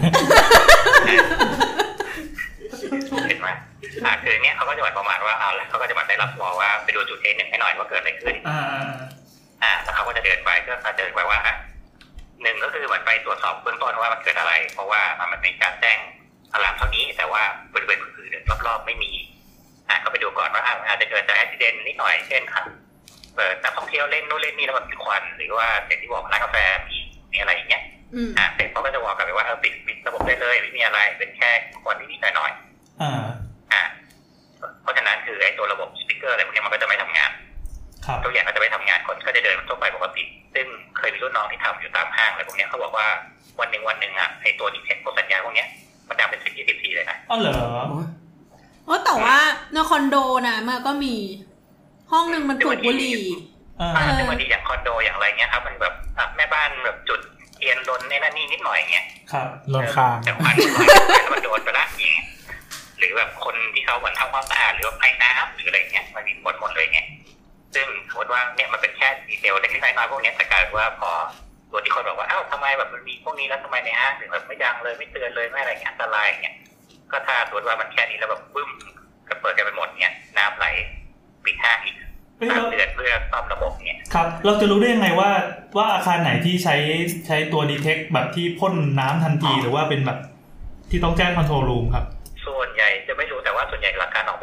เห็นไหมอ่าคือเนี้ยเขาก็จะหมายประมาณว่าเอาละเขาก็จะมาได้รับวอลว่าไปดูจุด เอ หนึ่ง ให้หน่อยว่าเกิดอะไรขึ้นอ่าอ่าแล้วเขาก็จะเดินไปก็จะเดินไปว่าหนึ่งก็คือเหมือนไปตรวจสอบเบื้องต้นว่ามันเกิดอะไรเพราะว่ามันเป็นการแจ้งอะลามเท่านี้แต่ว่าบริเวณอื่นๆรอบๆไม่มีอ่าก็ไปดูก่อนว่าอาจจะเกิดจากอุบัติเหตุนิดหน่อยเช่นครับเปิดนักท่องเที่ยวเล่นนู่นเล่นนี่แล้วมันมีควันหรือว่าเสร็จที่บอกร้านกาแฟมีมีอะไรอย่างเงี้ยอ่าเสร็จเขาก็จะบอกกันไปว่าเออปิดปิดระบบได้เลยไม่มีอะไรเป็นแค่ควันนิดๆหน่อยๆอ่าอ่าเพราะฉะนั้นคือไอ้ตัวระบบสปีกเกอร์อะไรพวกนี้มันก็จะไม่ทำงานทุกอย่างก็จะไม่ทำงานคนก็จะเดินทั่วไปปกติซึ่งเคยมีรุ่นน้องที่ทำอยู่ตามห้างอะไรพวกนี้เขาบอกว่าวันหนึ่งวันหนึ่งอ่ะไอ้ตัวดีเทคพวกสัญญาณพวกนี้มันดังเป็นสิบยี่สิบทีเลยนะอ๋อเหรอโอ้แต่ว่าในคอนโดนะมันก็มีห้องนึงมันจุดบุหรี่อ่าซึ่งบางทีอย่างคอนโดอย่างไรเงี้ยครับมันแบบแม่บ้านแบบจุดเทียนลนในนั่นนี่นิดหน่อยอย่างเงี้ยครับลนค้างแต่ควันมันโดนไปละอย่างเงี้ยหรือแบบคนที่เขาเหมือนทำความสะอาดหรือว่าไอ้น้ำหรืออะไรเงี้ยมันมีผลหมดเลยไงซึ่งสมมติว่าเนี่ยมันเป็นแค่ดีเทลเล็กๆน้อยๆพวกนี้แต่กลายเป็นว่าพอตัวที่คนบอกว่าอ้าวทำไมแบบมันมีพวกนี้แล้วทำไมในห้างถึงแบบไม่ดังเลยไม่เตือนเลยไม่อะไรเงี้ยอันตรายอย่างเงี้ยก็ถ้าสมมติว่ามันแค่นี้แล้วแบบบึ้มก็เปิดกันไปหมดเงี้ยน้ำไหลปิดห้างอีกตามเตือนเพื่อซ่อมระบบเนี่ยครับเราจะรู้ได้ยังไงว่าว่าอาคารไหนที่ใช้ใช้ตัวดีเทคแบบที่พ่นน้ำทันทีหรือว่าเป็นแบบที่ต้องแจ้งคอนโทรลรูมครับส่วนใหญ่จะไม่รู้แต่ว่าส่วนใหญ่หลักการออกแบบ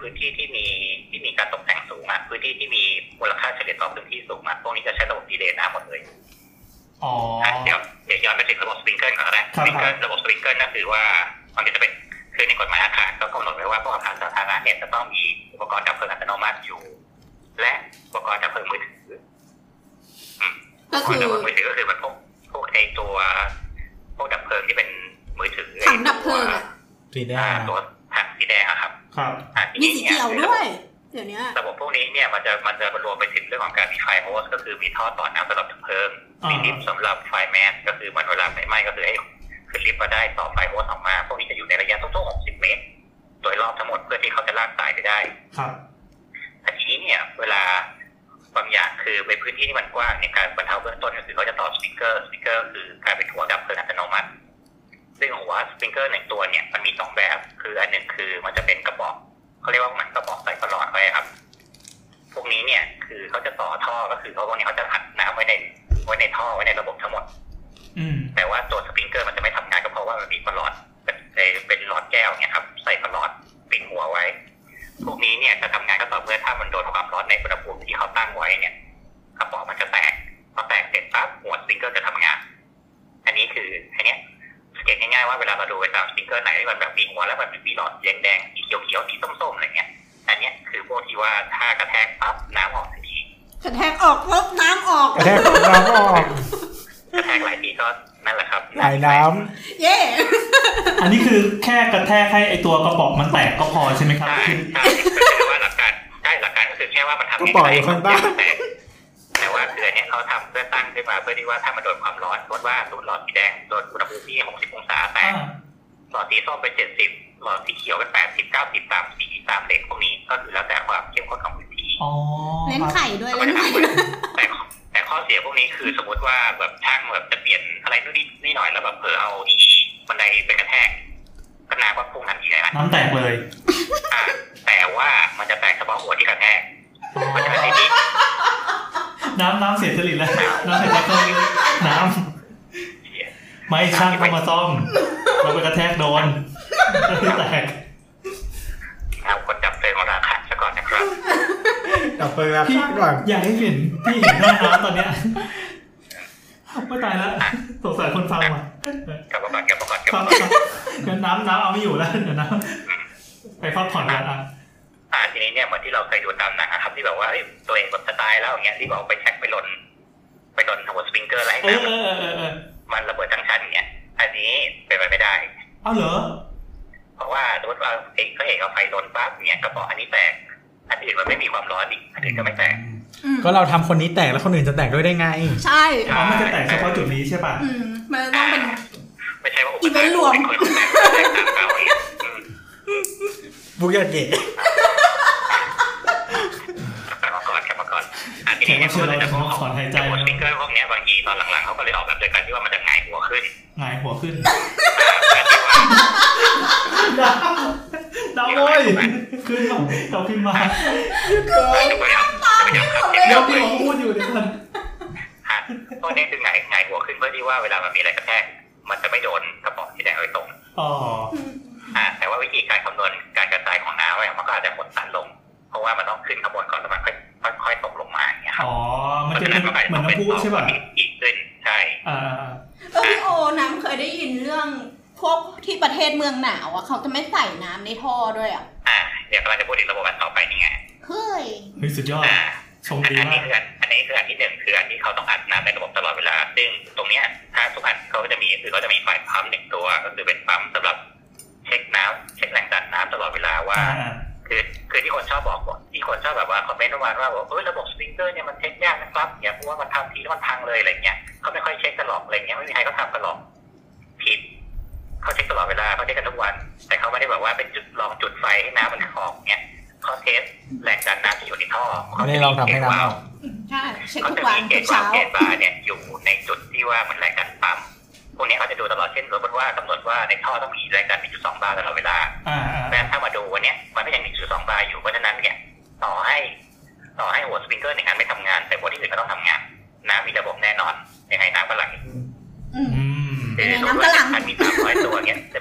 พื้นที่ที่มีที่มีการตกแต่งสูงอ่ะพื้นที่ที่มีมูลค่าเฉลี่ยต่อพื้นที่สูงอ่ะพวกนี้จะใช้ระบบดีเลย์น้ำหมดเลยอ๋อเดี๋ยวเดี๋ยวย้อนไปถึงระบบสปริงเกิลก่อนนะสปริงเกิลระบบสปริงเกิลก็คือว่ามันจะเป็นคือในกฎหมายอาคารก็กำหนดไว้ว่าพวกอาคารสาธารณะเนี่ยจะต้องมีอุปกรณ์ดับเพลิงอัตโนมัติอยู่และอุปกรณ์ดับเพลิงมือถือก็คือดับเพลิงมือถือก็คือมันพวกพวกไอตัวพวกดับเพลิงที่เป็นมือถือถังดับเพลิงสีแดงตัวถังสีแดงครับมีสีเขียวด้วยเดี๋ยวนี้ระบบพวกนี้เนี่ยมันจะมันจะรวมไปถึงเรื่องของการมีไฟโฮสก็คือมีท่อต่อน้ำสำหรับดับเพลิงมีลิฟต์สำหรับไฟแมสก็คือมันเวลาไฟไหม้ก็คือให้ขึ้นลิฟต์มาได้ต่อไฟโฮสออกมาพวกนี้จะอยู่ในระยะทุกๆหกสิบเมตรโดยรอบทั้งหมดเพื่อที่เขาจะลากสายไปได้ครับทีนี้เนี่ยเวลาบางอย่างคือในพื้นที่ที่มันกว้างในการบรรเทาเบื้องต้นก็คือเขาจะต่อสปริงเกอร์สปริงเกอร์คือการเป็นหัวดับเพลิงอัตโนมัติซึ่งหัวสปริงเกอร์หนึ่งตัวเนี่ยมันมีสองแบบคืออันหนึ่งคือมันจะเป็นกระบอกเขาเรียกว่าเหมือนกระบอกใส่ตลอดไว้ครับพวกนี้เนี่ยคือเขาจะต่อท่อก็คือเขาพวกนี้เขาจะอัดน้ำไว้ในไว้ในท่อไว้ในระบบทั้งหมดแต่ว่าตัวสปริงเกอร์มันจะไม่ทำงานก็เพราะว่ามันมีปลอดเป็นเป็นหลอดแก้วเนี่ยครับใส่ปลอดปิดหัวไว้พวกนี้เนี่ยจะทำงานก็ต่อเมื่อถ้ามันโดนความร้อนในอุณหภูมิที่เขาตั้งไว้เนี่ยกระป๋องมันจะแตกพอแตกเสร็จปั๊บหัวสปริงเกอร์จะทำงานอันนี้คืออันเนี้ยสังเกตง่ายๆว่าเวลาเราดูไปตามสปริงเกอร์ไหนที่มันแบบมีหัวแล้วมันมีหลอดแดงๆสีเขียวๆสีส้มๆอะไรเงี้ยอันเนี้ยคือพวกที่ว่าถ้ากระแทกปั๊บน้ำออกทันทีกระแทกออกปุ๊บน้ำออกกระแทกน้ำออกกระแทกหลายทีก็นั่นแหละครับไหลน้ำเย่อันนี้คือแค่กระแทกให้ไอตัวกระป๋องมันแตกก็พอใช่ไหมครับใช่ใช่คือว่าหลักการใช่หลักการก็คือแค่ว่ามันทำให้กระป๋องมันแตกแต่ว่าเดือนนี้เขาทำเพื่อตั้งขึ้นมาเพื่อที่ว่าถ้ามันโดนความร้อนสมมติว่าสูตรหลอดสีแดงโดนอุณหภูมิที่หกสิบองศาแตกหลอดสีส้มเป็นเจ็ดสิบหลอดสีเขียวเป็นแปดสิบ เก้าสิบตามสีตามเลขพวกนี้ก็คือแล้วแต่ความเข้มข้นของพื้นที่เล่นไข่ด้วยเล่นไข่แต่แต่ข้อเสียพวกนี้คือสมมติว่าแบบช่างแบบจะเปลี่ยนอะไรนู่นนี่นี่หน่อยแล้วแบบเผลอเอาอีบันไดไปกระแทกก็น้ำก็พุ่งทันทีเลยนะน้ำแตกเลยอ่าแต่ว่ามันจะแตกเฉพาะหัวที่กระแทกมันจะไม่ดีน้ำน้ำเสียจริตแล้วน้ำเสียจริตน้ำไม่ช่างก็มาซ่อมเราไปกระแทกโดนก็แตกเอาคนจับเพลิงมาราคาซะก่อนนะครับจับเพลิงราคาก่อนอยากให้เห็นพี่เห็นหน้าน้ำตอนเนี้ยไม่ตายแล้วสงสัยคนฟังว่ะกลับมาก่อนกลับมาก่อนกลับมาก่อนน้ำน้ำเอาไม่อยู่แล้วเดี๋ยวนะไปพักผ่อนกันอ่ะอ่าทีนี้เนี่ยเหมือนที่เราเคยดูตามหนังนะครับที่แบบว่าตัวเองแบบจะตายแล้วอย่างเงี้ยที่บอกไปแช็คไปหล่นไปหล่นหัวสปริงเกอร์อะไรนะมันระเบิดทั้งชั้นอย่างเงี้ยอันนี้เป็นไปไม่ได้อ้าวเหรอเพราะว่าสมมติว่าเองก็เห็นเอาไฟโดนปั๊บเนี่ยกระบอกอันนี้แตกอันอื่นมันไม่มีความร้อนอีกอันอื่นก็ไม่แตกก็เราทำคนนี้แตกแล้วคนอื่นจะแตกด้วยได้ไงใช่อ๋อมันจะแตกเฉพาะจุดนี้ใช่ป่ะอืมมันต้องเป็นไม่ใช่ว่าอีเวนต์รวมบุกยาเกะกลับมาก่อนกลับมาก่อนอันนี้เนี่ยพวกเราจะพวกของสปริงเกอร์พวกนี้บางทีตอนหลังๆเขาก็เลยออกแบบโดยการที่ว่ามันจะหงายหัวขึ้นหงายหัวขึ้นดาวโว้ยขึ้นมาเราขึ้นมาหยุดก่อนเดี๋ยวพี่ผมพูดอยู่เดี๋ยวก่อนพวกนี้คือหงายหงายหัวขึ้นเพื่อที่ว่าเวลามันมีอะไรกระแทกมันจะไม่โดนกระป๋องที่แดงโดยตรงอ๋ออ่าแต่ว่าวิธีการคำนวณการกระจายของน้ำมันก็อาจจะหดสั้นลงเพราะว่ามันต้องขึ้นข้างบนก่อนแล้วมันค่อยค่อยตกลงมาอย่างเงี้ยครับอ๋อมันจะเหมือนน้ำพุใช่ป่ะอีกขึ้นใช่อ่าเออพี่โอน้ำเคยได้ยินเรื่องพวกที่ประเทศเมืองหนาวอ่ะเขาจะไม่ใส่น้ำในท่อด้วยอ่ะอ่าเดี๋ยวกำลังจะพูดถึงระบบอันต่อไปนี่ไงเฮ้ยเฮ้ยสุดยอดชมดีมากอันนี้คืออันนี้คืออันที่หนึ่งคืออันที่เขาต้องอัดน้ำในระบบตลอดเวลาซึ่งตรงเนี้ยถ้าทุกอันเขาก็จะมีคือเขาจะมีไฟปั๊มหนึ่งตัวก็คือเป็นปั๊มสำหรับเช็คน้ำเช็คแรงดันน้ำตลอดเวลาว่าคือคือที่คนชอบบอกว่าที่คนชอบแบบว่าคอมเมนต์ประมาณว่าเออระบบสปริงเกอร์เนี่ยมันเช็คยากนะครับเนี่ยเพราะว่ามันทำทีแล้วมันพังเลยอะไรเงี้ยเขาไม่ค่อยเช็คตลอดอะไรเงี้ยไม่มีใครเขาทำตลอดผิดเขาเช็คตลอดเวลาเขาเช็คกันทุกวันแต่เขาไม่ได้แบบว่าเป็นจุดลองจุดไฟให้น้ำมันออกเนี่ยเขาเทสแรงดันน้ำที่อยู่ในท่อเขาจะลองทำให้น้ำออกใช่เช็คทุกวันทุกเช้าเกจบาร์เนี่ยอยู่ในจุดที่ว่ามันแรงดันปั๊มพวกนี้เขาจะดูตลอดเช่นสมมติว่ากำหนดว่าในท่อต้องมีแรงดัน หนึ่งจุดสอง บาร์ตลอดเวลาแต่ถ้ามาดูวันนี้มันก็ยัง หนึ่งจุดสอง บาร์อยู่เพราะฉะนั้นเนี่ยต่อให้ต่อให้หัวสปริงเกอร์ในงานไม่ทำงานแต่หัวที่อื่นก็ต้องทำงานน้ำมีระบบแน่นอนยังไงน้ำกำลังยังไงน้ำกำลังมันมีสามร้อยตัวเนี่ยจะ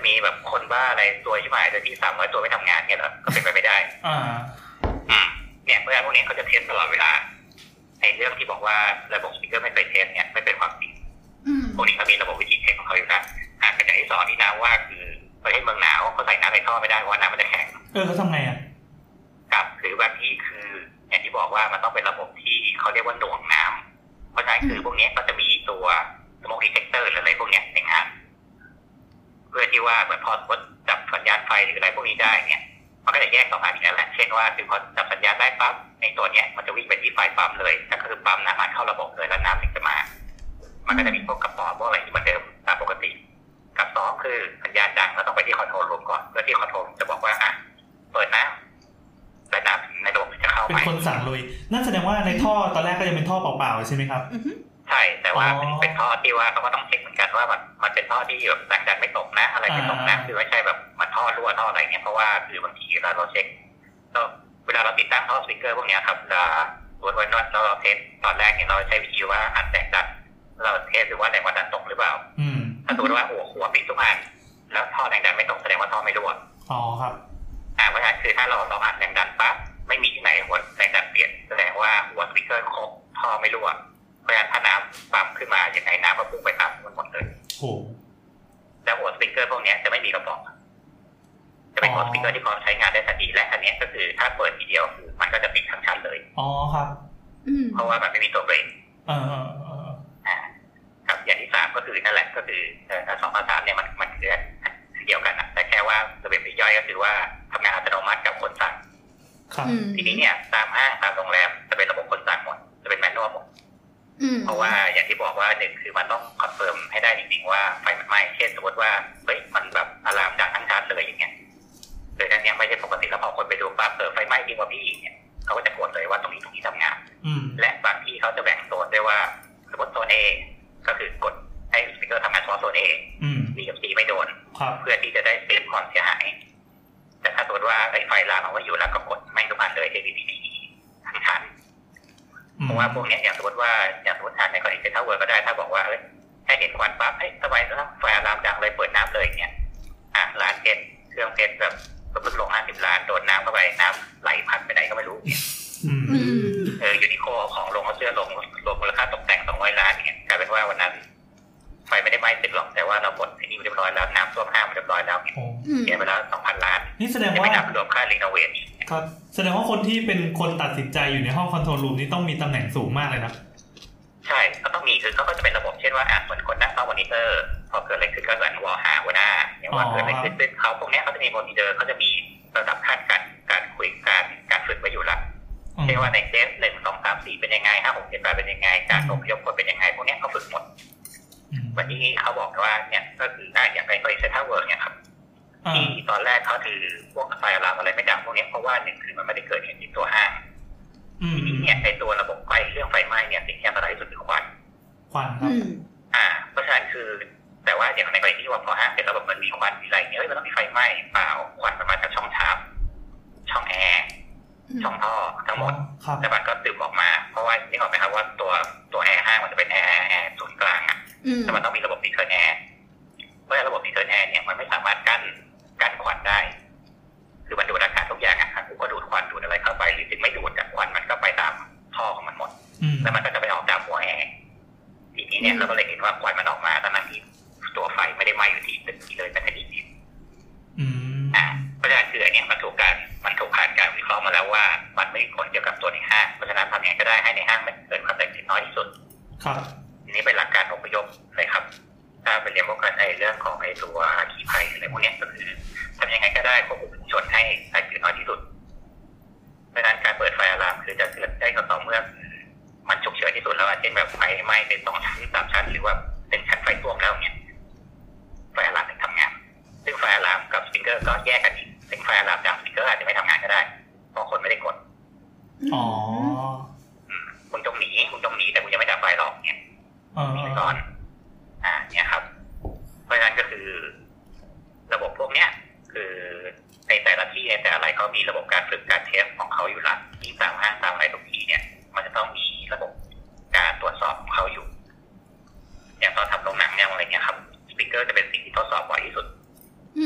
มีแบบคนบ้าอะไรตัวชิบหายโดยที่สามร้อยตัวไม่ทำงานเนี่ยเหรอก็เป็นไปไม่ได้อ่าอืมเนี่ยเพราะฉะนั้นพวกนี้เขาจะเทสตลอดเวลาในเรื่องที่บอกว่าระบบสปีกเกอร์ไม่เคยเทสเนี่ยไม่เป็นความจริงพวกนี้เขามีระบบวิธีเทสของเขาอยู่แล้วอ่าเป็นอย่างที่สองที่น้าว่าคือประเทศเมืองหนาวเขาใส่น้ำในท่อไม่ได้เพราะว่าน้ำมันจะแข็งเออเขาทำไงอ่ะกับหรือบางที่คืออย่างที่บอกว่ามันต้องเป็นระบบที่เขาเรียกว่าหน่วงน้ำเพราะฉะนั้นคือพวกนี้ก็จะมีตัวสโมกดีเทคเตอร์หรืออะไรพวกนี้ในงานเพื่อที่ว่าเหมือนพอสมมติจับสัญญาณไฟหรืออะไรพวกนี้ได้เนี่ยมันก็จะแยกสองอันนี้แหละเช่นว่าคือพอจับสัญญาณได้ปั๊บในตัวเนี้ยมันจะวิ่งไปที่ไฟปั๊มเลยก็คือปั๊มน้ำมันเข้าระบบเลยแล้วน้ำถึงจะมามันก็จะมีพวกกระป๋องพวกอะไรที่เหมือนเดิมตามปกติกับสองคือสัญญาณดังแล้วต้องไปที่คอนโทรลรูมก่อนเพื่อที่คอนโทรลจะบอกว่าอ่ะเปิดน้ำและน้ำในระบบจะเข้าเป็นคนสั่งเลยนั่นแสดงว่าในท่อตอนแรกก็ยังเป็นท่อเปล่าๆใช่ไหมครับใช่แต่ว่าเป็นท่อที่ว่าเขาก็ต้องเช็คเหมือนกันว่ามันมันเป็นท่อที่แบบแรงดันไม่ตกนะอะไรไม่ตกนะคือไม่ใช่แบบมันท่อรั่วท่ออะไรเงี้ยเพราะว่าคือบางทีเราเราเช็คเวลาเราติดตั้งท่อสปีกเกอร์พวกนี้ครับเราตัวไว้นวดเราเทสตอนแรกเนี่ยเราใช้วิธีว่าอัดแรงดันเราเทสดูว่าแรงดันตกหรือเปล่าถ้าสมมติว่าหัวหัวปิดทุกอันแล้วท่อแรงดันไม่ตกแสดงว่าท่อไม่รั่วอ๋อครับอ่าเพราะฉะนั้นคือถ้าเราเราอัดแรงดันปั๊บไม่มีที่ไหนหัวแรงดันเปลี่ยนแสดงว่าหัวสปีกเกอร์ครบท่อไม่รั่วเพราะฉะนั้นถ้าน้ำปั๊มขึ้นมาอย่างไรน้ำก็พุ่งไปตามมันหมดเลยโอ้แล้วหัวสปีกเกอร์พวกนี้จะไม่มีกระป๋องจะเป็นหัวสปีกเกอร์ที่พร้อมใช้งานได้ทันทีและอันนี้ก็คือถ้าเปิดทีเดียวคือมันก็จะปิดทั้งชั้นเลยอ๋อครับเพราะว่ามันไม่มีตัวเบรกอ่าอ่าครับอย่างที่สามก็คือนั่นแหละก็คือเอ่อสองพันสามเนี่ยมันมันคือเดียวกันนะแต่แค่ว่าระเบียบย่อยก็คือว่าทำงานอัตโนมัติกับคนสั่งครับทีนี้เนี่ยตามห้างตามโรงแรมจะเป็นระบบคนสั่งหมดจะเป็นแมนนวลหมดเพราะว่าอย่างที่บอกว่าหนึ่งคือมันต้องคอนเฟิร์มให้ได้จริงๆว่าไฟมันไหม้เช่นสมมติว่าเฮ้ยมันแบบอะลามดังทั้งชั้นเลยอย่างเงี้ยโดยการนี้ไม่ใช่ปกติแล้วพอคนไปดูปั๊บเกิดไฟไหม้ยิ่งกว่าพี่อีกเนี่ยเขาก็จะกดเลยว่าตรงนี้ตรงนี้ทำงานและบางที่เขาจะแบ่งโซนด้วยว่าสมมติโซน A ก็คือกดให้สปีกเกอร์ทำงานเฉพาะโซน A B กับ C ไม่โดนเพื่อที่จะได้เซฟความเสียหายแต่ถ้าสมมติว่าไฟลามเอาไว้อยู่แล้วก็กดไม่ทุกอันเลย A B C D E ทั้งชั้นเพราะว่าพวกนี้อย่างสมมติว่าอย่างสมมติทางในกรณีเซ็นทรัลเวิลด์ก็ได้ถ้าบอกว่าเอ้ยแค่เห็นควันปั๊บเฮ้ยสบายแล้วไฟอะลามดังเลยเปิดน้ำเลยเนี่ยอ่ะร้านเพชรเครื่องเพชรแบบเพิ่งลงห้าสิบล้านโดนน้ำเข้าไปน้ำไหลพัดไปไหนก็ไม่รู้เออยูนิโคเอาของลงเอาเสื้อลงลงมูลค่าตกแต่งสองร้อยล้านเนี่ยกลายเป็นว่าวันนั้นไฟไม่ได้ไหม้ติดหรอกแต่ว่าเราหมดไอ้นี่เรียบร้อยแล้วน้ำท่วมห้างเรียบร้อยแล้วเนี่ยเสียไปแล้วสองพันล้านนี่แสดงว่าไม่นับรวมค่ารีโนเวทครับแสดงว่าคนที่เป็นคนตัดสินใจอยู่ในห้องคอนโทรลรูมนี่ต้องมีตำแหน่งสูงมากเลยนะใช่ก็ต้องมีคือเขาก็จะเป็นระบบเช่นว่าอ่ะเหมือนคนนั่งเฝ้ามอนิเตอร์พอเกิดอะไรขึ้นก็จะวอลหาหัวหน้าอย่างว่าเกิดอะไรขึ้นเขาพวกนี้เขาจะมีมอนิเตอร์เขาจะมีระดับขั้นการการคุยการการฝึกไว้อยู่ละเช่นว่าในเซฟหนึ่งสองสามสี่เป็นยังไงห้าหกเจ็ดแปดเป็นยังไงการอพยพคนเป็นยังไงพวกนี้เขาฝึกหมดวันนี้เขาบอกว่าเนี่ยก็คือได้อย่างไรก็อีเซท่าเวิร์กเนี่ยครับที่ตอนแรกเขาถือพวกไฟอะลามอะไรไม่ดังพวกนี้เพราะว่าหนึ่งคือมันไม่ได้เกิดเหตุที่ตัวห้างทีนี้เนี่ยในตัวระบบไฟเรื่องไฟไหม้เนี่ยสิ่งที่อันตรายที่สุดคือควันควันครับอ่าเพราะฉะนั้นคือแต่ว่าอย่างในกรณีที่ว่าพอห้างเสร็จแล้วแบบมันมีควันมีอะไรเนี่ยเฮ้ยมันต้องมีไฟไหม้เปล่าควันมันมาจากช่องชาร์ปช่องแอร์ช่องท่อทั้งหมดแต่มันก็ซึมออกมาเพราะว่าที่บอกไหมครับว่าตัวตัวแอร์ห้างมันจะเป็นแอร์แอร์ศูนย์กลางอ่ะแต่มันต้องมีระบบดีเทอร์แอร์เพราะระบบดีเทอร์แอร์เนี่ยมันไม่สามารถกั้นกั้นควันได้คือมันดูดอากาศทุกอย่างอ่ะครับก็ดูดควันดูดอะไรเข้าไปหรือถึงไม่ดูดจากควันมันก็ไปตามท่อของมันหมดแล้วมันก็จะไปออกตามหัวแอร์ทีนี้เนี่ยเราก็เลยเห็นว่าควันมันออกมาตอนนั้นที่ตัวไฟไม่ได้ไหม้อยู่ที่ตึกที่เลยแต่ที่ดินอ่าเพราะฉะนั้นคืออันนี้มันถูกการมันถูกผ่านการวิเคราะห์มาแล้วว่ามันไม่มีผลเกี่ยวกับตัวในห้างเพราะฉะนั้นทำยังไงก็ได้ให้ในห้างมันเกิดความแตกต่างน้อยที่สุดครับทีนี้เป็นหลักการอพยพเลยครับถ้าเป็นเรื่องพวกการไอ้เรื่องของไอ้ตัวอาคีภัยอะไรพวกนี้ก็คือทำยังไงก็ได้ควบคุมชุมชนให้แตกต่างน้อยที่สุดเพราะฉะนั้นการเปิดไฟอะลามคือจะเกิดได้ก็ต่อเมื่อมันฉุกเฉินที่สุดแล้วเช่นแบบไฟไหม้เป็นสองชั้นสามชั้นหรือว่าเป็นชั้นไฟท่วมแล้วเนี่ยไฟอะลามถึงทำงานซึ่งไฟอะลามกับสปริงเกอร์ก็แยกกันอีกซึ่งไฟอะลามจากสปริงเกอร์อาจจะไม่ทำงานก็ได้เพราะคนไม่ได้กดอ๋อคุณจงหนีคุณจงหนีแต่คุณยังไม่ดับไฟหรอกเนี่ยหนีไปก่อนอ่าเนี่ยครับเพราะฉะนั้นก็คือระบบพวกเนี้ยคือในแต่ละที่ในแต่อะไรเขามีระบบการฝึกการเทสของเขาอยู่ละที่ตามห้างตามอะไรทุกที่เนี่ยมันจะต้องมีระบบการตรวจสอบของเขาอยู่อย่างตอนทำโรงหนังเนี่ยอะไรเงี้ยครับสปีกเกอร์จะเป็นสิ่งที่ทดสอบบ่อยที่สุด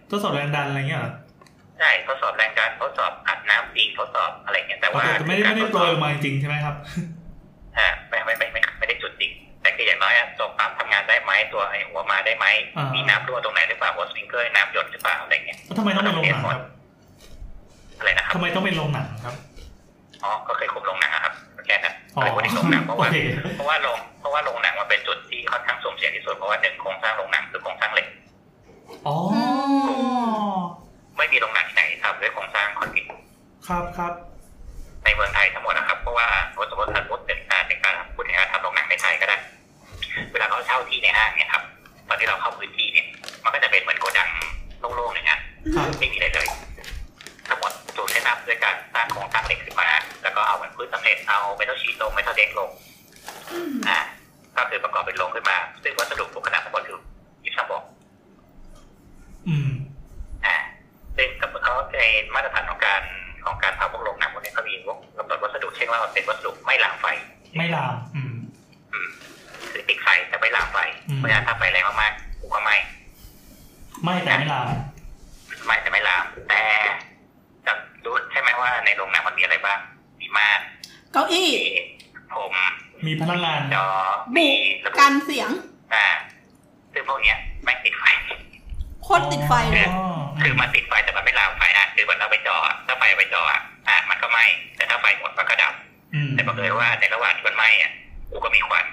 ทดสอบแรงดันอะไรเงี้ยเหรอใช่ทดสอบแรงดันทดสอบอัดน้ำจริงทดสอบอะไรเงี้ยแต่ว่าไม่ได้ไม่ได้โปรยมาจริงใช่ไหมครับอ่าไม่ไม่ไม่ไม่ไม่ได้จุดจริงแต่คืออย่างน้อยตัวปั๊มทำงานได้ไหมตัวไอหัวมาได้ไหมมีน้ำรั่วตรงไหนหรือเปล่าหัวสปริงเกอร์น้ำหยดหรือเปล่าอะไรเงี้ยทำไมต้องเป็นโรงหนังครับอะไรนะครับทำไมต้องเป็นโรงหนังครับอ๋อก็เคยคุมโรงหนังครับแค่นั้นเคยคุมโรงหนังเพราะว่าเพราะว่าโรงเพราะว่าโรงหนังมันเป็นจุดที่ค่อนข้างสุ่มเสี่ยงที่สุดเพราะว่าหนึ่งโครงสร้างโรงหนังคือโครงสร้างเหล็กอ๋อไม่มีโรงหนังที่ไหนทำด้วยโครงสร้างคอนกรีตครับครับในเมืองไทยทั้งหมดนะครับเพราะว่าสมมติถ้าพูดถึงการในการพูดถึงการทำโรงหนังในไทยก็ได้เวลาเขาเช่าที่ในห้างเนี่ยครับตอนที่เราเข้าพื้นที่เนี่ยมันก็จะเป็นเหมือนโกดังโล่งๆอย่างเงี้ยไม่มีอะไรเลยทั้งหมดถูกเซตอัพด้วยการสร้างโครงสร้างเหล็กขึ้นมาแล้วก็เอาเหมือนพื้นสำเร็จเอาเมทัลชีทลงเมทัลเด็กลงอ่าก็คือประกอบเป็นโรงขึ้นมาซึ่งวัสดุทุกขนาดทั้งหมดคือยิปซัมบล็อกอืมอ่าซึ่งกับเขาในมาตรฐานของการของการทำพวกโรงหนังพวกนี้เขามีกำหนดวัสดุเช่นว่าเป็นวัสดุไม่หลามไฟไม่หลามอืมอืมคือติดไฟแต่ไม่หลามไฟเพราะฉะนั้นถ้าไฟแรงมากๆกูก็ไม่ไม่แต่ไม่หลามไม่แต่ไม่หลามแต่จะรู้ใช่ไหมว่าในโรงหนังมันมีอะไรบ้างมีม่านเก้าอี้ผมมีพนักงานจอมีกันเสียงอ่าซึ่งพวกนี้ไม่ติดไฟโคตรติดไฟเลยคือมันติดไฟแต่มันไม่ลามไฟอ่ะคือวันเราไปจอถ้าไฟไปจออ่ะอ่ะมันก็ไหม้แต่ถ้าไฟหมดมันก็ดับแต่บังเอิญว่าในระหว่างที่มันไหม้อ่ะกูก็มีควัน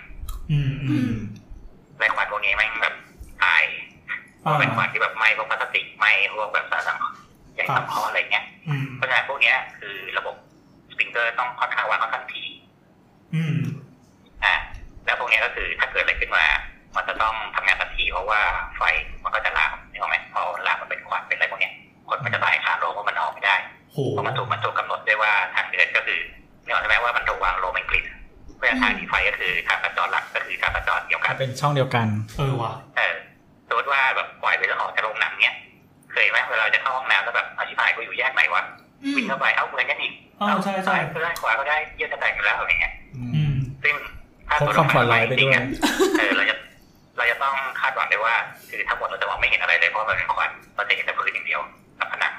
และควันพวกนี้มันแบบตายเพราะเป็นควันที่แบบไหม้พวกพลาสติกไหม้พวกแบบสารสังอย่างสังเคราะห์อะไรเงี้ยเพราะฉะนั้นพวกนี้คือระบบสปริงเกอร์ต้องค่อนข้างวางค่อนข้างถี่อ่าแล้วพวกนี้ก็คือถ้าเกิดอะไรขึ้นมามันจะต้องทำงานทันทีเพราะว่าไฟมันก็จะลามนี่หรอไหมพอลามมันเป็นควันเป็นอะไรพวกนี้คนมันจะตายคาโรงเพราะมันออกไม่ได้เพราะมันถูกมันถูกกำหนดด้วยว่าทางเดินก็คือนี่หรอใช่ไหมว่ามันถูกวางโรแมนกริดเพื่อทางหนีไฟก็คือทางสัญจรหลักก็คือทางสัญจรเดียวกันเป็นช่องเดียวกันเออว่ะเออสมมติว่าแบบปล่อยไปแล้วออกจากโรงหนังเนี้ยเคยไหมเวลาจะเข้าห้องน้ำแล้วแบบอธิบายกูอยู่แยกไหนวะวิ่งเข้าไปเอาเหมือนกันอีกเอาใช่ใช่ก็ได้ขวาก็ได้เยื่อจะแตกอยู่แล้วอะไรเงี้ยซึ่งถ้าตัวเราไม่จริงอ่ะเออเราจะเราจะต้องคาดหวังได้ว่าคือทั้งหมดเราจะมองไม่เห็นอะไรเลยเพราะมันเป็นควันเราจะเห็นแต่พื้นอย่างเดียวกับผนัง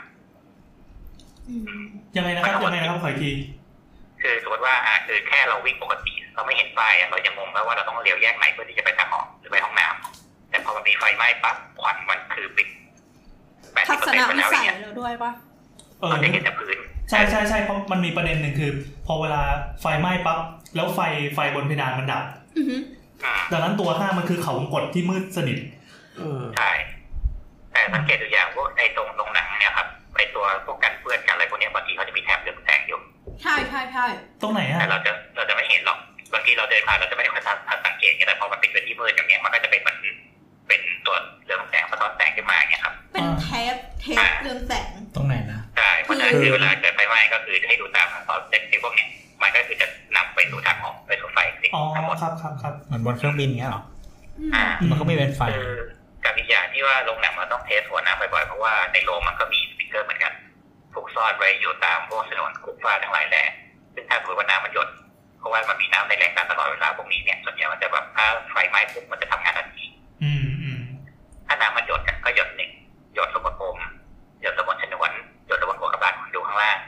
ยังไงนะครับยังไงนะครับขออีกทีคือสมมติว่าอ่าคือแค่เราวิ่งปกติเราไม่เห็นไฟอ่ะเราจะงงแล้วว่าเราต้องเลี้ยวแยกไหนเพื่อที่จะไปทางออกหรือไปห้องน้ำแต่พอมันมีไฟไหม้ปั๊บควันมันคือปิดแปดสิบเปอร์เซ็นต์ไปแล้วอย่างเงี้ยด้วยป่ะเออจะเห็นแต่พื้นใช่ใช่ใช่เพราะมันมีประเด็นหนึ่งคือพอเวลาไฟไหม้ปั๊บแล้วไฟไฟบนเพดานมันดับดังนั้นตัวห้างมันคือเขาวงกตที่มืดสนิทใช่แต่สังเกตตัวอย่างพวกไอ้ตรงโรงหนังเนี่ยครับไอ้ตัวพวกกันเปื้อนกันอะไรพวกนี้บางทีเขาจะมีแถบเรืองแสงอยู่ใช่ใช่ใช่ตรงไหนอ่ะแต่เราจะเราจะไม่เห็นหรอกบางทีเราเดินผ่านเราจะไม่ได้ค่อยสังเกตแต่พอมันติดเป็นที่มืดอย่างเงี้ยมันก็จะเป็นเหมือนเป็นตัวเรืองแสงสะท้อนแสงขึ้นมาอย่างเงี้ยครับเป็นเทปเทปเรืองแสงตรงไหนนะใช่เพราะฉะนั้นคือเวลาเกิดไฟไหม้ก็คือให้ดูตามเพราะเด็กพวกเนี้ยมันก็คือจะนำไปสู่ทางออกไปสู่ไฟทั้งหมดครับครับครับเหมือนบนเครื่องบินเงี้ยหรออ่ามันก็ไม่เป็นไฟกับอีกอย่างที่ว่าโรงหนังมันต้องเทสหัวน้ำบ่อยๆเพราะว่าในโรงมันก็มีสปริงเกอร์เหมือนกันถูกซ่อนไว้อยู่ตามพวกถนนคุกฟ้าทั้งหลายแหล่ซึ่งถ้าสมมติว่าน้ำมันหยดเพราะว่ามันมีน้ำในแรงดันตลอดเวลาพวกนี้เนี่ยส่วนใหญ่มันจะแบบถ้าไฟไหม้ปุ๊บมันจะทำงานทันทีถ้าน้ำมันหยดก็หยดหนึ่งหยดลงบนโฟมหยดลงบนฉนวนหยดลงบนหัวกระบาลดูข้างล่าง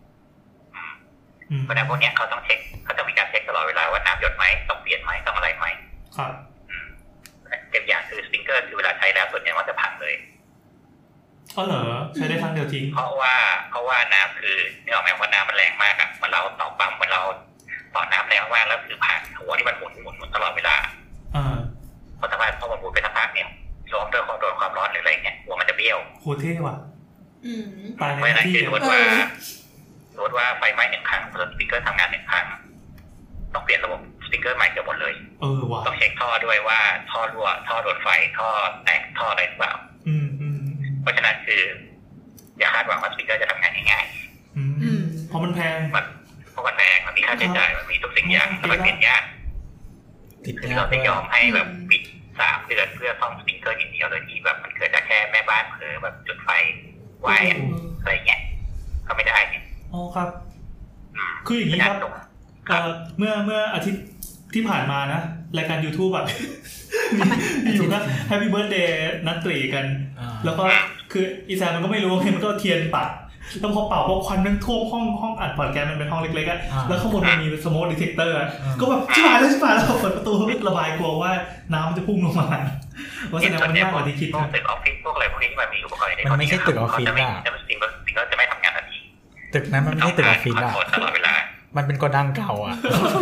เพราะฉะนั้นพวกนี้เขาต้องเช็คเขาต้องมีการเช็คตลอดเวลาว่าน้ำหยดไหมต้องเปลี่ยนไหมต้องอะไรไหมครับเก็บอย่างคือสปริงเกอร์คือเวลาใช้แล้วส่วนใหญ่มันจะพังเลยอ๋อเหรอใช้ได้ครั้งเดียวจริงเพราะว่าเพราะว่าน้ำคือนี่ออกไหมว่าน้ำมันแรงมากอ่ะมันเราต่อปั๊มมันเราต่อน้ำแรงมากแล้วคือผ่านหัวที่มันหมุนหมุนหมุนตลอดเวลาอ่าเพราะถ้าพอมันหมุนไปสักพักเนี่ยรวมด้วยความโดนความร้อนหรืออะไรเงี้ยหัวมันจะเบี้ยวโคตรเท่ว่ะอืมตายในที่สมมติว่าสมมติว่าไฟไหม้หนึ่งครั้งสปริงเกอร์ทำงานหนึ่งครั้งต้องเปลี่ยนระบบสปริงเกอร์ใหม่เกือบหมดเลยเออว่ะต้องเช็คท่อด้วยว่าท่อรั่วท่อโดนไฟท่อแตกท่ออะไรหรือเปล่าอืมอืมเพราะฉะนั้นคืออย่าคาดหวังว่าสปริงเกอร์จะทำงานง่ายๆอืมเพราะมันแพงมันเพราะมันแพงมันมีค่าใช้จ่ายมันมีทุกสิ่งอย่างแล้วมันเปลี่ยนยากคือเราจะยอมให้แบบปิดสามเดือนเพื่อซ่อมสปริงเกอร์อย่างเดียวโดยที่แบบมันเกิดจากแค่แม่บ้านเผลอแบบจุดไฟไว้อะไรเงี้ยก็ไม่ได้เนี่ยอ๋อครับคืออย่างนี้ครับเอ่อเมื่อเมื่ออาทิตย์ที่ผ่านมานะรายการ YouTube อ่ะอยู่ก็ Happy Birthday นักตรีกันแล้วก็คืออีแซมมันก็ไม่รู้ไงมันก็เทียนปัดต้องพอเป่าพวกควันมันท่วมห้องห้องอัดพอดแคสต์มันเป็นห้องเล็กๆอ่ะแล้วข้างบนมันมีสโมกดีเทคเตอร์ก็แบบชิบหายแล้วชิบหายแล้วเปิดประตูระบายกลัวว่าน้ำมันจะพุ่งลงมาว่าแสดงว่ามันยากกว่าที่คิดพวกตึกออฟฟิศพวกอะไรพวกนี้ที่มันมีอุปกรณ์มันไม่ใช่ตึกออฟฟิศอ่ะจะสิ่งสิ่งก็จะไม่ทำงานทันทีตึกนั้นมันไม่ใช่ตึกออฟฟิศอ่ะตลอดเวลามันเป็นโกดังเก่าอ่ะ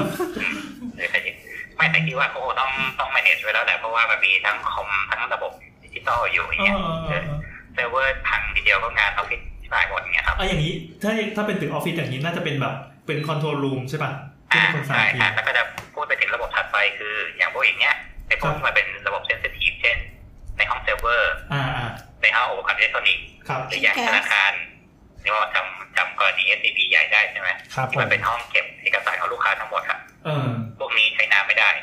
ไม่แต่คิดว่าเขาต้องต้อง manage ไว้แล้วแหละเพราะว่ามันมีทั้งคอมทั้งระบบดิจิตอลอยู่อย่างเงี้ยเซิร์ฟเวอร์พังทีเดียวก็งานออฟฟิศตายหมดเงี้ยครับอ่ะอย่างนี้ถ้าถ้าเป็นตึกออฟฟิศอย่างนี้น่าจะเป็นแบบเป็นคอนโทรลรูมใช่ป่ะที่เป็นคนสั่งทีแล้วก็จะพูดไปถึงระบบถัดไปคืออย่างพวกอย่างเงี้ยไอ้พวกที่มันเป็นระบบเซนซิทีฟเช่นในห้องเซิร์ฟเวอร์ในห้องอุปกรณ์อิเล็กทรอนิกส์หรืออย่างธนาคารนี่ว่าจำจำกรณี เอส ซี บี ใหญ่ได้ใช่ไหมที่มันเป็นห้องเก็บเอกสารของลูกค้าทั้งหมดครับพวกนี้ใช้น้ำไม่ได้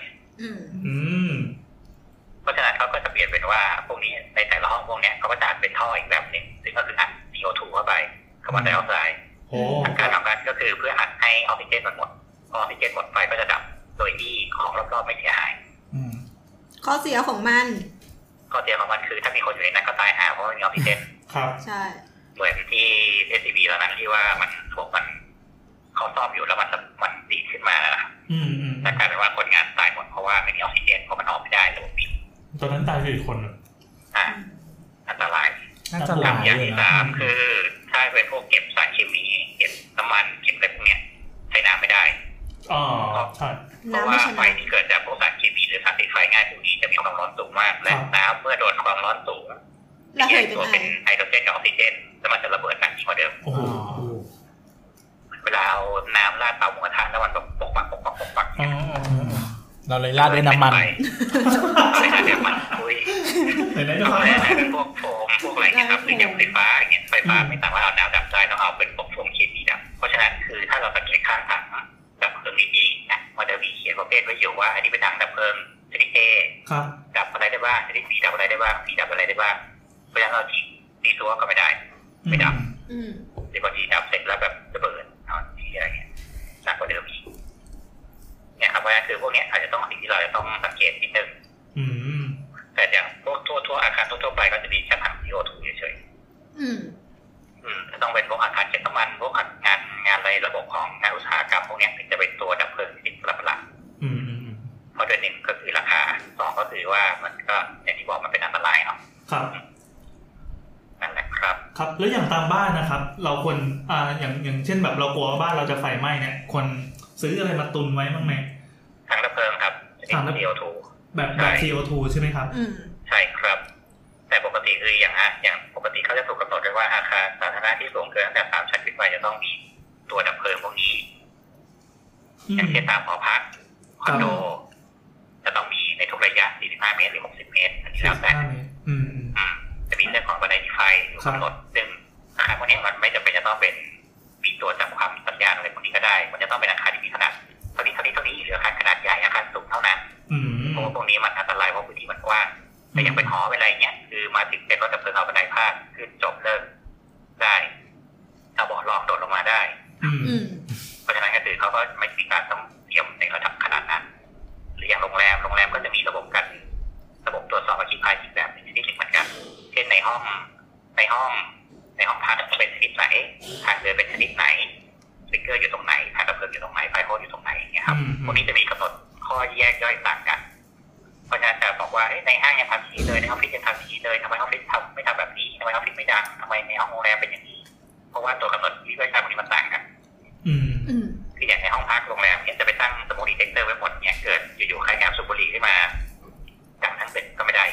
เพราะฉะนั้นเขาก็จะเปลี่ยนเป็นว่าพวกนี้ในแต่ละห้องพวกนี้เขาก็จะอัดเป็นท่ออีกแบบนึงซึ่งก็คืออัด ซี โอ ทู เข้าไปคาร์บอนไดออกไซด์การทำงานก็คือเพื่ออัดให้ออกซิเจนมันหมดพอออกซิเจนหมดไฟก็จะดับโดยที่ของรอบๆไม่เสียหายข้อเสียของมันข้อเสียของมันคือถ้ามีคนอยู่ในนั้นก็ตายหาเพราะไม่มีออกซิเจนครับใช่เหมือนที่ เอส ซี บี แล้วนั้นที่ว่ามันพวกมันเขาซ่อมอยู่แล้วมันมันดีขึ้นมาแล้วแต่กลายเป็นว่าคนงานตายหมดเพราะว่าไม่มีออกซิเจนเพราะมันออกไม่ได้ระบบปิดตอนนั้นตายกี่คนอ่าอันตรายอันตรายอย่างที่สามคือถ้าเป็นพวกเก็บสารเคมีเก็บน้ำมันเก็บอะไรพวกเนี้ยใช้น้ำไม่ได้อ๋อใช่เพราะว่าไฟที่เกิดจากพวกสารเคมีหรือสารติดไฟง่ายพวกนี้จะมีความร้อนสูงมากและน้ำเมื่อโดนความร้อนสูงจะแยกตัวเป็นไฮโดรเจนกับออกซิเจนแล้วมันจะระเบิดหนักยิ่งกว่าเดิมเวลาเอาน้ำราดเตาหมูกระทะแล้วมันปกปักปกปักปกปักเราเลยราดด้วยน้ำมันเลยราดด้วยน้ำมันคุยเป็นพวกโฟมพวกอะไรเงี้ยครับหรืออย่างไฟฟ้าอย่างเงี้ยไฟฟ้าไม่สามารถเอาน้ำดับได้ต้องเอาเป็นพวกโฟมเคมีดับเพราะฉะนั้นคือถ้าเราสังเกตข้างถังดับเพลิงดีๆนะมันจะมีเขียนประเภทไว้อยู่ว่าอันนี้เป็นถังดับเพลิงชนิด A ดับอะไรได้บ้างชนิด B ดับอะไรได้บ้าง C ดับอะไรได้บ้างเพราะฉะนั้นเราจีตีตัวก็ไม่ได้ไม่ดับหรือบางทีดับเสร็จแล้วแบบระเบิดนอนที่อะไรเงี้ยหนักกว่าเดิมอีกเนี่ยครับเพราะฉะนั้นคือพวกนี้อาจจะต้องสิ่งที่เราจะต้องสังเกตนิดนึงแต่อย่างพวกทั่วทั่วอาคารทั่วๆไปก็จะมีแค่ถัง ซี โอ ทู เฉยๆอืมอืมต้องเป็นพวกอาคารเก็บน้ำมันพวกงานงานอะไรระบบของงานอุตสาหกรรมพวกนี้ถึงจะเป็นตัวดับเพลิงที่เป็นหลักๆเพราะโดยหนึ่งก็คือราคาสองก็คือว่ามันก็อย่างที่บอกมันเป็นอันตรายเนาะครับนั่นแหละครับครับแล้วอย่างตามบ้านนะครับเราควรอ่าอย่างอย่างเช่นแบบเรากลัวบ้านเราจะไฟไหม้เนี่ยควรซื้ออะไรมาตุนไว้บ้างไหมถังดับเพลิงครับถังดับซี โอ ทูแบบแบบ ซี โอ ทู ใช่ไหมครับใช่ครับแต่ปกติคืออย่างอ่ะอย่างปกติเขาจะถูกกำหนดไว้ว่าอาคารสาธารณะที่สูงเกินตั้งแต่สามชั้นขึ้นไปจะต้องมีตัวดับเพลิงพวกนี้อย่างเช่นตามหอพักคอนโดจะต้องมีในทุกระยะสี่สิบห้าเมตรหรือหกสิบเมตรอันนี้แล้วแต่จะมีเรื่องของบันไดหนีไฟกำหนดซึ่งอาคารพวกนี้มันไม่จำเป็นจะต้องเป็นมีตัวจับความสัญญาณอะไรพวกนี้ก็ได้มันจะต้องเป็นอาคารที่มีขนาดเท่านี้เท่านี้เท่านี้หรืออาคารขนาดใหญ่อาคารสูงเท่านั้นเพราะว่าพวกนี้มันอันตรายเพราะพื้นที่มันกว้างแต่อย่างเป็นหอเป็นอะไรเงี้ยคือมาถึงเป็นรถดับเพลิงเอาบันไดพาดขึ้นจบเลิกได้เอาเบาะรองโดดลงมาได้เพราะฉะนั้นก็คือเขาก็ไม่มีการต้องเตรียมในระดับขนาดนั้นหรืออย่างโรงแรมโรงแรมก็จะมีระบบกันระบบตรวจสอบอัคคีภัยอีกแบบนึงที่เหมือนกันเช่นในห้องในห้องในห้องพักจะเป็นชนิดไหนทางเดินเป็นชนิดไหนสติ๊กเกอร์อยู่ตรงไหนทางดับเพลิงอยู่ตรงไหนไฟโฮสอยู่ตรงไหนอย่างเงี้ยครับพวกนี้จะมีกำหนดข้อแยกย่อยต่างกันเพราะฉะนั้นจะบอกว่าในห้างยังทำทีเลยในออฟฟิศยังทำทีเลยทำไมออฟฟิศทำไม่ทำแบบนี้ทำไมออฟฟิศไม่ดังทำไมในห้องโรงแรมเป็นอย่างนี้เพราะว่าตัวกำหนดวิธีการพวกนี้มันต่างกันคืออย่างในห้องพักโรงแรมเนี่ยจะไปตั้งสโมกดีเทคเตอร์ไว้หมดเนี่ยเกิดอยู่ๆใครแอบสูบบุหรี่ขึ้นมาดังทั้งเป็นก็ไม่ได้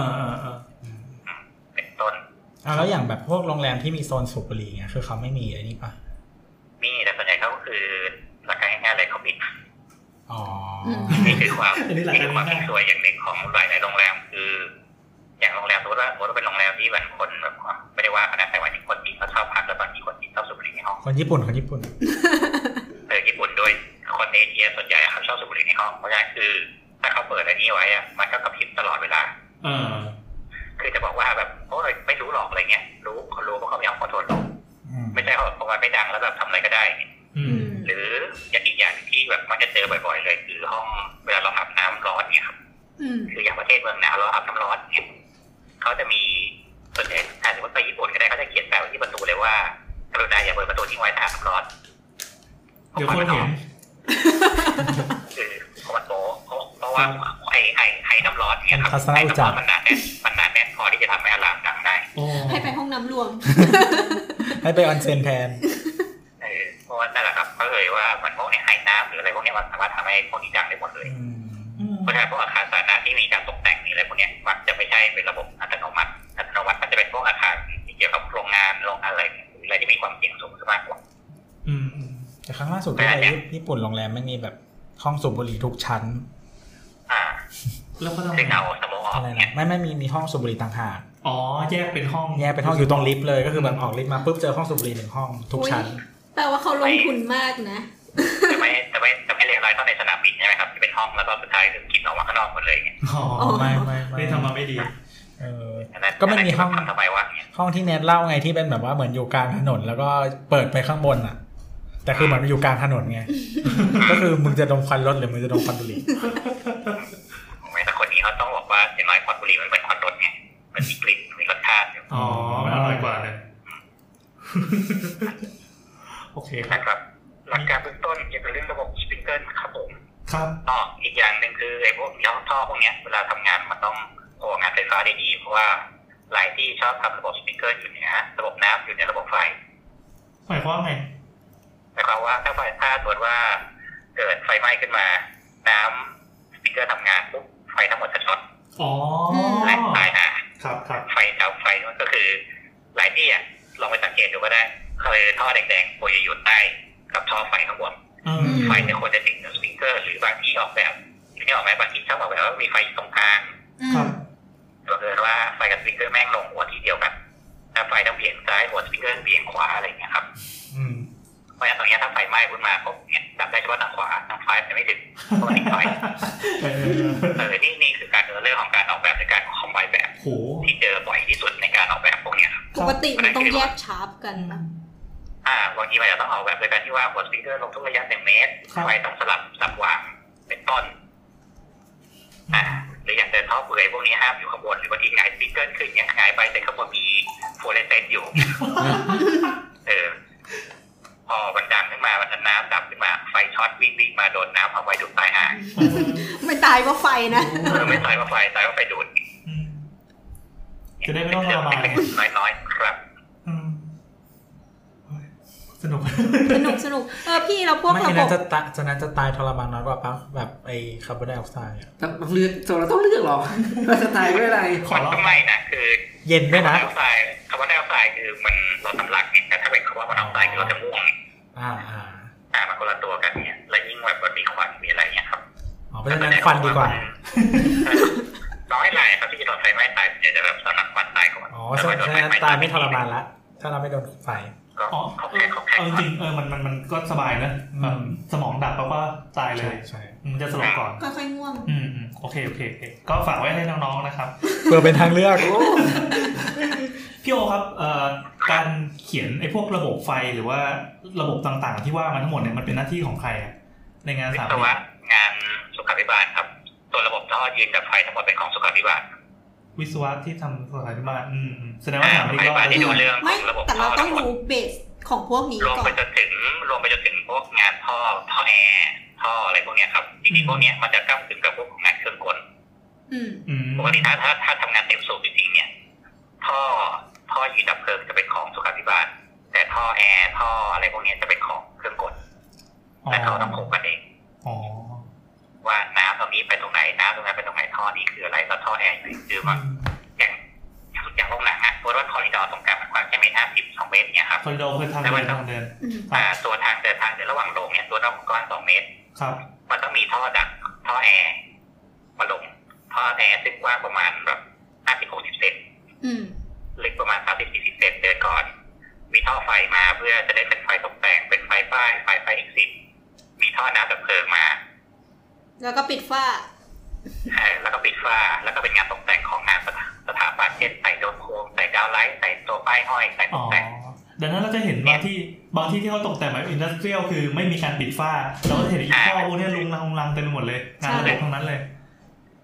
เป็นต้นอ่าแล้วอย่างแบบพวกโรงแรมที่มีโซนสูบบุหรี่เงี้ยคือเขาไม่มีไอ้นี่ป่ะมีแต่ส่วนใหญ่เขาก็คือหลักการง่ายๆเลยเขาปิดอ๋อนี่คือความนี่คือความที่สวยอย่างหนึ่งของหลายๆโรงแรมคืออย่างโรงแรมสมมติว่าสมมติว่าเป็นโรงแรมที่แบบคนแบบไม่ได้ว่าขนาดแต่ว่าที่คนจีนเขาชอบพักแล้วบางทีคนจีนชอบสูบบุหรี่ในห้องคนญี่ปุ่นคนญี่ปุ่นเออญี่ปุ่นโดยคนเอเชียส่วนใหญ่เขาชอบสูบบุหรี่ในห้องเพราะฉะนั้นคือถ้าเขาเปิดอันนี้ไว้อะมันก็กระพริบตลอดเวลาคือจะบอกว่าแบบโอ้ยไม่รู้หรอกอะไรเงี้ยรู้เขารู้เพราะเขาไม่เอาขอโทษหรอกไม่ใช่เขาเพราะว่าไม่ดังแล้วแบบทำอะไรก็ได้หรืออย่างอีกอย่างที่แบบมันจะเจอบ่อยๆเลยคือห้องเวลาเราอาบน้ำร้อนเนี่ยครับคืออย่างประเทศเมืองหนาวเราอาบน้ำร้อนเนี่ยเขาจะมีส่วนใหญ่ถ้าสมมติไปญี่ปุ่นก็ได้เขาจะเขียนแปะไว้ที่ประตูเลยว่ากรุณาอย่าเปิดประตูทิ้งไว้ถ้าน้ำร้อนเดี๋ยวคนเห็นคือเพราะมันโป๊ะเพราะว่าไอ้ไอ้ไอ้น้ำร้อนเนี่ยครับไอ้น้ำร้อนมันหนาแน่นมันหนาแน่นพอที่จะทำให้อะลามดังได้ให้ไปห้องน้ำรวมให้ไปออนเซ็นแทนเออเพราะว่านั่นแหละครับก็เลยว่ามันพวกเนี่ยไอ้น้ำหรืออะไรพวกนี้มันสามารถทำให้พวกนี้ดังได้หมดเลยเพราะฉะนั้นพวกอาคารสาธารณะที่มีการตกแต่งอะไรพวกนี้มักจะไม่ใช่เป็นระบบอัตโนมัติอัตโนมัติมันจะเป็นพวกอาคารที่เกี่ยวกับโรงงานโรงอะไรอะไรที่มีความเสี่ยงสูงมากกว่าอืมแต่ครั้งล่าสุดที่ไปญี่ปุ่นโรงแรมไม่มีแบบห้องสูบบุหรี่ทุกชั้นอ่าแล้วก็ต้องเอาสโมกอะไรนะไม่ไม่มีมีห้องสูบบุหรี่ต่างหากอ๋อแยกเป็นห้องแยกเป็นห้องอยู่ตรงลิฟต์เลยก็คือแบบออกลิฟต์มาปุ๊บเจอห้องสูบบุหรี่หนึ่งห้องทุกชั้นแปลว่าเขาลงทุนมากนะแต่ไม่แต่ไม่แต่ไม่เรียกอะไรต้องในสนามบินใช่ไหมครับที่เป็นห้องแล้วก็สุดท้ายคือกินออกมาข้างนอกหมดเลยอ๋อไม่ไม่ไม่ทำมาไม่ดีเออก็ไม่มีห้องทำไมวะห้องที่เน็ตเล่าไงที่เป็นแบบว่าเหมือนอยู่กลางถนนแล้วก็เปิดไปข้างบนอ่ะแต่คือเหมือนอยู่กลางถนนไงก็คือมึงจะดมควันรถหรือมึงจะดมควันบุหรี่ไม่แต่คนนี้เขาต้องบอกว่าอย่างน้อยควันบุหรี่มันเหมือนควันรถไงมันมีกลิ่นมีรสชาติอ๋อมันอร่อยกว่าเลยโอเคครับหลักการเบื้องต้นเกี่ยวกับเรื่องระบบสปริงเกิลครับผมครับอ๋ออีกอย่างหนึ่งคือไอ้พวกท่อพวกนี้เวลาทำงานมันต้องโอ้งานไฟฟ้าได้ดีเพราะว่าหลายที่ชอบทำระบบสปริงเกิลอยู่เนี่ยระบบน้ำอยู่ในระบบไฟหมายความไงหมายความว่าถ้าไฟถ้าตรวจว่าเกิดไฟไหม้ขึ้นมาน้ำสปริงเกอร์ทำงานปุ๊บไฟทั้งหมดจะช็อตอ๋อและตายห่าครับครับไฟแถวไฟมันก็คือหลายที่อ่ะลองไปสังเกตดูก็ได้เคยท่อแดงๆโปรยอยู่ใต้กับท่อไฟข้างบนไฟจะควรจะติดกับสปริงเกอร์หรือบางที่ออกแบบที่ออกแบบบางที่ชอบออกแบบว่ามีไฟตรงกลางครับก็คือว่าไฟกับสปริงเกอร์แม่งลงหัวทีเดียวกันถ้าไฟต้องเบี่ยงซ้ายหัวสปริงเกอร์เบี่ยงขวาอะไรอย่างเงี้ยครับเพราะอย่างตรงนี้ถ้าไฟไหม้ขึ้นมาปุ๊บเนี่ยจับได้เฉพาะทางขวาทางซ้ายจะไม่ถึงเพราะติดไฟเออนี่นี่คือการเรื่องของการออกแบบในการคอมไบแบบที่เจอบ่อยที่สุดในการออกแบบพวกนี้ครับปกติมันต้องแยกชาร์ปกันนะอ่าบางทีมันจะต้องออกแบบโดยการที่ว่าหัวสปริงเกอร์ลงทุกระยะหนึ่งเมตรไฟต้องสลับสับวางเป็นต้นอ่าหรืออย่างเดินท่อเปลือยพวกนี้ห้ามอยู่ข้างบนหรือบางทีหงายสปริงเกอร์ขึ้นเนี่ยหงายไปแต่ข้างบนมีฟลูออเรสเซนต์อยู่เออพอมันดังขึ้นมามันน้ำดับขึ้นมาไฟช็อตวิ่งวิ่งมาโดนน้ำเอาไว้ดูดตายห่าไม่ตายเพราะไฟนะไม่ตายเพราะไฟตายเพราะไฟดูดจะได้ไม่ต้องทรมานน้อยๆครับสนุกสนุกสนุกเออพี่เราพวกระบบจะตายจะนั้นจะตายทรมานน้อยกว่าปะแบบไอ้คาร์บอนไดออกไซด์ต้องเลือกเราต้องเลือกหรอว่าจะตายด้วยอะไรขอต้องไม่นะคือเย็นด้วยนะคาร์บอนไดออกไซด์คาร์บอนไดออกไซด์คือมันเราสำลักเนี่ยแต่ถ้าเป็นคาร์บอนไดออกไซด์คือเราจะม่วงอ่าอ่าอ่ามันคนละตัวกันเนี่ยแล้วยิ่งแบบมันมีควันมีอะไรเนี่ยครับอ๋อเพราะฉะนั้นควันดีกว่าน้อยหลายครับที่จะโดนไฟไหม้ตายเนี่ยจะแบบสำลักควันตายก่อนอ๋อฉะนั้นตายไม่ทรมานละถ้าเราไม่โดนไฟอ๋อเออจริงเออมันมันมันก็สบายนะแบบสมองดับแล้วก็ตายเลยใช่มันจะสลบก่อนค่อยๆง่วงอืมโอเคโอเคโอเคก็ฝากไว้ให้น้องๆนะครับเพื่อเป็นทางเลือกพี่โอครับเอ่อการเขียนไอ้พวกระบบไฟหรือว่าระบบต่างๆที่ว่ามันทั้งหมดเนี่ยมันเป็นหน้าที่ของใครในงานสถาปัตย์งานสุขาภิบาลครับตัวระบบท่อยืนกับไฟทั้งหมดเป็นของสุขาภิบาลวิศวะที่ทำสุขาภิบาลอืมแสดงว่าสถาปัตย์ก็ที่ดูเรื่องไม่แต่เราต้องรู้เบสของพวกนี้รวมไปจนถึงรวมไปจนถึงพวกงานท่อท่อแอร์ท่ออะไรพวกนี้ครับจริงๆพวกนี้มันจะก้ำถึงกับพวกงานเครื่องกลปกติถ้าถ้าถ้าทำงานเต็มสูบจริงๆเนี่ยท่อท่อยืนดับเพลิงจะเป็นของสุขาภิบาลแต่ท่อแอร์ท่ออะไรพวกนี้จะเป็นของเครื่องกลและเขาต้องคุมกันเองว่าน้ำตรงนี้ไปตรงไหนน้ำตรงนั้นไปตรงไหนท่อนี้คืออะไรแล้วท่อแอร์คือมันอย่างอย่างโรงหนังอะเพราะว่าคอริดอร์ตรงกลางมันกว้างแค่เมตรห้าสิบสองเมตรเนี่ยครับคอริดอร์คือทางเดินทางเดินตัวทางเดินทางเดินระหว่างโรงเนี่ยตัวน้ำก้อนสองเมตรครับมันต้องมีท่อดักท่อแอร์มาลงท่อแอร์ซึ่งกว้างประมาณแบบห้าสิบหกสิบเซนลึกประมาณสามสิบสี่สิบเซนเดินก่อนมีท่อไฟมาเพื่อจะได้เป็นไฟตกแต่งเป็นไฟป้ายไฟไฟเอ็กซิสมีท่อน้ำดับเพลิงมาแล้วก็ปิดฝ้าใช่แล้วก็ปิดฝ้าแล้วก็เป็นงานตกแต่งของงานสถาปัตย์เช่นใส่โดมโคมใส่ดาวไลท์ใส่ตัวป้ายห้อยใส่ตกแต่งดังนั้นเราจะเห็นบางที่บางที่ที่เขาตกแต่งแบบอินดัสเทรียลคือไม่มีการปิดฝ้าเราก็เห็นอีกท่อพวกนี้ลุงลังลุงลังเต็มไปหมดเลยงานระบบทั้งนั้นเลยซึ่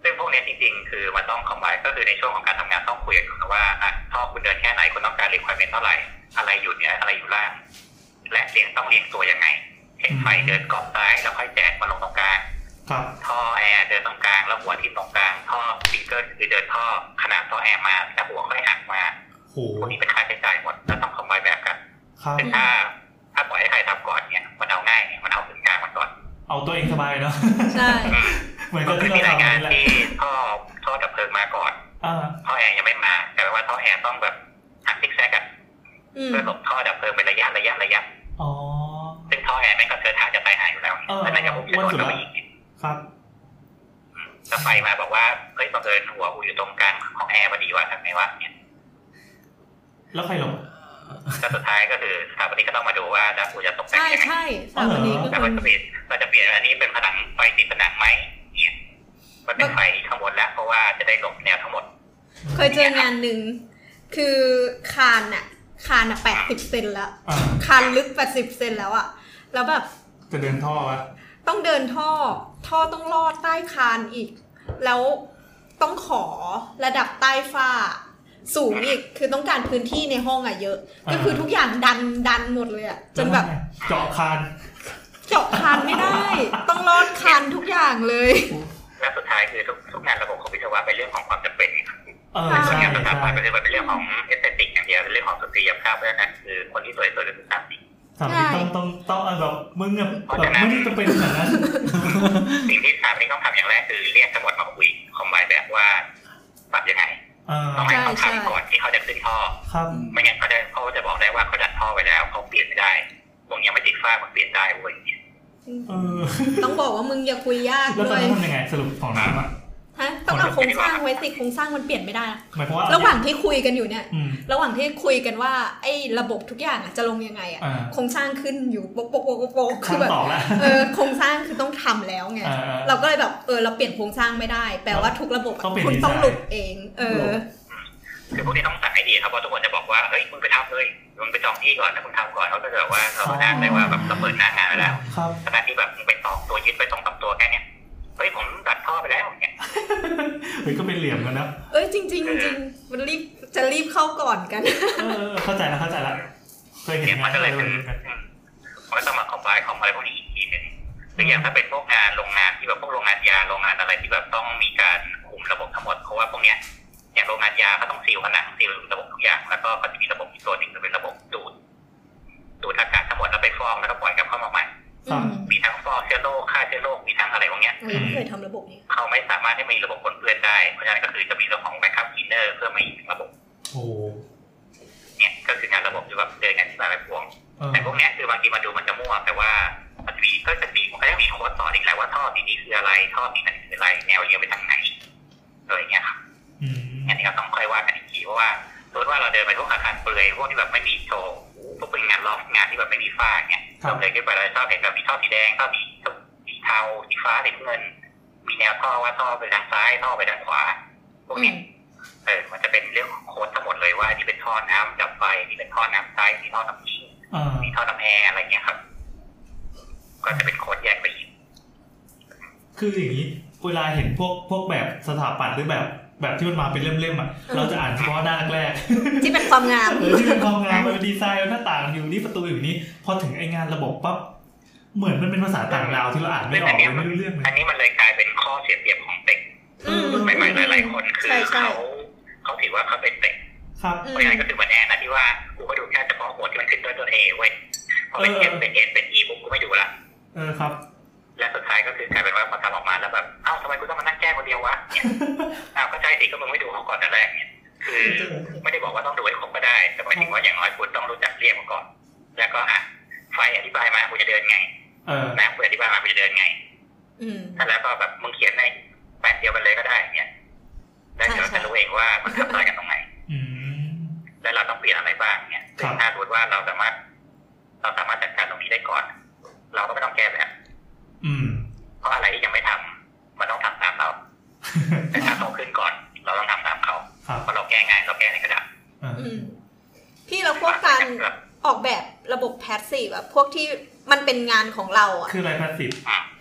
ซึ่งพวกนี้จริงๆคือมันต้องคอมไบน์ก็คือในช่วงของการทำงานต้องคุยกันว่าอ่ะท่อคุณเดินแค่ไหนคุณต้องการ requirement เท่าไหร่อะไรอยู่เหนืออะไรอยู่ล่างและเรียงต้องเรียงตัวยังไงเห็นไฟเดินกรอบซ้ายแล้วค่อยแจกมาลงตรงกลางท่อแอร์เดินตรงกลางแล้วหัวทิ่มตรงกลางท่อสปริงเกิลคือเดินท่อขนาดท่อแอร์มาแล้วหัวค่อยหักมาพวกนี้เป็นค่าใช้จ่ายหมดแล้วต้องคอมไบน์แบบกันซึ่งถ้าถ้าปล่อยให้ใครทำก่อนเนี่ยมันเอาง่ายมันเอาถึงกลางมันก่อนเอาตัวเองสบายเนาะใช่เหมือนกับที่เราทำนี่แหละที่ท่อท่อดับเพลิงมาก่อนท่อแอร์ยังไม่มาแต่ว่าท่อแอร์ต้องแบบหักซิกแซกอะเพื่อหลบท่อดับเพลิงเป็นระยะระยะระยะอ๋อซึ่งท่อแอร์แม่งก็เกิดทางจะไปหายอยู่แล้วแต่นั่นจะพุ่งชนเข้าไปอีกครับถ้าไฟมาบอกว่าเฮ้ยบังเอิญหัวกูอยู่ตรงกลางของแอร์พอดีว่าทำไงวะเนี่ยแล้วใครหลบแต่สุดท้ายก็คือสถาปนิกก็ต้องมาดูว่าจะกูจะตกแต่งยังไงใช่ใช่สถาปนิกก็คือจะเปลี่ยนเราจะเปลี่ยนอันนี้เป็นผนังไฟติดผนังไหมเนี่ยมันเป็นไฟข้างบนแล้วเพราะว่าจะได้หลบแนวทั้งหมดเคยเจองานหนึ่งคือคานอะคานอะแปดสิบเซนแล้วคานลึกแปดสิบเซนแล้วอะแล้วแบบจะเดินท่อวะต้องเดินท่อท่อต้องลอดใต้คานอีกแล้วต้องขอระดับใต้ฝ้าสูงอีกคือต้องการพื้นที่ในห้องอะเยอะก็คือทุกอย่างดันดันหมดเลยอะจนแบบเจาะคานเจาะคานไม่ได้ต้องลอดคานทุกอย่างเลยและสุดท้ายคือทุกทุกงานระบบของวิศวะเป็นเรื่องของความจำเป็นเออส่วนงานสถาปัตย์เป็นเรื่องของเอสเตติกอย่างเดียวเป็นเรื่องของสุริยภาพเพราะฉะนั้นคือคนที่สวยๆหรือสถาปนิกสถาปนิกต้องต้องต้องแบบมึงแบบแบบไม่ได้จะเป็นขนาดนั้นสิ่งที่สถาปนิกต้องทำอย่างแรกคือเรียกทั้งหมดมาคุยคอมไบน์แบบว่าปรับยังไงต้องให้เขาทำก่อนที่เขาจะขึ้นท่อไม่งั้นเขาจะเขาจะบอกได้ว่าเขาดัดท่อไปแล้วเขาเปลี่ยนไม่ได้วงยังไม่ติดฝ้ามันเปลี่ยนได้เว้ยต้องบอกว่ามึงอย่าคุยยากด้วยแล้วตอนนี้ทำยังไงสรุปของน้ำอ่ะฮะต้องเอาโครงสร้างไว้สิโครงสร้างมันเปลี่ยนไม่ได้หมายความว่าระหว่างที่คุยกันอยู่เนี่ยระหว่างที่คุยกันว่าไอ้ระบบทุกอย่างจะลงยังไงอ่ะโครงสร้างขึ้นอยู่โป๊กโป๊กโป๊กโป๊กคือแบบเออโครงสร้างคือต้องทำแล้วไงเราก็เลยแบบเออเราเปลี่ยนโครงสร้างไม่ได้แปลว่าทุกระบบคุณต้องหลุดเองเออคือพวกนี้ต้องสั่งให้ดีครับเพราะทุกคนจะบอกว่าเฮ้ยมึงไปทำเลยมึงไปจองที่ก่อนนะมึงทำก่อนเขาจะแบบว่าเราอ้างได้ว่าแบบเราเปิดหน้างานไปแล้วขณะที่แบบมึงไปตอกตัวยึดไปสองสามตัวแค่นี้เฮ้ยผมดัดท่อไปแล้วเนี่ยเฮ้ยก็เป็นเหลี่ยมกันนะเอ้ยจริงจริงจริงมันรีบจะรีบเข้าก่อนกันเออเข้าใจแล้วเข้าใจแล้วเคยเห็นมันก็เลยเป็นมันก็ต้องมาคอมไบน์ของอะไรพวกนี้อีกทีนึงคืออย่างถ้าเป็นพวกงานโรงงานที่แบบพวกโรงงานยาโรงงานอะไรที่แบบต้องมีการคุมระบบทั้งหมดเพราะว่าพวกเนี้ยอย่างโรงงานยาเขาต้องซีลผนังซีลระบบทุกอย่างแล้วก็เขาจะมีระบบอีกตัวหนึ่งเป็นระบบดูดดูดอากาศทั้งหมดแล้วไปฟอกแล้วก็ปล่อยกลับเข้ามาใหม่มีทั้งฟอกเชื้อโรคฆ่าเชื้อโรคมีทั้งอะไรพวกเนี้ยไม่เคยทำระบบนี้เขาไม่สามารถให้มีระบบปนเปื้อนได้เพราะฉะนั้นก็คือจะมีเรื่องของแบ็คอัพคลีนเนอร์เพื่อไม่ระบบโอ้เนี่ยก็คืองานระบบที่แบบเดินกันที่มาไม่พวงแต่พวกเนี้ยคือบางทีมาดูมันจะมั่วแต่ว่ามันจะมีก็จะมีมันก็จะมีโค้ดสอนอีกแล้วว่าท่อสีนี้คืออะไรท่อสีนั้นคืออะไรแนวเลี้ยวไปทางไหนอะไรอย่างเงี้ยครับอันนี้ก็ต้องค่อยว่ากันอีกทีเพราะว่าสมมติว่าเราเดินไปพวกอาคารเปลือยพวกที่แบบไม่มีโชว์พวกเป็นงานล็อกงานที่แบบไม่มีฝ้าเนี่ยเราเคยขึ้นไปแล้วชอบเห็นแบบมีท่อสีแดงท่อสีสีเทาสีฟ้าสีน้ำเงินมีแนวท่อว่าท่อไปทางซ้ายท่อไปทางขวาพวกนี้เออมันจะเป็นเรื่องของโค้ดทั้งหมดเลยว่านี่เป็นท่อน้ำดับไฟนี่เป็นท่อน้ำใช้นี่ท่อน้ำทิ้งนี่ท่อน้ำแอร์อะไรเงี้ยครับก็จะเป็นโค้ดแยกไปอีกคืออย่างนี้เวลาเห็นพวกพวกแบบสถาปัตย์หรือแบบแบบที่มันมาเป็นเล่มๆอ่ะเราจะอ่านเฉพาะหน้าแรกที่เป็นความงามเออที่เป็นความงามเป็นดีไซน์หน้าต่างอยู่นี่ประตูอยู่นี้พอถึงไองานระบบปั๊บเหมือนมันเป็นภาษาต่างดาวที่เราอ่านไม่ออกไม่รู้เรื่องเลยอันนี้มันเลยกลายเป็นข้อเสียเปรียบของเด็กรุ่นใหม่ๆหลายๆคนคือเขาเขาถือว่าเขาเป็นเด็กเพราะฉะนั้นก็คือมันแน่นะที่ว่ากูก็ดูแค่เฉพาะหัวที่มันขึ้นด้วยตัวเอเว้ยพอเป็นเอเป็นเอเป็นอีปุ๊บกูไม่ดูละเออครับและสุดท้ายก็คือกลายเป็นว่าพอทำออกมาแล้วแบบเอ้าทำไมกูต้องมานั่งแก้คนเดียววะเนี่ยอ้าวก็ใช่สิก็มึงไม่ดูเขาก่อนแต่แรกเนี่ยคือไม่ได้บอกว่าต้องดูให้ครบก็ได้แต่หมายถึงว่าอย่างน้อยคุณต้องรู้จักเรียกมาก่อนแล้วก็อ่ะไฟอธิบายมาคุณจะเดินไงนะคุณอธิบายมาคุณจะเดินไงถ้าแล้วก็แบบมึงเขียนในแปดเดียวกันเลยก็ได้เนี่ยแล้วเดี๋ยวจะรู้เองว่ามันทำอะไรกันตรงไหนแล้วเราต้องเปลี่ยนอะไรบ้างเนี่ยถ้ารู้ว่าเราสามารถเราสามารถจัดการตรงนี้ได้ก่อนเราก็ไม่ต้องแก้แบบเพราะอะไรที่ยังไม่ทำมันต้องทำตามเราแต่ถ้าเขาขึ้นก่อนเราต้องทำตามเขาเพราะเราแก้ง่ายเราแก้ในกระดาษพี่เราพวกการออกแบบระบบแพสซีฟแบบพวกที่มันเป็นงานของเราอ่ะคืออะไรแพสซีฟ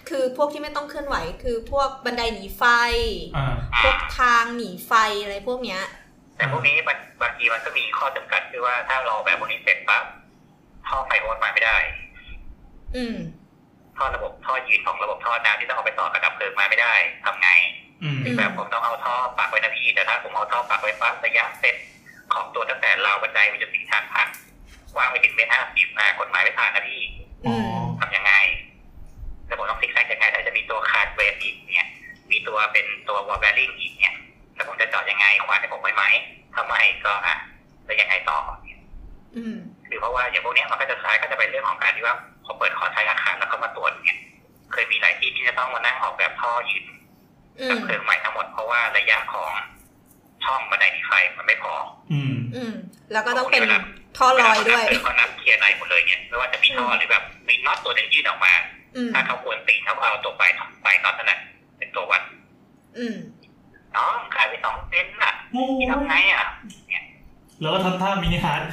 คือพวกที่ไม่ต้องเคลื่อนไหวคือพวกบันไดหนีไฟพวกทางหนีไฟอะไรพวกเนี้ยแต่พวกนี้มันบางทีมันก็มีข้อจำกัดคือว่าถ้าเราแบบพวกนี้เสร็จปั๊บท่อไฟโฮสต์มาไม่ได้อืมท่อระบบท่อยืนของระบบท่อน้ำที่ต้องเอาไปต่อกระดับเพลิงมาไม่ได้ทำไงถึงแบบผมต้องเอาท่อปักไว้นะพี่แต่ถ้าผมเอาท่อปักไว้ปั๊บระยะเซตของตัวตั้งแต่ราวบันไดไปจนถึงชั้นพักวางไปถึงเมตรห้าสิบมากฎหมายไม่ผ่านนะพี่ทำยังไงแล้วผมต้องฟิกแซกยังไงถ้าจะมีตัวคาร์ดเวฟอีกเนี่ยมีตัวเป็นตัววอลเบลลิ่งอีกเนี่ยแล้วผมจะจอดยังไงขวานให้ผมไว้ไหมทำไมก็อ่ะแล้วยังไงต่อเนี่ยคือเพราะว่าอย่างพวกนี้มันก็จะใช้ก็จะเป็นเรื่องของการที่ว่าพอเปิดคอร์สใช้อาคารแล้วก็มาตรวจเนี่ยเคยมีหลายที่ที่จะต้องมานั่งออกแบบท่อยืนกับเครื่องใหม่ทั้งหมดเพราะว่าระยะของช่องบันไดหนีไฟมันไม่พออืมอืมแล้วก็ต้องเป็นท่อลอยด้วยเขานับเคลียร์ไหนหมดเลยเนี่ยไม่ว่าจะมีท่อหรือแบบมีน็อตตัวหนึ่งยื่นออกมาถ้าเขาควรตีเขาเอาตัวปลายปลายน็อตนั่นแหละเป็นตัววัดน้องขายไปสองเซนอ่ะทำไงอ่ะเนี่ยแล้วก็ทำท่ามินิฮาร์ด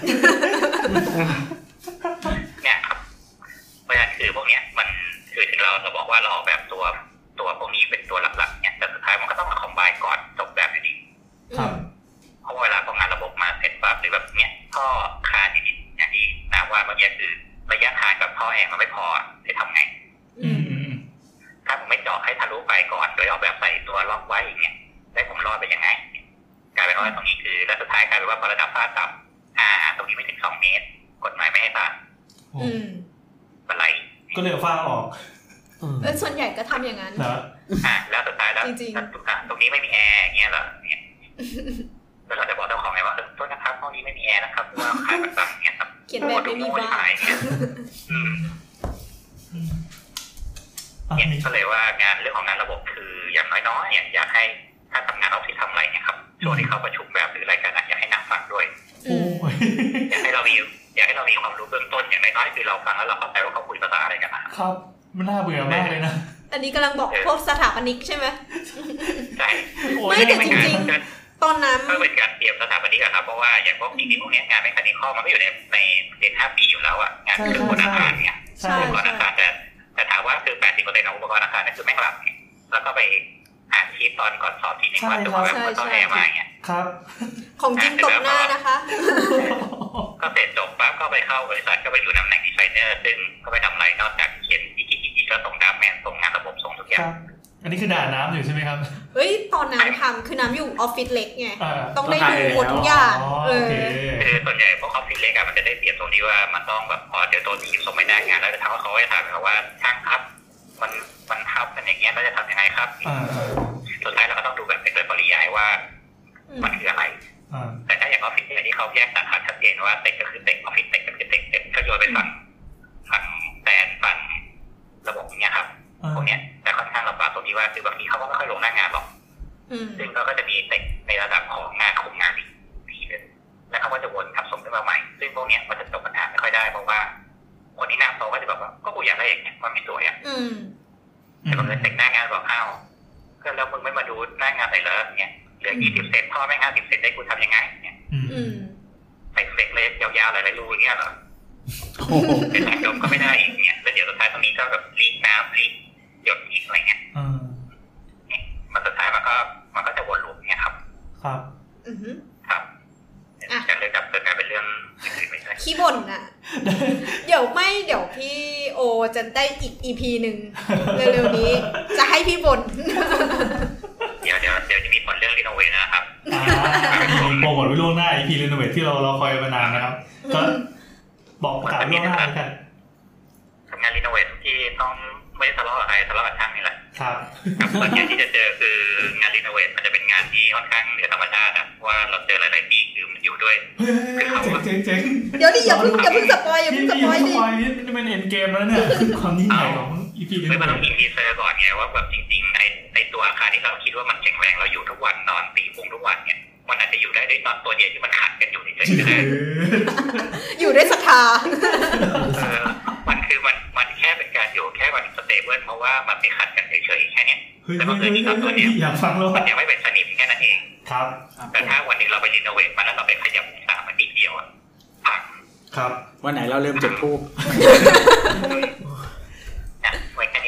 เนี่ยครับเพราะฉะนั้นคือพวกเนี้ยมันคือถึงเราเราบอกว่าเราออกแบบตัวตัวพวกนี้เป็นตัวหลักๆเนี่ยแต่สุดท้ายมันก็ต้องมาคอมไบน์ก่อนจบแบบอยู่ดีครับเพราะเวลาของงานระบบมาเสร็จปั๊บหรือแบบเนี้ยท่อคานิดๆอย่างที่นาว่าเมื่อกี้คือระยะห่างกับท่อแอร์มันไม่พอจะทำไงถ้าผมไม่เจาะให้ทะลุไปก่อนโดยเอาแบบใส่ตัวล็อกไว้อย่างเงี้ยได้ผมรอดไปยังไงกลายเป็นว่าตรงนี้คือและสุดท้ายกลายเป็นว่าพอระดับฟ้าต่ำอ่าตรงนี้ไม่ถึงสองเมตรกฎหมายไม่ให้ผ่านบันไดก็เลยฟ้าออกเออส่วนใหญ่ก็ทำอย่างนั้นอ่าแล้วสุดท้ายแล้วจริงๆตรงนี้ไม่มีแอร์อย่างเงี้ยเหรอเนี่ยแล้วเราจะบอกเจ้าของไงว่าโทษนะครับห้องนี้ไม่มีแอร์นะครับเพราะว่าขายต่างๆเนี่ยครับเขียนแบบไม่มีบ้านเนี่ยก็เลยว่างานเรื่องของงานระบบคืออย่างน้อยๆเนี่ยอยากให้ถ้าทำงานออฟฟิศทำอะไรเนี่ยครับช่วงที่เขาประชุมแบบหรืออะไรกันอยากให้นั่งฟังด้วยอยากให้เรามีอยากให้เรามีความรู้เบื้องต้นอย่างน้อยๆคือเราฟังแล้วเราเข้าใจว่าเขาคุยภาษาอะไรกันนะครับมันน่าเบื่อมากเลยนะอันนี้กำลังบอกพวกสถาปนิกใช่ไหมใช่ไม่แต่จริงๆตอนนั้นก็เป็นการเตรียมสถาปนิกอะครับเพราะว่าอย่างพวกจริงๆพวกนี้งานเมคานิคอลมันไม่อยู่ในในเรียนห้าปีอยู่แล้วอะงานอุปกรณ์อาคารเนี่ยอุปกรณ์อาคารแต่แต่ถามว่าคือ แปดสิบเปอร์เซ็นต์ ของอุปกรณ์อาคารนั่นคือแม่งหลับแล้วก็ไปอ่านชีทตอนก่อนสอบทีนึงว่าตัวแบบมันต้องแอร์มาอย่างเงี้ยครับของจริงตกหน้านะคะก็เสร็จจบปั๊บก็ไปเข้าบริษัทก็ไปอยู่ตำแหน่งดีไซเนอร์ซึ่งก็ไปทำอะไรนอกจากเขียนอีกทีอีกก็ส่งดับแมนส่งงานระบบส่งทุกอย่างอันนี้คือด่าน้ำอยู่ใช่ไหมครับเฮ้ยตอนน้ำทำคือน้ำอยู่ออฟฟิศเล็กไงต้องได้ดูหมดทุกอย่างเออคือส่วนใหญ่พวกออฟฟิศเล็กอะมันจะได้เปรียบตรงที่ว่ามันต้องแบบพอเดี๋ยวตัวทีมส่งไม่ได้งานแล้วจะถามว่าเขาจะถามว่าช่างครับมันมันทับกันอย่างเงี้ยแล้วจะทำยังไงครับสุดท้ายเราก็ต้องดูแบบเป็นโดยปริยายว่ามันคืออะไรแต่ถ้าอย่างออฟฟิศที่เขาแยกสาขาชัดเจนว่าเต็กก็คือเต็กออฟฟิศเต็กก็คือเต็กเต็กก็โยนไปฝั่งฝั่งแตนฝั่งระบบเนี้ยครับพวกเนี้ยแต่ค่อนข้างลำบากตรงที่ว่าคือบางทีเขาก็ไม่ค่อยลงหน้างานหรอกซึ่งเขาก็จะมีเต็กในระดับของงานคุมงานอีกทีนึงแล้วเขาก็จะวนทับส่งขึ้นมาใหม่ซึ่งพวกเนี้ยมันจะจบปัญหาไม่ค่อยได้เพราะว่าคนที่นั่งโต๊ะก็จะแบบว่าก็กูอยากได้อย่างเงี้ยมันไม่สวยอ่ะแต่บางทีเต็กหน้างานบอกอ้าวก็แล้วมึงไม่มาดูหน้างานไหนเลยเนี่ยเหลือยี่สิบเซนพ่อแม่งห้าสิบเซนได้กูทำยังไงเนี่ยใส่เฟกเลยยาวๆหลายๆรูเงี้ยเหรอเป็นแหล่งลมก็ไม่ได้อีกเนี่ยแล้วเดี๋ยวสุดท้ายตรงนี้ก็แบบลีกน้ำลีกหยดอีกอะไรเงี้ยมันสุดท้ายมันก็มันก็จะวนลูปเนี่ยครับครับครับการเรื่องดับเพลิงกลายเป็นเรื่องอื่นไม่ใช่ขี้บ่นน่ะเดี๋ยวไม่เดี๋ยวพี่โอจะได้อีก อี พี นึงเร็วๆนี้จะให้พี่บ่นเดี๋ยวเดี๋ยวเดี๋ยวจะมีผลเรื่องรีโนเวทนะครับโปรโมทไว้ล่วงหน้า อี พี รีโนเวทที่เราเราคอยมานานนะครับก็บอกประกาศล่วงหน้ากันทำงานรีโนเวทที่ต้องไม่ทะเลาะกับใครทะเลาะกับช่างนี่แหละครับกับส่วนใหญ่ที่จะเจอคืองานรีโนเวทมันจะเป็นงานที่ค่อนข้างเหนือธรรมชาตินะว่าเราเจอหลายๆที่คือมันอยู่ด้วยคือเขาเจ๋งเจ๋งเดี๋ยวดิอย่าเพิ่งอย่าเพิ่งสปอยอย่าเพิ่งสปอยดินี่มันเป็นเอ็นเกมแล้วเนี่ยความยิ่งใหญ่ของ อี พีคือมันต้องมีทีเซอร์ก่อนไงว่าแบบจริงๆไอ้ไอ้ตัวอาคารที่เราคิดว่ามันแข็งแรงเราอยู่ทุกวันนอนตีฟุ้งทุกวันเนี่ยมันอาจจะอยู่ได้ด้วยนอนตัวเดียวที่มันขัดกันอยู่เฉยๆก็ได้อยู่ด้วยศรัทธามันคือมันมันแค่เป็นการอยู่แค่มันสเตเบิลเพราะว่ามันไปขัดกันเฉยๆแค่นี้แต่มันคือที่ตัวเนี้ยมันยังไม่เป็นสนิมแค่นั้นเองครับแต่ถ้าวันนี้เราไปรีโนเวทมันแล้วเราไปขยับองศามันนิดเดียวอ่ะพังครับวันไหนเราเริ่มจุดธูปไว้แค่นี้แหละ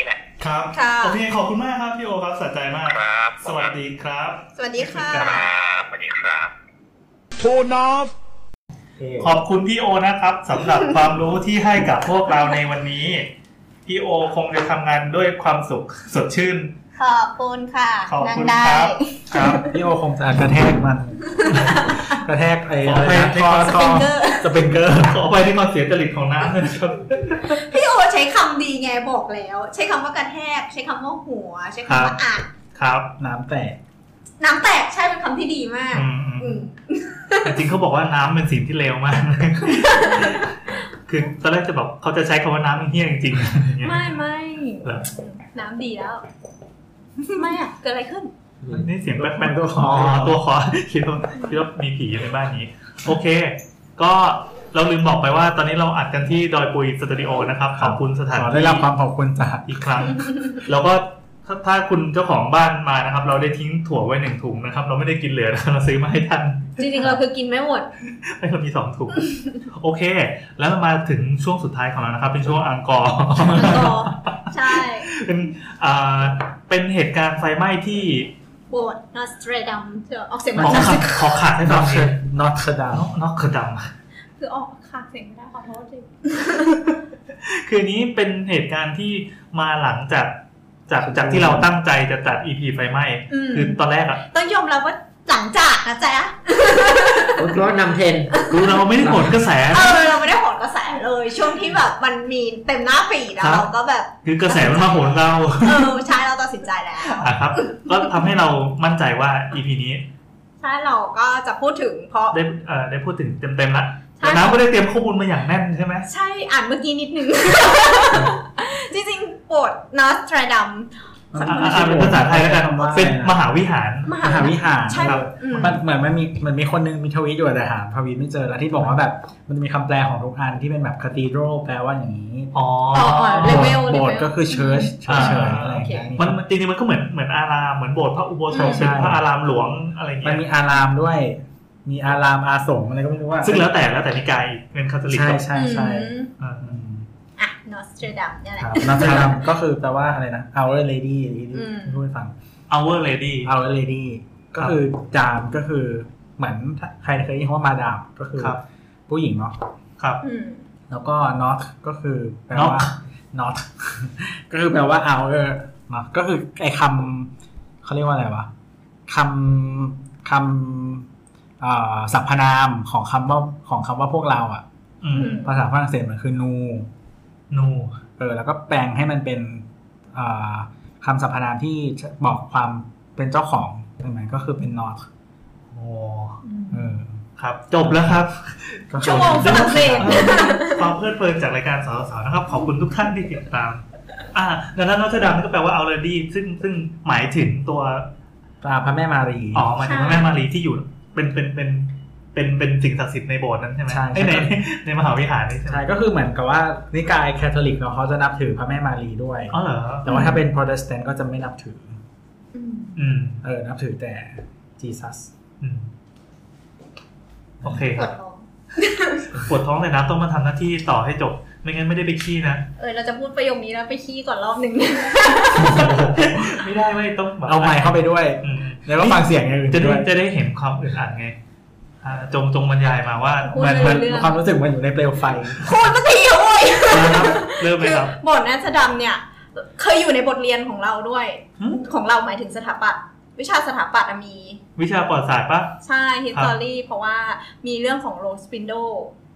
ครับโอเคขอบคุณมากครับพี่โอครับสะใจมากครับสวัสดีครับสวัสดีค่ะสวัสดีครับโทนับขอบคุณพี่โอนะครับสำหรับความรู้ที่ให้กับพวกเราในวันนี้พี่โอคงจะทำงานด้วยความสุขสดชื่นขอบคุณค่ะขอบคุณครับครับพี่โอคงจะกระแทกมันกระแทกไอ้อะไรนะคอสปริงเกอร์สปริงเกอร์ขอไปที่ความเสียจริตของน้ำนะครับพี่โอใช้คำดีไงบอกแล้วใช้คำว่ากระแทกใช้คำว่าหัวใช้คำว่าอัดครับน้ำแตกน้ำแตกใช่เป็นคำที่ดีมากจริงๆเขาบอกว่าน้ำเป็นสิ่งที่เลวมากคือตอนแรกจะบอกเขาจะใช้คำว่าน้ำเป็นเหี้ยจริงๆไม่ไม่น้ำดีแล้วไม่อ่ะเกิดอะไรขึ้นนี่เสียงแป๊บๆตัวคอตัวคอคิดว่าคิดว่ามีผีอยู่ในบ้านนี้โอเคก็เราลืมบอกไปว่าตอนนี้เราอัดกันที่ดอยปุยสตูดิโอนะครับขอบคุณสถานที่ได้รับความขอบคุณจากอีกครั้งแล้วก็ถ้าถ้าคุณเจ้าของบ้านมานะครับเราได้ทิ้งถั่วไว้หนึ่งถุงนะครับเราไม่ได้กินเหลือเราซื้อมาให้ท่านจริงๆเราคือกินไม่หมดให้เรามีสองถุงโอเคแล้วมาถึงช่วงสุดท้ายของเรานะครับเป็นช่วงอังกอร์ใช่เป็นอ่าเป็นเหตุการณ์ไฟไหม้ที่โบสถ์นอสเตรดัมออกเสียงขอขาดขอขาดให้ฟังเลยนอสเตรดัมนอสเตรดัมคือออกขาดเสียงไม่ได้ขอโทษจริงคือนี้เป็นเหตุการณ์ที่มาหลังจากจากจากที่เราตั้งใจจะจัด อี พี ไฟไหม้คือตอนแรกอะต้องยอมรับว่าหลังจากนะจ๊ะรถนำเทรนคือเราไม่ได้ผลกระแสเออเราไม่ได้ผลกระแสเลยช่วงที่แบบมันมีเต็มหน้าฟีดแล้วเราก็แบบคือกระแสมันมาโหนเราเออใช่เราตัดสินใจแล้วอ่ะครับก็ทำให้เรามั่นใจว่า อี พี นี้ใช่เราก็จะพูดถึงเพราะได้เอ่อได้พูดถึงเต็มๆแล้วแต่น้ำก็ได้เตรียมข้อมูลมาอย่างแน่นใช่ไหมใช่อ่านเมื่อกี้นิดนึงจริงๆโบสถ์นอสเตรดัมอ่าเป็นภาษาไทยแล้วกันเป็นมหาวิหารมหาวิหารครับมันเหมือนมันมีมันมีคนนึงมีทวีตอยู่แต่หาทวีตไม่เจอแล้วที่บอกว่าแบบมันจะมีคำแปลของทุกอันที่เป็นแบบคาธีดรัลแปลว่าอย่างนี้อ๋อโบสถ์ก็คือเชิร์ชเชิร์ชอะไรอย่างเงี้ยมันจริงๆมันก็เหมือนเหมือนอารามเหมือนโบสถ์พระอุโบสถเป็นพระอารามหลวงอะไรเงี้ยมันมีอารามด้วยมีอารามอาสมอะไรก็ไม่รู้ว่าซึ่งแล้วแต่แล้วแต่นิกายเป็นคาทอลิกใช่ใช่ใช่อ่ะนอสเตรดัมเนี่ยแหละนอสเตรดัมก็คือแปลว่าอะไรนะ Our Lady ที่พูดให้ฟัง Our Lady Our Lady ก็คือจามก็คือเหมือนใครเคยได้ยินว่ามาดามก็คือผู้หญิงเนาะครับแล้วก็ Not ก็คือแปลว่า Not ก็คือแปลว่า Our เนาะก็คือไอ้คำเขาเรียกว่าอะไรวะคำคำสรรพนามของคำว่าของคำว่าพวกเราอ่ะภาษาฝรั่งเศสมันคือนูนูเออแล้วก็แปลงให้มันเป็นคำสรรพนามที่บอกความเป็นเจ้าของใช่ไหมก็คือเป็น not โอ้เออครับจบแล้วครับชั่วโมงฝรั่งเศสความเพลิดเพลินจากรายการสาวๆนะครับขอบคุณทุกท่านที่ติดตามอ่าดังนั้นนอสเตรดัมก็แปลว่า already ซึ่งซึ่งหมายถึงตัวพระแม่มารีอ๋อหมายถึงพระแม่มารีที่อยู่เป็นเป็นเป็นเป็นเป็นสิ่งศักดิ์สิทธิ์ในโบสถ์นั้นใช่ไหมใช่ในในมหาวิหารนี่ใช่ไหมใช่ก็คือเหมือนกับว่านิกายแคทอลิกเนาะเขาจะนับถือพระแม่มารีด้วยอ๋อเหรอแต่ว่าถ้าเป็นโปรเตสแตนต์ก็จะไม่นับถืออืมเออนับถือแต่จีซัสอืมโอเคครับปวดท้องเลยนะต้องมาทำหน้าที่ต่อให้จบไม่งั้นไม่ได้ไปขี้นะเออเราจะพูดประโยคนี้แล้วไปขี้ก่อนรอบนึงไม่ได้ไม่ต้องเอาไมค์เข้าไปด้วยแล้วก็ฟังเสียงอย่างอื่นจะได้จะได้เห็นความอึดอัดไงจงจงบรรยายมาว่ามันมันความรู้สึกมันอยู่ในเปลวไฟโคตรมาทีโอ้ยเริ่มเลยครับบทนอสเตรดัมเนี่ยเคยอยู่ในบทเรียนของเราด้วยของเราหมายถึงสถาปัตย์วิชาสถาปัตย์มีวิชาประวัติศาสตร์ปะใช่ history เพราะว่ามีเรื่องของ rose window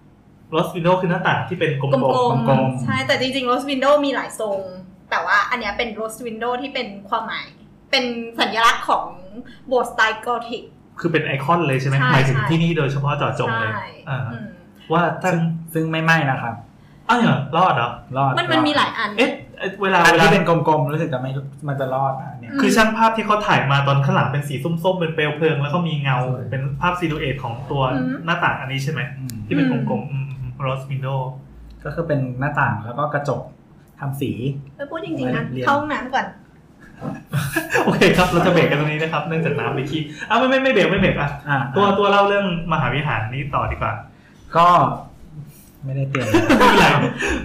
rose window คือหน้าต่างที่เป็นกลมๆใช่แต่จริงๆ rose window มีหลายทรงแต่ว่าอันเนี้ยเป็น rose window ที่เป็นความหมายเป็นสัญลักษณ์ของโบสถ์สไตล์กอธิกคือเป็นไอคอนเลยใช่ไหมหมายถึงที่นี่โดยเฉพาะเจาะจงเลยว่าท่านซึ่งไม่ไหม้นะครับอ้าวเหรอรอดเหรอรอดมันมันมีหลายอันเอ๊ะเวลาที่เป็นกลมๆรู้สึกจะไม่มันจะรอดอ่ะเนี่ยคือช่างภาพที่เขาถ่ายมาตอนข้างหลังเป็นสีส้มๆเป็นเปลวเพลิงแล้วก็มีเงาเป็นภาพซิลูเอทของตัวหน้าต่างอันนี้ใช่ไหมที่เป็นกลมๆ rose window ก็คือเป็นหน้าต่างแล้วก็กระจกทำสีเออพูดจริงๆนะเข้าห้องน้ำก่อนโอเคครับเราจะเบรกกันตรงนี้นะครับเนื่องจากน้ำไปขี้อ้าวไม่ไม่ไม่เบรกไม่เบรกอ่ะตัวตัวเล่าเรื่องมหาวิหารนี้ต่อดีกว่าก็ไม่ได้เตรียมไม่เป็นไร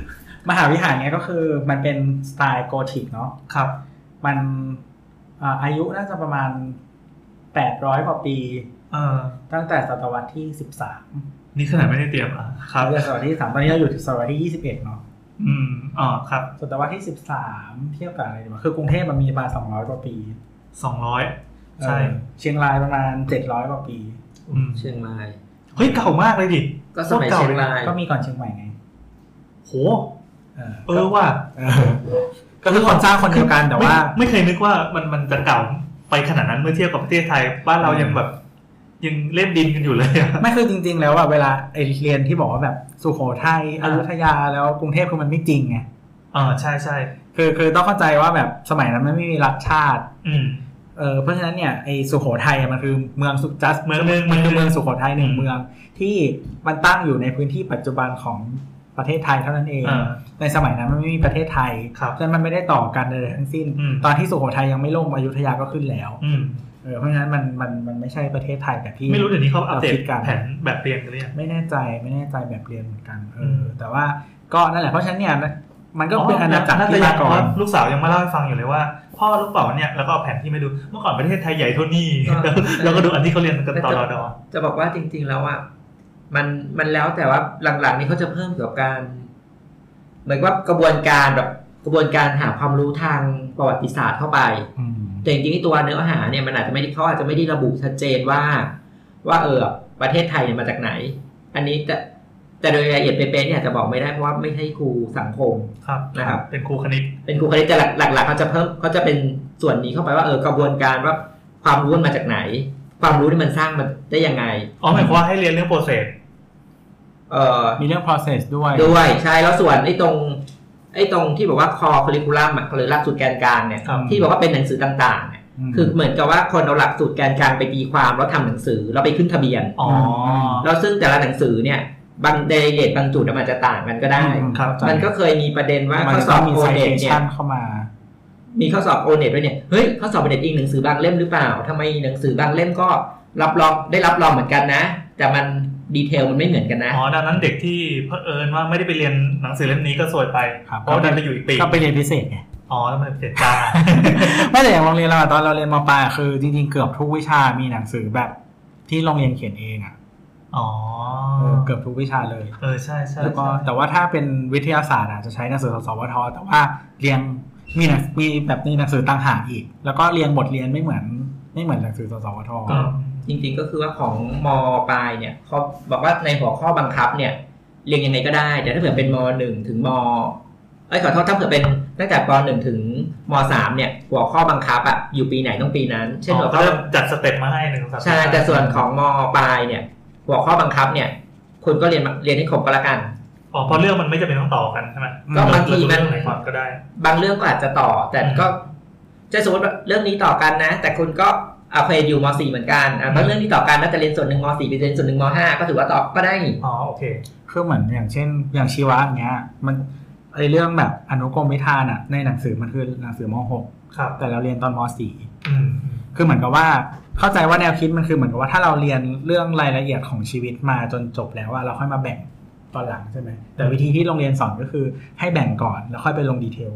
มหาวิหารเนี้ยก็คือมันเป็นสไตล์โกธิกเนาะครับมันอายุน่าจะประมาณแปดร้อยกว่าปีเออตั้งแต่ศตวรรษที่สิบสามนี่ขนาดไม่ได้เตรียมอ่ะครับศตวรรษที่สิบสามตอนนี้เราอยู่ศตวรรษที่ยี่สิบเอ็ดเนาะอืมอ๋อครับศตวรรษที่สิบสามเทียบกับอะไรดีวะคือกรุงเทพมันมีประมาณสองร้อยกว่าปีสองร้อยใช่เชียงรายประมาณเจ็ดร้อยกว่าปีอืมเชียงรายเฮ้ยเก่ามากเลยดิก็สมัยเชียงรายก็มีก่อนเชียงใหม่ไงโหเออว่าก็คือคนสร้างคนเดียวกันแต่ว่าไม่เคยนึกว่ามันมันจะเก่าไปขนาดนั้นเมื่อเทียบกับประเทศไทยบ้านเรายังแบบยังเล่นดินกันอยู่เลยไม่คือจริงๆแล้วอ่ะเวลาไอเรียนที่บอกว่าแบบสุโขทัยอยุธยาแล้วกรุงเทพคือมันไม่จริงไงอ่าใช่ใช่คือคือต้องเข้าใจว่าแบบสมัยนั้นมันไม่มีรัฐชาติอืมเออเพราะฉะนั้นเนี่ยไอสุโขทัยมันคือเมืองสุจัสเมืองนึงมันคือเมืองสุโขทัยหนึ่งเมืองที่มันตั้งอยู่ในพื้นที่ปัจจุบันของประเทศไทยเท่านั้นเองในสมัยนั้นมันไม่มีประเทศไทยฉะนั้นมันไม่ได้ต่อกันเลยทั้งสิ้นตอนที่สุโขทัยยังไม่ล่มอยุธยาก็ขึ้นแล้วเออเพราะฉะนั้นมันมันมันไม่ใช่ประเทศไทยแบบที่ไม่รู้เดี๋ยวนี้เขาอัปเดตแผนแบบเรียนกันหรือยังไม่แน่ใจไม่แน่ใจแบบเรียนเหมือนกันเออแต่ว่าก็นั่นแหละเพราะฉะนั้นเนี่ยมันก็เป็นอาณาจักรที่มาก่อนลูกสาวยังมาเล่าให้ฟังอยู่เลยว่าพ่อลูกเป๋าเนี่ยแล้วก็เอาแผนที่มาดูเมื่อก่อนประเทศไทยใหญ่เท่านี้แล้วก็ดูอันที่เขาเรียนกันตลอดจะบอกว่าจริงๆแล้วอ่ะมันมันแล้วแต่ว่าหลังๆนี้เขาจะเพิ่มเกี่ยวกับการเหมือนว่ากระบวนการแบบกระบวนการหาความรู้ทางประวัติศาสตร์เข้าไปแต่จริงๆที่ตัวเนื้อหาเนี่ยมันอาจจะไม่ได้เขาอาจจะไม่ได้ระบุชัดเจนว่าว่าเออประเทศไทยเนี่ยมาจากไหนอันนี้แต่แต่โดยรายละเอียดเป๊ะๆเนี่ยจะบอกไม่ได้เพราะว่าไม่ใช่ครูสังคมนะครับเป็นครูคณิตเป็นครูคณิตแต่หลักๆเขาจะเพิ่มเขาจะเป็นส่วนนี้เข้าไปว่าเออกระบวนการว่าความรู้มันมาจากไหนความรู้ที่มันสร้างมันได้ยังไงอ๋อหมายความว่าให้เรียนเรื่อง process เอ่อมีเรื่อง process ด้วยด้วยใช่แล้วส่วนไอ้ตรงไอ้ตรงที่บอกว่า core curriculum อ่ะหรือหลักสูตรแกนกลางเนี่ยที่บอกว่าเป็นหนังสือต่างๆเนี่ยคือเหมือนกับว่าคนเอาหลักสูตรแกนกลางไปตีความแล้วทำหนังสือแล้วไปขึ้นทะเบียนอ๋อแล้วซึ่งแต่ละหนังสือเนี่ยบางเดเรทบางจุดมันจะต่างกันก็ได้มันก็เคยมีประเด็นว่าข้อสอบโอเน็ตเนี่ยเข้ามามีข้อสอบโอเน็ตด้วยเนี่ยเฮ้ยข้อสอบโอเน็ตอีกหนังสือบางเล่มหรือเปล่าทำไมหนังสือบางเล่มก็รับรองได้รับรองเหมือนกันนะแต่มันดีเทลมันไม่เหมือนกันนะอ๋อดังนั้นเด็กที่เผอิญว่าไม่ได้ไปเรียนหนังสือเล่มนี้ก็ซวยไปเพราะดันไปอยู่อีกปีก็ไปเรียนพิเศษไงอ๋อแล้วมันพิเศษจ้าไม่แต่อย่างโรงเรียนเราตอนเราเรียนม.ปลายคือจริงๆเกือบทุกวิชามีหนังสือแบบที่โรงเรียนเขียนเองอ่ะอ๋อเกือบทุกวิชาเลยเออใช่ใช่แล้วก็แต่ว่าถ้าเป็นวิทยาศาสตร์อ่ะจะใช้หนังสือสวทแต่ว่าเรียนมีมีแบบมีหนังสือต่างหากอีกแล้วก็เรียนบทเรียนไม่เหมือนไม่เหมือนหนังสือสวทจริงๆก็คือว่าของม.ปลายเนี่ยเขาบอกว่าในหัวข้อบังคับเนี่ยเรียนยังไงก็ได้แต่ถ้าเผื่อเป็นม.หนึ่งถึงม.เอ้ยขอโทษถ้าเผื่อเป็นตั้งแต่ป.หนึ่งถึงม.สามเนี่ยหัวข้อบังคับอ่ะอยู่ปีไหนต้องปีนั้นเช่นหัวข้อจัดสเต็ปมาให้หนึ่งสามใช่แต่ส่วนของม.ปลายเนี่ยหัวข้อบังคับเนี่ยคุณก็เรียนเรียนให้ครบก็แล้วกันอ๋อเพราะเรื่องมันไม่จำเป็นต้องต่อกันใช่ไหมก็บางทีมันไหนก่อนก็ได้บางเรื่องก็อาจจะต่อแต่ก็จะสมมติเรื่องนี้ต่อกันนะแต่คุณก็เอาเคยอยู่ม.สี่เหมือนกันบางเรื่องที่ต่อกันน่าจะเรียนส่วนหนึ่งม.สี่ไปเรียนส่วนหนึ่งม.ห้าก็ถือว่าต่อก็ได้อ๋อโอเคคือเหมือนอย่างเช่นอย่างชีวะอย่างเงี้ยมันไอเรื่องแบบอนุกรมวิธานอ่ะในหนังสือมันคือหนังสือม.หกครับแต่เราเรียนตอนม.สี่คือเหมือนกับว่าเข้าใจว่าแนวคิดมันคือเหมือนกับว่าถ้าเราเรียนเรื่องรายละเอียดของชีวิตมาจนจบแล้วว่าเราค่อยมาแบ่งตอนหลังใช่ไหมแต่วิธีที่โรงเรียนสอนก็คือให้แบ่งก่อนแล้วค่อยไปลงดีเทล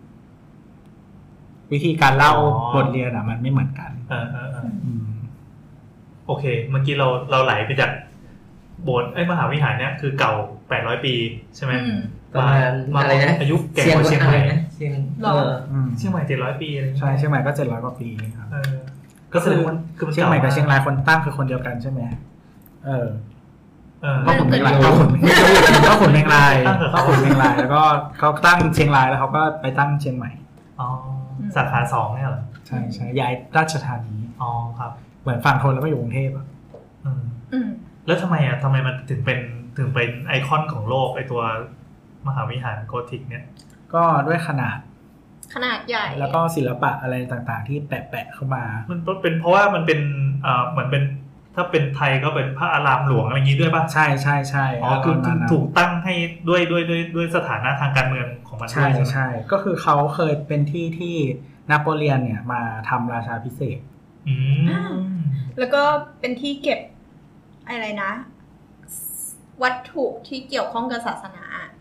วิธีการเล่าบทเรียนอ่ะมันไม่เหมือนกันเออเออเออโอเคเมื่อกี้เราเราไหลไปจากโบสถ์ไอ้มหาวิหารเนี้ยคือเก่าแปดร้อยปีใช่ไหมประมาณอะไรนะอายุแก่กว่าเชียงใหม่เชียงเออเชียงใหม่เจ็ดร้อยปีอะไรใช่เชียงใหม่ก็เจ็ดร้อยกว่าปีครับก็คือเชียงใหม่กับเชียงรายคนตั้งคือคนเดียวกันใช่ไหมเออเพราะขุนเมงรายเขาขุนเขาขุนเมงรายเขาขุนเมงรายแล้วก็เขาตั้งเชียงรายแล้วเขาก็ไปตั้งเชียงใหม่อ๋อสาขาสองเนี่ยเหรอใช่ใช่ย้ายราชธานีอ๋อครับเหมือนฝั่งทนแล้วก็อยู่กรุงเทพอ่ะแล้วทำไมอ่ะทำไมมันถึงเป็นถึงเป็นไอคอนของโลกไอตัวมหาวิหารโกธิกเนี่ยก็ด้วยขนาดขนาดใหญ่แล้วก็ศิลปะอะไรต่างๆที่แปะๆเข้ามามันเป็นเพราะว่ามันเป็นอ่าเหมือนเป็นถ้าเป็นไทยก็เป็นพระอารามหลวงอะไรอย่างนี้ด้วยป่ะใช่ใช่ใช่อ๋อคือถูกตั้งให้ด้วยด้วยด้วยด้วยสถานะทางการเมืองของมันใช่ใช่ก็คือเขาเคยเป็นที่ที่นโปเลียนเนี่ยมาทำราชาภิเษกอืมแล้วก็เป็นที่เก็บอะไรนะวัตถุที่เกี่ยวข้องกับศาสนา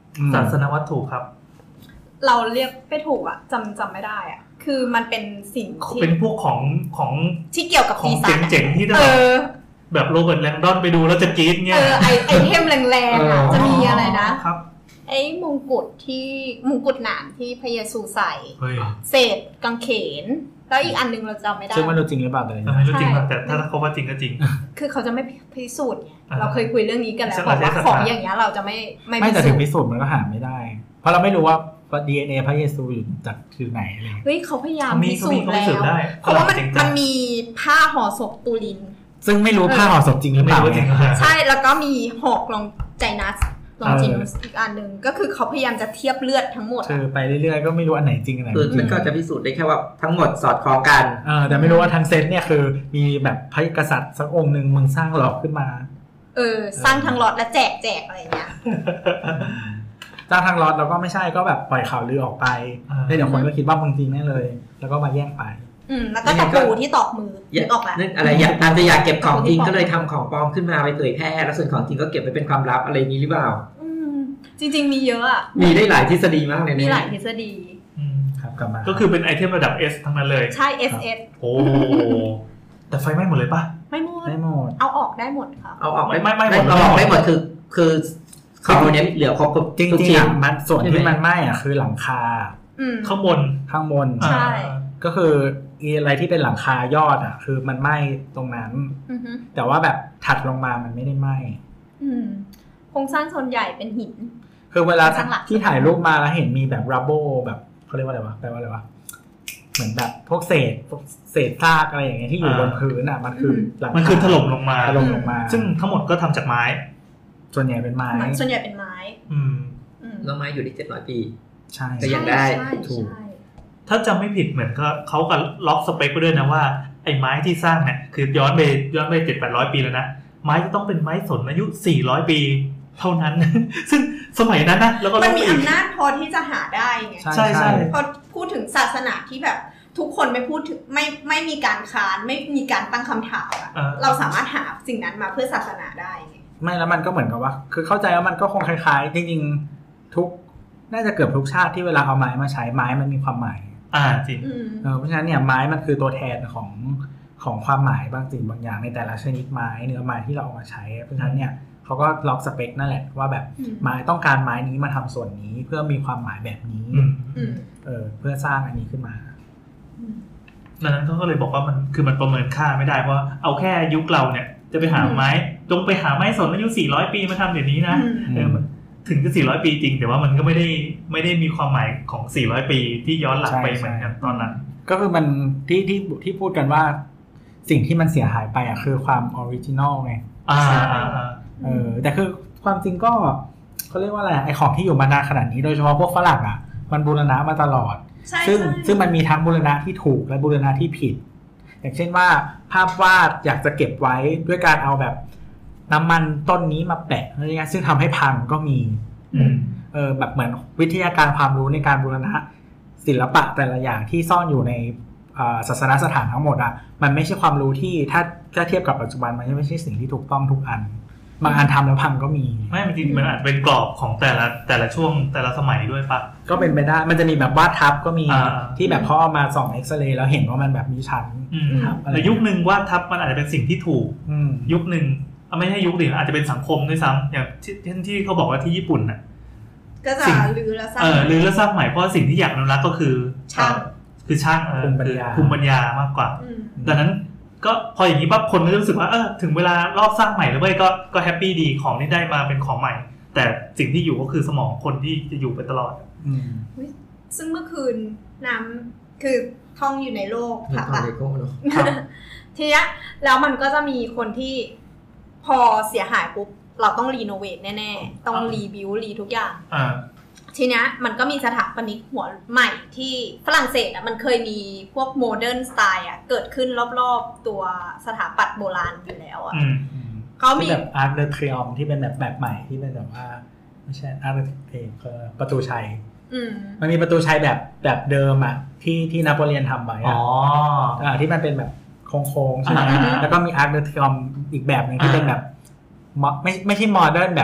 ศาสนวัตถุครับเราเรียกไม่ถูกอ่ะจำจำไม่ได้อ่ะคือมันเป็นสิ่งที่เป็นพวกของของที่เกี่ยวกับปีศาจเจ๋งๆที่แบบแบบโรเบิร์ตแลงดอนไปดูแล้วจะกรี๊ดเนี่ยเออไอไอเทมแรงๆอ่ะจะมีอะไรนะครับไอ้มงกุฎที่มงกุฎหนามที่พระเยซูใส่เศษกางเขนแล้วอีกอันนึงเราจำไม่ได้ซึ่งไม่รู้จริงหรือเปล่าแต่ไม่รู้จริงแต่ถ้าเขาว่าจริงก็จริงคือเขาจะไม่พิสูจน์ไงเราเคยคุยเรื่องนี้กันแล้วบอกว่าของอย่างเงี้ยเราจะไม่ไม่ไม่แต่ถึงพิสูจน์มันก็หาไม่ได้เพราะเราไม่รู้ว่า ดี เอ็น เอ พระเยซูอยู่จากที่ไหนอะไรเฮ้ยเขาพยายามพิสูจน์แล้วเพราะว่ามันมันมีผ้าห่อศพตูลินซึ่งไม่รู้ผ้าห่อศพจริงหรือเปล่าใช่แล้วก็มีหอกลองใจนัสลองจินอีกอันหนึ่งก็คือเขาพยายามจะเทียบเลือดทั้งหมดคือไปเรื่อยๆก็ไม่รู้อันไหนจริงอันไหนคือมันก็จะพิสูจน์ได้แค่ว่าทั้งหมดสอดคล้องกันเออแต่ไม่รู้ว่าทั้งเซตเนี่ยคือมีแบบพระกษัตริย์สักองค์นึงมึงสร้างหลอกขึ้นมาเออสร้างทั้งล็อตและแจกแจกอะไรเงี้ยสร้างทั้งล็อตแล้วก็ไม่ใช่ก็แบบปล่อยข่าวลือออกไปแล้วเดี๋ยวคนก็คิดว่ามึงจริงแน่เลยแล้วก็มาแย่งไปอืมแล้วก็ตะปูที่ตอกมือนึกออกแล้วนึกอะไรอยากตามจะอยากเก็บของจริงก็เลยทำของปลอมขึ้นมาไปเผยแพร่แล้วส่วนของจริงก็เก็บไว้เป็นความลับอะไรนี้หรือเปล่าอืมจริงๆมีเยอะอ่ะมีได้หลายทฤษฎีมากเลยมีหลายทฤษฎีอืมครับกลับมาก็คือเป็นไอเทมระดับ S ทั้งนั้นเลยใช่ เอส เอสโอ้แต่ไฟไหม้หมดเลยป่ะไม่หมดไม่หมดเอาออกได้หมดค่ะเอาออกไม่ไม่ไม่หมดเอาออกได้หมดคือคือเขาเนี่ยเหลือครบจริงๆมันส่วนที่มันไหม้อ่ะคือหลังคาข้างบนข้างบนใช่ก็คืออะไรที่เป็นหลังคายอดอ่ะคือมันไหม้ตรงนั้นแต่ว่าแบบถัดลงมามันไม่ได้ไหม้โครงสร้างส่วนใหญ่เป็นหินคือเวลาที่ถ่ายรูปมาแล้วเห็นมีแบบรับโบแบบเขาเรียกว่าอะไรวะแปลว่าอะไรวะเหมือนแบบพวกเศษพวกเศษซากอะไรอย่างเงี้ยที่อยู่บนพื้นอ่ะมันคือมันคือถล่มลงมาถล่มลงมาซึ่งทั้งหมดก็ทำจากไม้ส่วนใหญ่เป็นไม้ส่วนใหญ่เป็นไม้อืมแล้วไม้อยู่ได้เจ็ดร้อยปีใช่ก็ยังได้ถูกถ้าจำไม่ผิดเหมือนก็เขาก็ล็อกสเปคไปด้วยนะว่าไอ้ไม้ที่สร้างเนี่ยคือย้อนไปย้อนไป เจ็ดถึงแปดร้อย ปีแล้วนะไม้จะต้องเป็นไม้สนอายุสี่ร้อยปีเท่านั้นซึ่งสมัยนั้นนะแล้วก็มันมีอำนาจพอที่จะหาได้ไงใช่ใช่พอพูดถึงศาสนาที่แบบทุกคนไม่พูดถึงไม่ไม่มีการค้านไม่มีการตั้งคำถามเราสามารถหาสิ่งนั้นมาเพื่อศาสนาได้ไงไม่แล้วมันก็เหมือนกับว่าคือเข้าใจว่ามันก็คงคล้ายๆจริงๆทุกน่าจะเกือบทุกชาติที่เวลาเอาไม้มาใช้ไม้มันมีความหมายอ่าจริงเออเพราะฉะนั้นเนี่ยไม้มันคือตัวแทนของของความหมายบางสิ่งบางอย่างในแต่ละชนิดไม้เนื้อไม้ที่เราเอามาใช้เพราะฉะนั้นเนี่ยเขาก็ล็อกสเปคนั่นแหละว่าแบบไม้ต้องการไม้นี้มาทำส่วนนี้เพื่อมีความหมายแบบนี้เออเพื่อสร้างอันนี้ขึ้นมาดังนั้นเขาก็เลยบอกว่ามันคือมันประเมินค่าไม่ได้เพราะเอาแค่ยุคเราเนี่ยจะไปหาไม้จงไปหาไม้สนอายุสี่ร้อยปีมาทำเดี๋ยวนี้นะถึงจะสี่ร้อยปีจริงแต่ว่ามันก็ไม่ได้ไม่ได้มีความหมายของสี่ร้อยปีที่ย้อนหลังไปเหมือนกันตอนนั้นก็คือมันที่ที่ที่พูดกันว่าสิ่งที่มันเสียหายไปอ่ะคือความออริจินอลไงอ่าเออแต่คือความจริงก็เขาเรียกว่าอะไรไอของที่อยู่มานานขนาดนี้โดยเฉพาะพวกฝรั่งอ่ะมันบูรณะมาตลอดซึ่งซึ่งมันมีทั้งบูรณะที่ถูกและบูรณะที่ผิดอย่างเช่นว่าภาพวาดอยากจะเก็บไว้ด้วยการเอาแบบน้ำมันต้นนี้มาแปะอะไรเงี้ยซึ่งทำให้พังก็มีเออแบบเหมือนวิทยาการความรู้ในการบูรณะศิลปะแต่ละอย่างที่ซ่อนอยู่ในศาสนสถานทั้งหมดอ่ะมันไม่ใช่ความรู้ที่ถ้าถ้าเทียบกับปัจจุบันมันไม่ใช่สิ่งที่ถูกต้องทุกอันบางอันทำแล้วพังก็มีไม่จริงมันอาจเป็นกรอบของแต่ละแต่ละช่วงแต่ละสมัยด้วยปะก็เป็นไปได้มันจะมีแบบวาดทับก็มีที่แบบเขาเอามาส่องเอ็กซเรย์แล้วเห็นว่ามันแบบมีชั้นแต่ยุคนึงวาดทับมันอาจจะเป็นสิ่งที่ถูกยุคนึงไม่ใช่ยุคเดียวอาจจะเป็นสังคมด้วยซ้ำอย่างที่ที่เขาบอกว่าที่ญี่ปุ่นน่ะก็จะลือแล้วสร้างเออลือแล้วสร้างใหม่เพราะสิ่งที่อยากอนุรักษ์ก็คือช่างคือช่างคือภูมิปัญญามากกว่าดังนั้นก็พออย่างนี้ปั๊บคนก็รู้สึกว่าเออถึงเวลารอบสร้างใหม่แล้วเว้ยก็ก็แฮปปี้ดีของที่ได้มาเป็นของใหม่แต่สิ่งที่อยู่ก็คือสมองคนที่จะอยู่ไปตลอดซึ่งเมื่อคืนน้ำคือท่องอยู่ในโลกค่ะทีเนี้ยแล้วมันก็จะมีคนที่พอเสียหายปุ๊บเราต้องรีโนเวทแน่ๆต้องรีบิวรีทุกอย่างทีเนี้ยมันก็มีสถาปนิกหัวใหม่ที่ฝรั่งเศสอ่ะมันเคยมีพวกโมเดิร์นสไตล์อ่ะเกิดขึ้นรอบๆตัวสถาปัตย์โบราณอยู่แล้วอ่ะเขามีแบบอาร์คเดอทริออมที่เป็นแบบแบบใหม่ที่เป็นแบบว่าไม่ใช่อาร์คเดอทคือประตูชัยมันมีประตูชัยแบบแบบเดิมอ่ะที่ที่นโปเลียนทำไว้อ่ะอ๋อที่มันเป็นแบบโค้งๆใช่ไหมแล้วก็มีอาร์คเดอทริออมอีกแบบนึงที่เป็นแบบไม่ไม่ใช่โมเดิร์นแบบ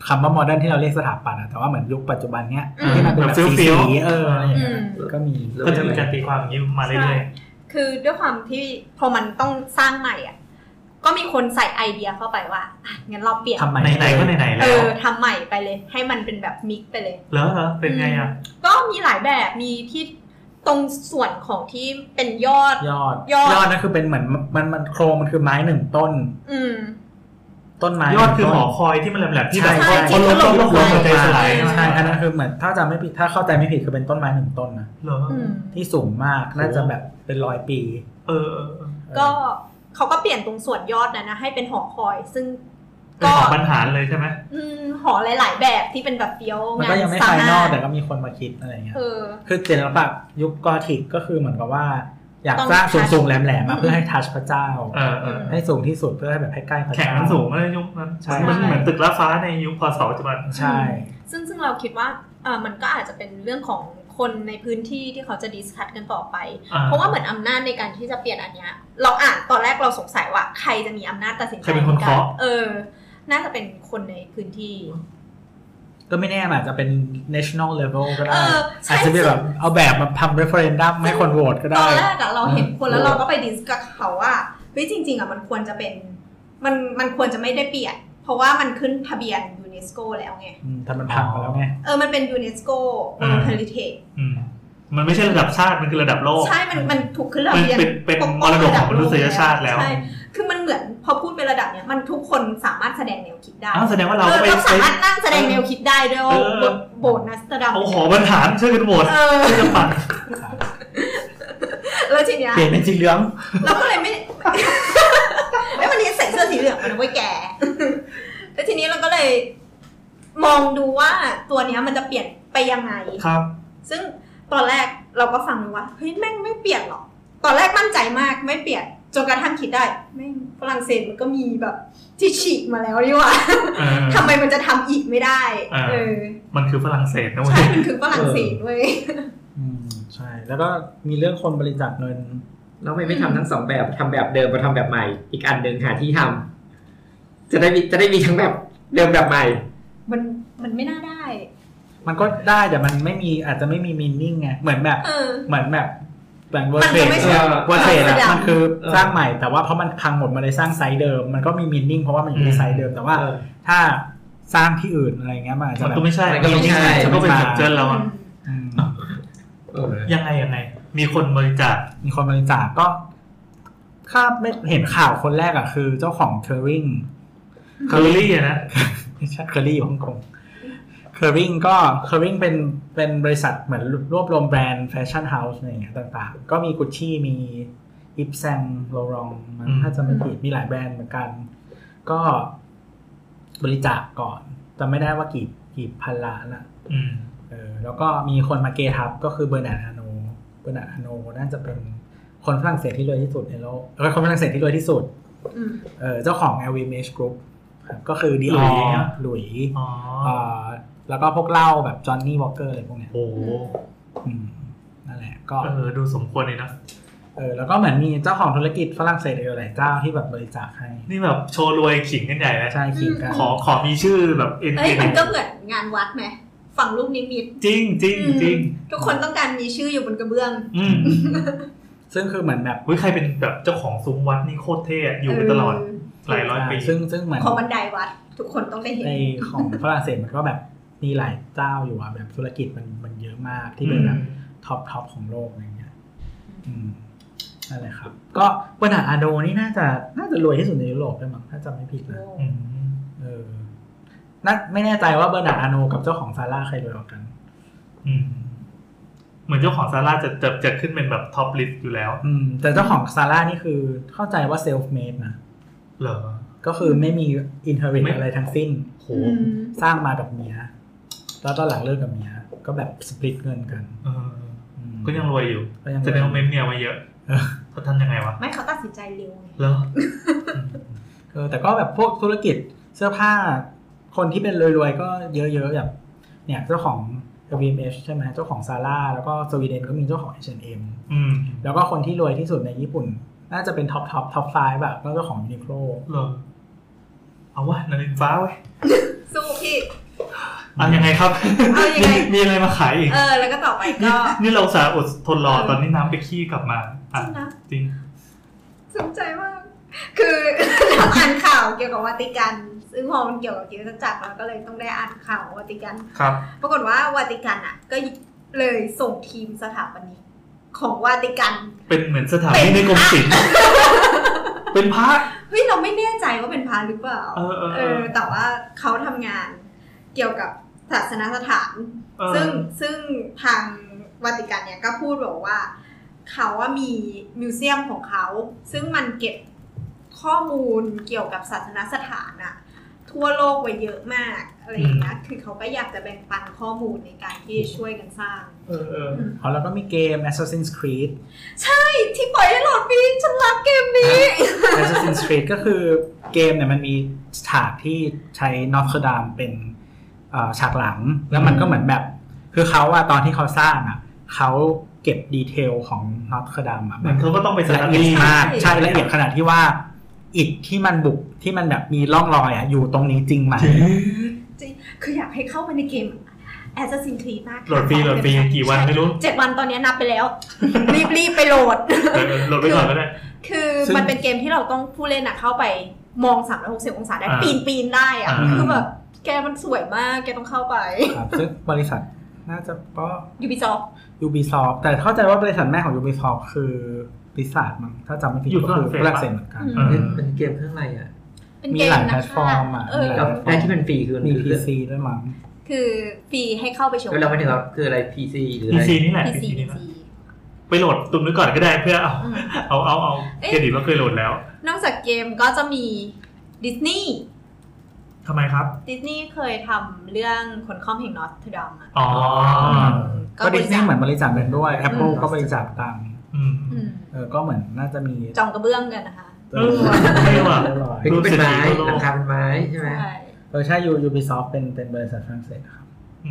คำว่าโมเดิร์นที่เราเรียกสถาปัตย์แต่ว่าเหมือนยุคปัจจุบันเนี้ยที่มันเป็นแบบสีๆเอออะไรอย่างเงี้ยก็มีก็จะมีการตีความอย่างนี้มาเรื่อยๆคือด้วยความที่พอมันต้องสร้างใหม่อ่ะก็มีคนใส่ไอเดียเข้าไปว่างั้นเราเปลี่ยนไหนๆก็ไหนๆแล้วเออทำใหม่ไปเลยให้มันเป็นแบบมิกไปเลยแล้วเหรอเป็นไงอ่ะก็มีหลายแบบมีที่ตรงส่วนของที่เป็นยอดยอดยอดนั่นคือเป็นเหมือนมันมันโครงมันคือไม้หนึ่งต้นอืมต้นไม้ยอดคือหอคอยที่มันแหลมๆที่แบบคนล้มล้มล้มหัวใจสลายใช่อันนั้นคือเหมือนถ้าจำไม่ผิดถ้าเข้าใจไม่ผิดคือเป็นต้นไม้หนึ่งต้นนะเหรอที่สูงมากน่าจะแบบเป็นร้อยปีเออก็เขาก็เปลี่ยนตรงส่วนยอดนั้นนะให้เป็นหอคอยซึ่งก็หอบรรหารเลยใช่ไหมอืมหอหลายๆแบบที่เป็นแบบเฟี้ยวมันก็ยังไม่ไฟนอลแต่ก็มีคนมาคิดอะไรเงี้ยคือศิลปะยุคกอธิกก็คือเหมือนกับว่าอยากสร้างสูงๆแหลมๆมาเพื่อให้ทัชพระเจ้าให้สูงที่สุดเพื่อให้แบบให้ใกล้พระเจ้าแข่งมันสูงเลยยุคนั้นมันเหมือนตึกล้าฟ้าในยุคพศปัจจุบันใช่ซึ่งซึ่งเราคิดว่าเออมันก็อาจจะเป็นเรื่องของคนในพื้นที่ที่เขาจะดิสคัสกันต่อไปเพราะว่าเหมือนอำนาจในการที่จะเปลี่ยนอันเนี้ยเราอ่านตอนแรกเราสงสัยว่าใครจะมีอำนาจตัดสินใจในการเออน่าจะเป็นคนในพื้นที่ก็ไม่แน่อาจจะเป็น national level ก็ได้อาจจะเป็นแบบเอาแบบมาทำ referendum ให้คนโหวตก็ได้ตอนแรกอะเราเห็นคนแล้วเราก็ไปดิสกับเขาว่าเฮ้ยจริงๆอะมันควรจะเป็นมันมันควรจะไม่ได้เปลี่ยนเพราะว่ามันขึ้นทะเบียนยูเนสโกแล้วไงแต่มันพังไปแล้วไงเออมันเป็นยูเนสโก World Heritage มันไม่ใช่ระดับชาติมันคือระดับโลกใช่มันมันถูกขึ้นทะเบียนเป็นมรดกของมนุษยชาติแล้วใช่คือมันเหมือนพอพูดเป็นระดับเนี้ยมันทุกคนสามารถแสดงแนวคิดได้อ้าวแสดงว่าเราไปเราสามารถนั่งแสดงแนวคิดได้ด้วยว่าโบสถ์นัสตราดัมเอาหอบรรหารช่วยกันโหวตช่วยกันปั่นแล้วทีเนี้ยเปลี่ยนเป็นสีเหลืองเราก็เลยไม่ไอ้วันนี้ใส่เสื้อสีเหลืองมันไว้แก่แล้วทีนี้เราก็เลยมองดูว่าตัวเนี้ยมันจะเปลี่ยนไปยังไงครับซึ่งตอนแรกเราก็ฟังว่าเฮ้ยแม่งไม่เปลี่ยนหรอกตอนแรกมั่นใจมากไม่เปลี่ยนจนกระทั่งคิดได้แม่งฝรั่งเศสมันก็มีแบบที่ฉีกมาแล้วนี่ว่าทำไมมันจะทำอีกไม่ได้เออมันคือฝรั่งเศสนะเว้ยใช่มันคือฝรั่งเศสเว้ยอืมใช่แล้วก็มีเรื่องคนบริจาคเงินแล้วไม่ไม่ทำทั้งสองแบบทำแบบเดิมมาทำแบบใหม่อีกอันหนึ่งหาที่ทำจะได้มีจะได้มีทั้งแบบเดิมแบบใหม่มันมันไม่น่าได้มันก็ได้แต่มันไม่มีอาจจะไม่มีมีนิ่งไงเหมือนแบบเหมือนแบบแบบเวอร์เทรดเวอร์เทรดอะมันคือสร้างใหม่แต่ว่าเพราะมันพังหมดมาเลยสร้างไซส์เดิมมันก็มีมีนิ่งเพราะว่ามันอยู่ในไซส์เดิมแต่ว่าถ้าสร้างที่อื่นอะไรเงี้ยมันอาจจะมันก็ไม่ใช่มันก็ไม่ใช่มันก็เป็นเจนแล้วยังไงยังไงมีคนบริจาคมีคนบริจาคก็ข้าไม่เห็นข่าวคนแรกอะคือเจ้าของเคอร์ริงเคอร์รี่นะไม่ใช่เคอร์รี่ฮ่องกงเคอร์ริงก็เคอร์ริงเป็นเป็นบริษัทเหมือนรวบรวมแบรนด์แฟชั่นเฮาส์อะไรอย่างเงี้ยต่างๆก็มีกุชชี่มีอิปแซงโลรองมันถ้าจะไม่ผิดมีหลายแบรนด์เหมือนกันก็บริจาคก่อนแต่ไม่ได้ว่ากี่กี่พันล้านอ่ะเออแล้วก็มีคนมาเกทับก็คือเบอร์นาร์ด อาร์โนเบอร์นาร์ด อาร์โนน่าจะเป็นคนฝรั่งเศสที่รวยที่สุดในโลกแล้วคนฝรั่งเศสที่รวยที่สุดเออเจ้าของ แอล วี Mesh Group ก็คือดิออร์หลุยอ่าแล้วก็พวกเหล้าแบบจอห์นนี่วอลเกอร์อะไรพวกเนี้ยโอ้นั่นแหละก็เออดูสมควรเลยนะเออแล้วก็เหมือนมีเจ้าของธุรกิจฝรั่งเศสหลายเจ้าที่แบบบริจาคให้นี่แบบโชว์รวยขิงกันใหญ่เลยใช่ขิงกันขอขอมีชื่อแบบเอ็นเอ้ยมันก็เหมือนงานวัดไหมฝั่งลูกนิมิตจริงจริงจริงทุกคนต้องการมีชื่ออยู่บนกระเบื้องซึ่งคือเหมือนแบบเฮ้ยใครเป็นแบบเจ้าของซุ้มวัดนี่โคตรเท่อยู่ไปตลอดหลายร้อยปีซึ่งซึ่งเหมือนของบันไดวัดทุกคนต้องได้เห็นในของฝรั่งเศสมันก็แบบมีหลายเจ้าอยู่อ่ะแบบธุรกิจมันมันเยอะมากที่เป็นแบบท็อปท็อปของโลกอะไรเงี้ยอืมนั่นแหละครับก็เบอร์นาร์ด อาร์โนนี่น่าจะน่าจะรวยที่สุดในยุโรปได้มั้งถ้าจำไม่ผิดนะเออน่าไม่แน่ใจว่าเบอร์นาร์ด อาร์โนกับเจ้าของซาร่าใครรวยกว่ากันอืมเหมือนเจ้าของซาร่าจะจะจะขึ้นเป็นแบบท็อปลิสต์อยู่แล้วอืมแต่เจ้าของซาร่านี่คือเข้าใจว่าเซลฟ์เมดนะเหรอก็คือไม่มีอินเทอร์เน็ตอะไรทั้งสิ้นโหสร้างมากับเมียแล้วตอนหลังเลิกกับเมียก็แบบสปลิตเงินกันก็ยังรวยอยู่จะได้เมมเมียมาเยอะเขาทำยังไงวะไม่เขาตัดสินใจเร็วเหรอเออแต่ก็แบบพวกธุรกิจเสื้อผ้าคนที่เป็นรวยๆก็เยอะๆแบบเนี่ยเจ้าของ แอล วี เอ็ม เอช ใช่ไหมเจ้าของซาร่าแล้วก็สวีเดนก็มีเจ้าของ เอช แอนด์ เอ็ม แล้วก็คนที่รวยที่สุดในญี่ปุ่นน่าจะเป็นท็อปท็อปท็อปไฟว์แบบก็เจ้าของยูนิโคลเหรอเอาวะนาฬิกาฟ้าเว้ยสู้ที่เอายังไงครับเอายังไงมีอะไรมาขายอีกเออแล้วก็ต่อไปก็นี่เราสาอดทนรอตอนนี้น้ำไปขี้กลับมาจริงนะจริงสนใจมากคือเราอ่านข่าวเกี่ยวกับวาติกันซึ่งพอมันเกี่ยวกับคริสตจักรเราก็เลยต้องได้อ่านข่าววาติกันครับปรากฏว่าวาติกันอ่ะก็เลยส่งทีมสถาปนิกของวาติกันเป็นเหมือนสถาปนิกในกรมศิลป์เป็นพระเฮ้ยเราไม่แน่ใจว่าเป็นพระหรือเปล่าเออเออแต่ว่าเขาทำงานเกี่ยวกับศาสนสถานซึ่งซึ่งทางวาติกันเนี่ยก็พูดบอกว่าเขาว่ามีมิวเซียมของเขาซึ่งมันเก็บข้อมูลเกี่ยวกับศาสนสถานอะทั่วโลกไว้เยอะมากอะไรอย่างเงี้ยคือเขาก็อยากจะแบ่งปันข้อมูลในการที่ช่วยกันสร้างเออเอออ๋อแล้วก็มีเกม Assassin's Creed ใช่ที่ปล่อยให้โหลดฟรีฉันรักเกมนี้ Assassin's Creed ก็คือเกมเนี่ยมันมีฉากที่ใช้นอตเทอร์ดามเป็นฉากหลังแล้วมันก็เหมือนแบบคือเขาอะตอนที่เขาสร้างอะเขาเก็บดีเทลของนอตเทอร์ดามอะมันเขาก็ต้องไปละเอียดมากใช่ละเอียดขนาดที่ว่าอิฐที่มันบุกที่มันแบบมีร่องรอยอ่ะอยู่ตรงนี้จริงไหมจริงคืออยากให้เข้าไปในเกม Assassin's Creed มากโหลดฟรีโหลดฟรีกี่วันไม่รู้เจ็ดวันตอนนี้นับไปแล้วรีบๆไปโหลดโหลดไปก่อนก็ได้คือมันเป็นเกมที่เราต้องผู้เล่นอ่ะเข้าไปมองสามร้อยหกสิบองศาได้ปีนปีนได้อ่ะคือแบบแกมันสวยมากแกต้องเข้าไปครับซึ่งบริษัทน่าจะก็ Ubisoft Ubisoft แต่เข้าใจว่าบริษัทแม่ของ Ubisoft คือปีศาจมั้งถ้าจำไม่ผิดก็คือฝรั่งเศสเหมือนกันเป็นเกมเครื่องอะไรอ่ะมีหลายแพลตฟอร์มอ่ะได้ที่เป็นฟรีคือมี พี ซี ด้วยมั้งคือฟรีให้เข้าไปชมแล้วเราไม่ถึงว่าคืออะไร พี ซี หรืออะไรพี ซี นี่แหละ พี ซี นี่แหละไปโหลดตุ่มไว้ก่อนก็ได้เพื่อเอาเอาเอาเอาเครดิตว่าเคยโหลดแล้วนอกจากเกมก็จะมีดิสนีย์ทำไมครับดิสนีย์เคยทำเรื่องคนข้อมแห่งนอตเทอร์ดัมอ่ะอ๋อก็ดิสนีย์เหมือนบริจาคเงินด้วย Apple ก็บริจาคตังค์เออก็เหมือนน่าจะมีจองกระเบื้องกันนะคะเออใช่ว่ะดูเป็นไม้ราคาเป็นไม้ใช่ไหมเออใช่ Ubisoft เป็นเป็นบริษัทฝรั่งเศสครับ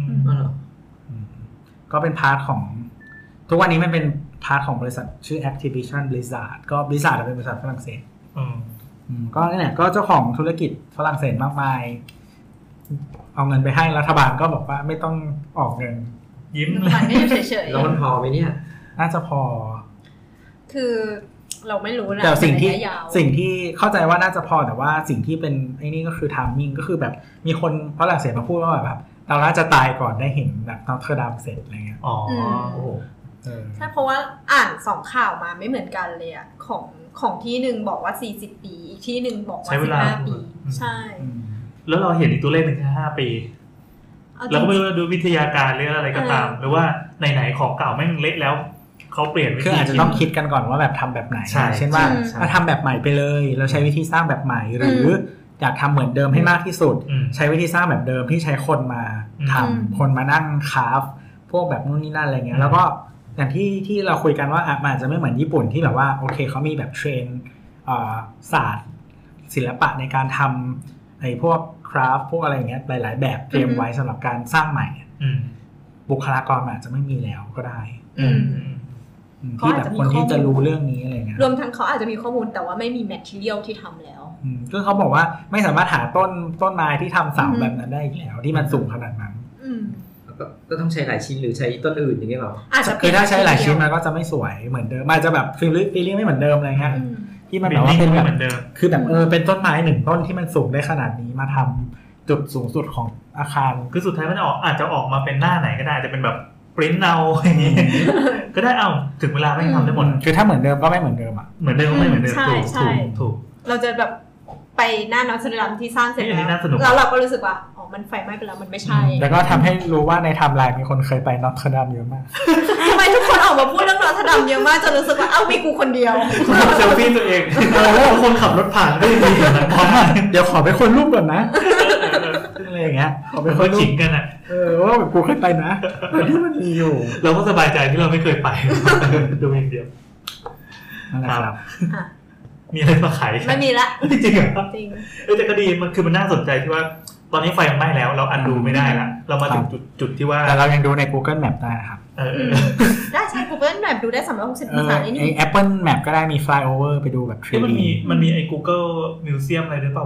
ก็เป็นพาร์ทของทุกวันนี้มันเป็นพาร์ทของบริษัทชื่อ Activision Blizzard ก็ Blizzard เป็นบริษัทฝรั่งเศสก็เนี่ยก็เจ้าของธุรกิจฝรั่งเศสมากมายเอาเงินไปให้รัฐบาลก็บอกว่าไม่ต้องออกเงินยิ้มเลยเฉยๆแล้วมันพอไหมเนี่ยน่าจะพอคือเราไม่รู้นะแต่สิ่งที่สิ่งที่เข้าใจว่าน่าจะพอแต่ว่าสิ่งที่เป็นไอ้นี่ก็คือไทมิ่งก็คือแบบมีคนฝรั่งเศสมาพูดว่าแบบเราน่าจะตายก่อนได้เห็นแบบนอตเทอร์ดามเสร็จอะไรเงี้ยอ๋อใช่เพราะว่าอ่านสองข่าวมาไม่เหมือนกันเลยอ่ะของของที่หนึ่งบอกว่าสี่สิบปีอีกที่หนึ่งบอกว่าสิบห้าปีใช่แล้วเราเห็นอีกตัวเลขหนึ่งแค่ห้าปีแล้วก็ไม่รู้ดูวิทยาการหรืออะไรก็ตามหรือว่าไหนๆของเก่าไม่เละแล้วเขาเปลี่ยนวิธีคืออาจจะต้องคิดกันก่อนว่าแบบทำแบบไหนเช่นว่าถ้าทำแบบใหม่ไปเลยเราใช้วิธีสร้างแบบใหม่หรืออยากทำเหมือนเดิมให้มากที่สุดใช้วิธีสร้างแบบเดิมที่ใช้คนมาทำคนมานั่งคราฟพวกแบบนู่นนี่นั่นอะไรเงี้ยแล้วก็อย่างที่ที่เราคุยกันว่าอาจจะไม่เหมือนญี่ปุ่นที่แบบว่าโอเคเขามีแบบเทรนศาสตร์ศิลปะในการทำไอ้พวกคราฟพวกอะไรเงี้ยหลายๆแบบเตรียมไว้สำหรับการสร้างใหม่บุคลากรอาจจะไม่มีแล้วก็ได้ที่แบบคนที่จะรู้เรื่องนี้อะไรเงี้ยรวมทั้งเขาอาจจะมีข้อมูลแต่ว่าไม่มีแมททีเรียลที่ทำแล้วก็เขาบอกว่าไม่สามารถหาต้นต้นไม้ที่ทำเสาแบบนั้นได้อีกแล้วที่มันสูงขนาดนั้นก็ต้องใช้หลายชิ้นหรือใช้ต้นอื่นอย่างเงี้ยหรอคือถ้าใช้หลายชิ้นมันก็จะไม่สวยเหมือนเดิมมันจะแบบฟีลลิ่งฟีลลิ่งไม่เหมือนเดิมอะไรเงี้ยที่มันแบบว่าเป็นแบบคือแบบเออเป็นต้นไม้หนึ่งต้นที่มันสูงได้ขนาดนี้มาทำจุดสูงสุดของอาคารคือสุดท้ายมันออกอาจจะออกมาเป็นหน้าไหนก็ได้จะเป็นแบบปริ้นเอาอย่างงี้ก็ได้เอาถึงเวลาไม่ทำได้หมดคือถ้าเหมือนเดิมก็ไม่เหมือนเดิมอ่ะเหมือนเดิมก็ไม่เหมือนเดิมถูกถูกถูกเราจะแบบไปหน้านอตเทอร์ดัมที่สร้างเสร็จแล้วแล้วเราก็รู้สึกว่าอ๋อมันไฟไหม้ไปแล้วมันไม่ใช่แล้วก็ทำให้รู้ว่าในไทม์ไลน์มีคนเคยไปนอตเทอร์ดัมเยอะมากทำไมทุกคนออกมาพูดเรื่องนอตเทอร์ดัมเยอะมากจนรู้สึกว่าเอ้ามีกูคนเดียวเซลฟี่ตัวเองแล้วคนขับรถผ่านก็ยังมีอย่างนั้นเดี๋ยวขอไปคนรูปก่อนนะอะไรอย่างเงี้ยขอไปคนขิงกันอ่ะเออว่าแบบกูเคยไปนะแต่ที่มันมีอยู่เราก็สบายใจที่เราไม่เคยไปดูเองเดียวครับมีอะไรมาขายไม่มีละจริงเหรอจริงเออแต่ก็ดีมันคือมันน่าสนใจที่ว่าตอนนี้ไฟมันไหม้แล้วเราอันดูไม่ได้ละเรามาถึงจุดจุดที่ว่าแต่เรายังดูใน Google Map ได้ครับเออได้ใช่ Google Map ดูได้สามร้อยหกสิบองศาได้นี่ Apple Map ก็ได้มี flyover ไปดูแบบทรี ดี มันมีมันมีไอ้ Google Museum อะไรด้วยเปล่าวะ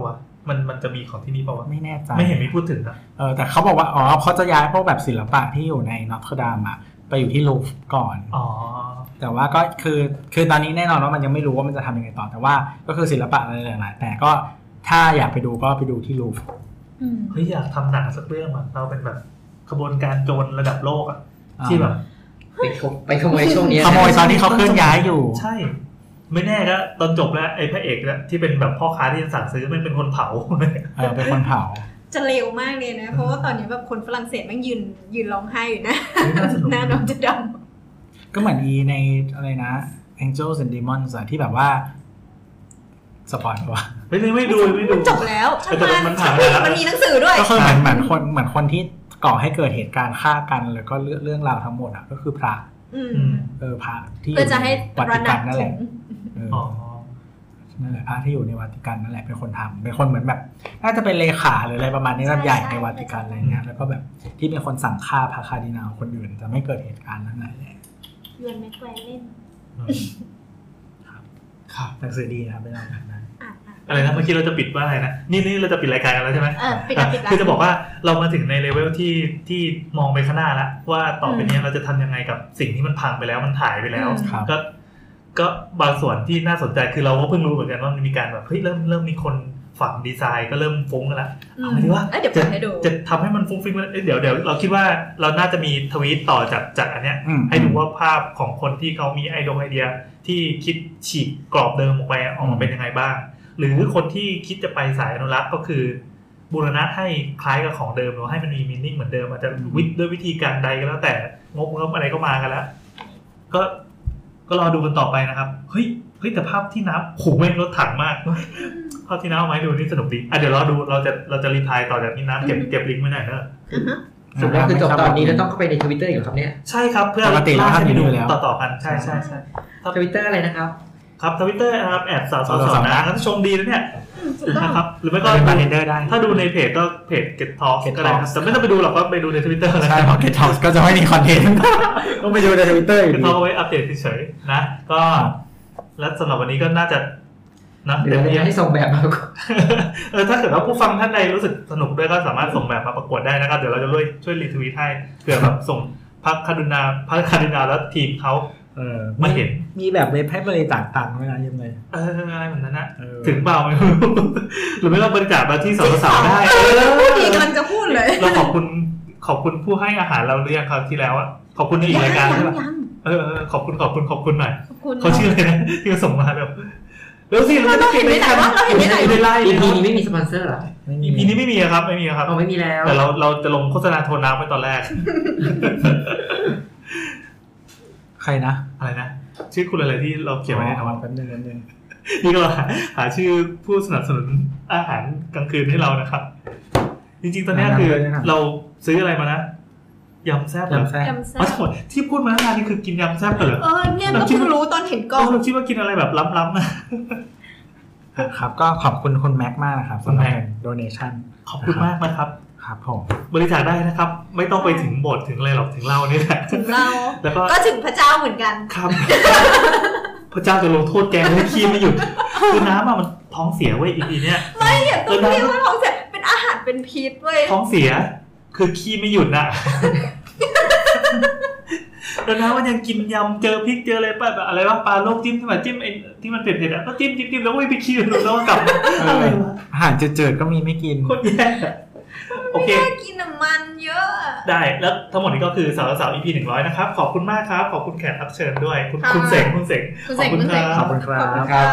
มันมันจะมีของที่นี่เปล่าวะไม่แน่ใจไม่เห็นมีพูดถึงนะเออแต่เขาบอกว่าอ๋อเขาจะย้ายพวกแบบศิลปะที่อยู่ในนอตเทอร์ดามอะไปอยู่ที่ลูฟร์ก่อนอ๋อแต่ว่าก็คือคือตอนนี้แน่นอนว่ามันยังไม่รู้ว่ามันจะทำยังไงต่อแต่ว่าก็คือศิลปะอะไรหลายๆแต่ก็ถ้าอยากไปดูก็ไปดูที่ลูฟร์เฮ้ยอยากทำหนังสักเรื่องอ่ะเราเป็นแบบขบวนการโจรระดับโลกอ่ะที่แบบไปขโมยช่วงนี้ขโมยตอนที่เขาเคลื่อนย้ายอยู่ใช่ไม่แน่ก็ตอนจบแล้วไอ้พระเอกแล้วที่เป็นแบบพ่อค้าที่สั่งซื้อมันเป็นคนเผาเออเป็นคนเผาจะเร็วมากเลยนะเพราะว่าตอนนี้แบบคนฝรั่งเศสแม่งยืนยืนร้องไห้อยู่นะหน้าน้องจะดำก็เหมือนอีในอะไรนะ Angels and Demons ที่แบบว่าสปอยล์ป่ะไม่ไม่ไม่ดูไม่ดูจบแล้วแต่มันผ่านแล้วมันมีหนังสือด้วยก็คือเหมือนเหมือนคนเหมือนคนที่ก่อให้เกิดเหตุการณ์ฆ่ากันแล้วก็เรื่องราวทั้งหมดอ่ะก็คือพระเออพระที่เพื่อจะให้วัติกันนั่นแหละอ๋อนั่นแหละพระที่อยู่ในวัติกันนั่นแหละเป็นคนทำเป็นคนเหมือนแบบน่าจะเป็นเลขาหรืออะไรประมาณนี้แบบใหญ่ในวัติกันอะไรเงี้ยแล้วก็แบบที่เป็นคนสั่งฆ่าพระคาร์ดินัลคนอื่นจะไม่เกิดเหตุการณ์นั้นแหละยวนแม็กแควร์เล่นครับครับหนังสือดีนะครับไม่ต้องอ่านนะอะไรนะเมื่อกี้เราจะปิดว่าอะไรนะนี่นี่เราจะปิดรายการกันแล้วใช่ไหมเออปิดแล้วปิดแล้วคือจะบอกว่าเรามาถึงในเลเวลที่ที่มองไปข้างหน้าแล้วว่าต่อไปนี้เราจะทำยังไงกับสิ่งที่มันพังไปแล้วมันหายไปแล้วก็ก็บางส่วนที่น่าสนใจคือเราก็เพิ่งรู้เหมือนกันว่ามันมีการแบบเฮ้ยเริ่มเริ่มมีคนฝั่งดีไซน์ก็เริ่มฟุ้งกันแล้วเอาไงดีว่าจะจะทำให้มันฟุ้งฟิ้งเดี๋ยวเดี๋ยวเราคิดว่าเราน่าจะมีทวีตต่อจากจากอันเนี้ยให้ดูว่าภาพของคนที่เขามีไอดงไอเดียที่คิดฉีกกรอบเดิมออกไปออกมาเป็นยังไงบ้างหรือคนที่คิดจะไปสายอนุรักษ์ก็คือบูรณะให้คล้ายกับของเดิมหรือให้มันมีมีนิ่งเหมือนเดิมอาจจะวิทย์ด้วยวิธีการใดก็แล้วแต่งบงบอะไรก็มากันแล้วก็ก็รอดูกันต่อไปนะครับเฮ้ยเฮ้ยแต่ภาพที่น้ำโหแม่งรถถังมากภาพที่น้ำเอาไว้ดูนี่สนุกดีอ่ะเดี๋ยวรอดูเราจะเราจะรีพายต่อจากนี้น้ำเก็บเก็บลิงก์ไว้หน่อยเนอะสุดแล้วคือจบตอนนี้แล้วต้องเข้าไปใน Twitter อยู่ครับเนี่ยใช่ครับเพื่อปกติเราทำอยู่แล้วต่อๆกันใช่ใช่ใช่ Twitter อะไรนะครับครับ Twitter นะครับแอดสาวสาวนะงั้นชมดีนะเนี่ยนะครับหรือไม่ก็ถ้าดูในเพจก็เพจ Get Talk ก็ได้ครับแต่ไม่ต้องไปดูหรอกก็ไปดูใน Twitter ใช่เพราะ Get Talk ก็จะไม่มีคอนเทนต์ต้องไปดูใน Twitter อยู่ Get Talk ไว้อัปเดตเฉยๆนะก็แล้วสำหรับวันนี้ก็น่าจะนะเดี๋ยวให้ส่งแบบมาเออถ้าเกิดว่าผู้ฟังท่านใดรู้สึกสนุกด้วยก็สามารถส่งแบบมาประกวดได้นะครับเดี๋ยวเราจะช่วยช่วยรีทวีตให้เผื่อแบบส่งพรรคคาร์ดินาพรรคคาร์ดินาแล้วทีมเขาเออมาเห็นมีแบบเว็บให้บริจาคตังค์ไหมนะยังไงเอออะไรแบบนั้นนะถึงเปล่าไม่รู้หรือไม่ก็บริจาคมาที่สาวๆได้เออพี่กำลังจะพูดเลยเราขอบคุณขอบคุณผู้ให้อาหารเราเรียกคราวที่แล้วอะขอบคุณในอีกรายการใช่ป่ะเออขอบคุณขอบคุณขอบคุณหน่อยเขาชื่ออะไรนะที่เขาส่งมาแบบเร็วสิเราจะเห็นไม่ได้ว่าเราเห็นไม่ได้ไม่ไล่อี พี นี้ไม่มีสปอนเซอร์หรออี พี นี้ไม่มีครับไม่มีครับอ๋อไม่มีแล้วแต่เราเราจะลงโฆษณาโทนน้ำไปตอนแรกใครนะอะไรนะชื่อคุณอะไรที่เราเขียนไว้ในทวิตแป๊บนึงแป๊บนึงนี่ก็หาหาชื่อผู้สนับสนุนอาหารกลางคืนให้เรานะครับจริงๆตอนนี้คือเราซื้ออะไรมานะยำแซ่บยำแซ่บอ๋อที่พูดมาทั้งนานนี่คือกินยำแซ่บเหรอเออเนี่ยก็เพิ่งรู้ตอนเห็นกล้องเราคิดว่ากินอะไรแบบล้ำๆนะครับก็ขอบคุณคุณแม็กมากนะครับสำหรับโดเนชั่นขอบคุณมากนะครับครับผมบริจาคได้นะครับไม่ต้องไปถึงโบสถ์ถึงอะไรหรอกถึงเรานี่แหละถึงเราแล้วก็ก็ถึงพระเจ้าเหมือนกันครับพระเจ้าจะลงโทษแกให้ขี้ไม่หยุดคือน้ำมันท้องเสียเว้ยอีพีเนี้ยไม่อย่าต้องเรียกว่าท้องเสียเป็นอาหารเป็นพิษเว้ยท้องเสียคือขี้ไม่หยุดน่ะแล้วนะว่ายังกินยำเจอพริกเจออะไรป่ะแบบอะไรว่าปลาโลกจิ้มที่มันจิ้มไอ้ที่มันเผ็ดๆอ่ะก็จิ้มจิ้มจิ้มแล้วก็ไปขี้แล้วก็กลับอะไรวะอาหารเจิดๆก็มีไม่กินโคตรแย่โอเคกินน้ำมันเยอะได้แล้วทั้งหมดนี้ก็คือสาวสาว อี พี หนึ่งร้อยนะครับขอบคุณมากครับขอบคุณแขกรับเชิญด้วยคุณคุณเสงคุณเสงขอบคุณครับขอบคุณครับ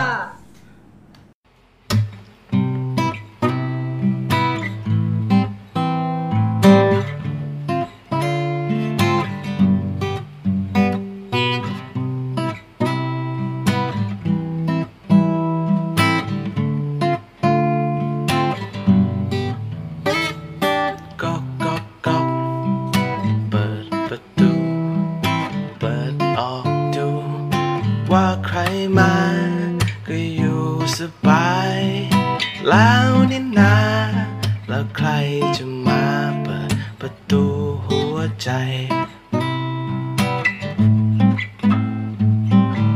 แล้วนี่นาแล้วใครจะมาเปิดประตูหัวใจ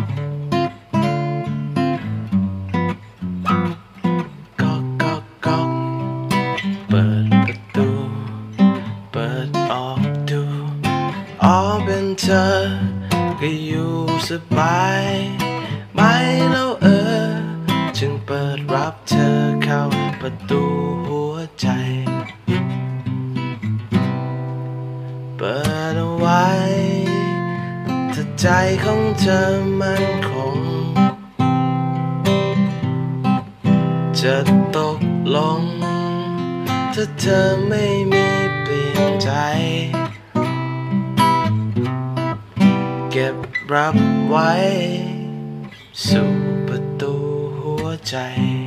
ก๊อกก๊อกก๊อกอมันคงจะตกลงถ้าเธอไม่มีเปลี่ยนใจเก็บรับไว้สู่ประตูหัวใจ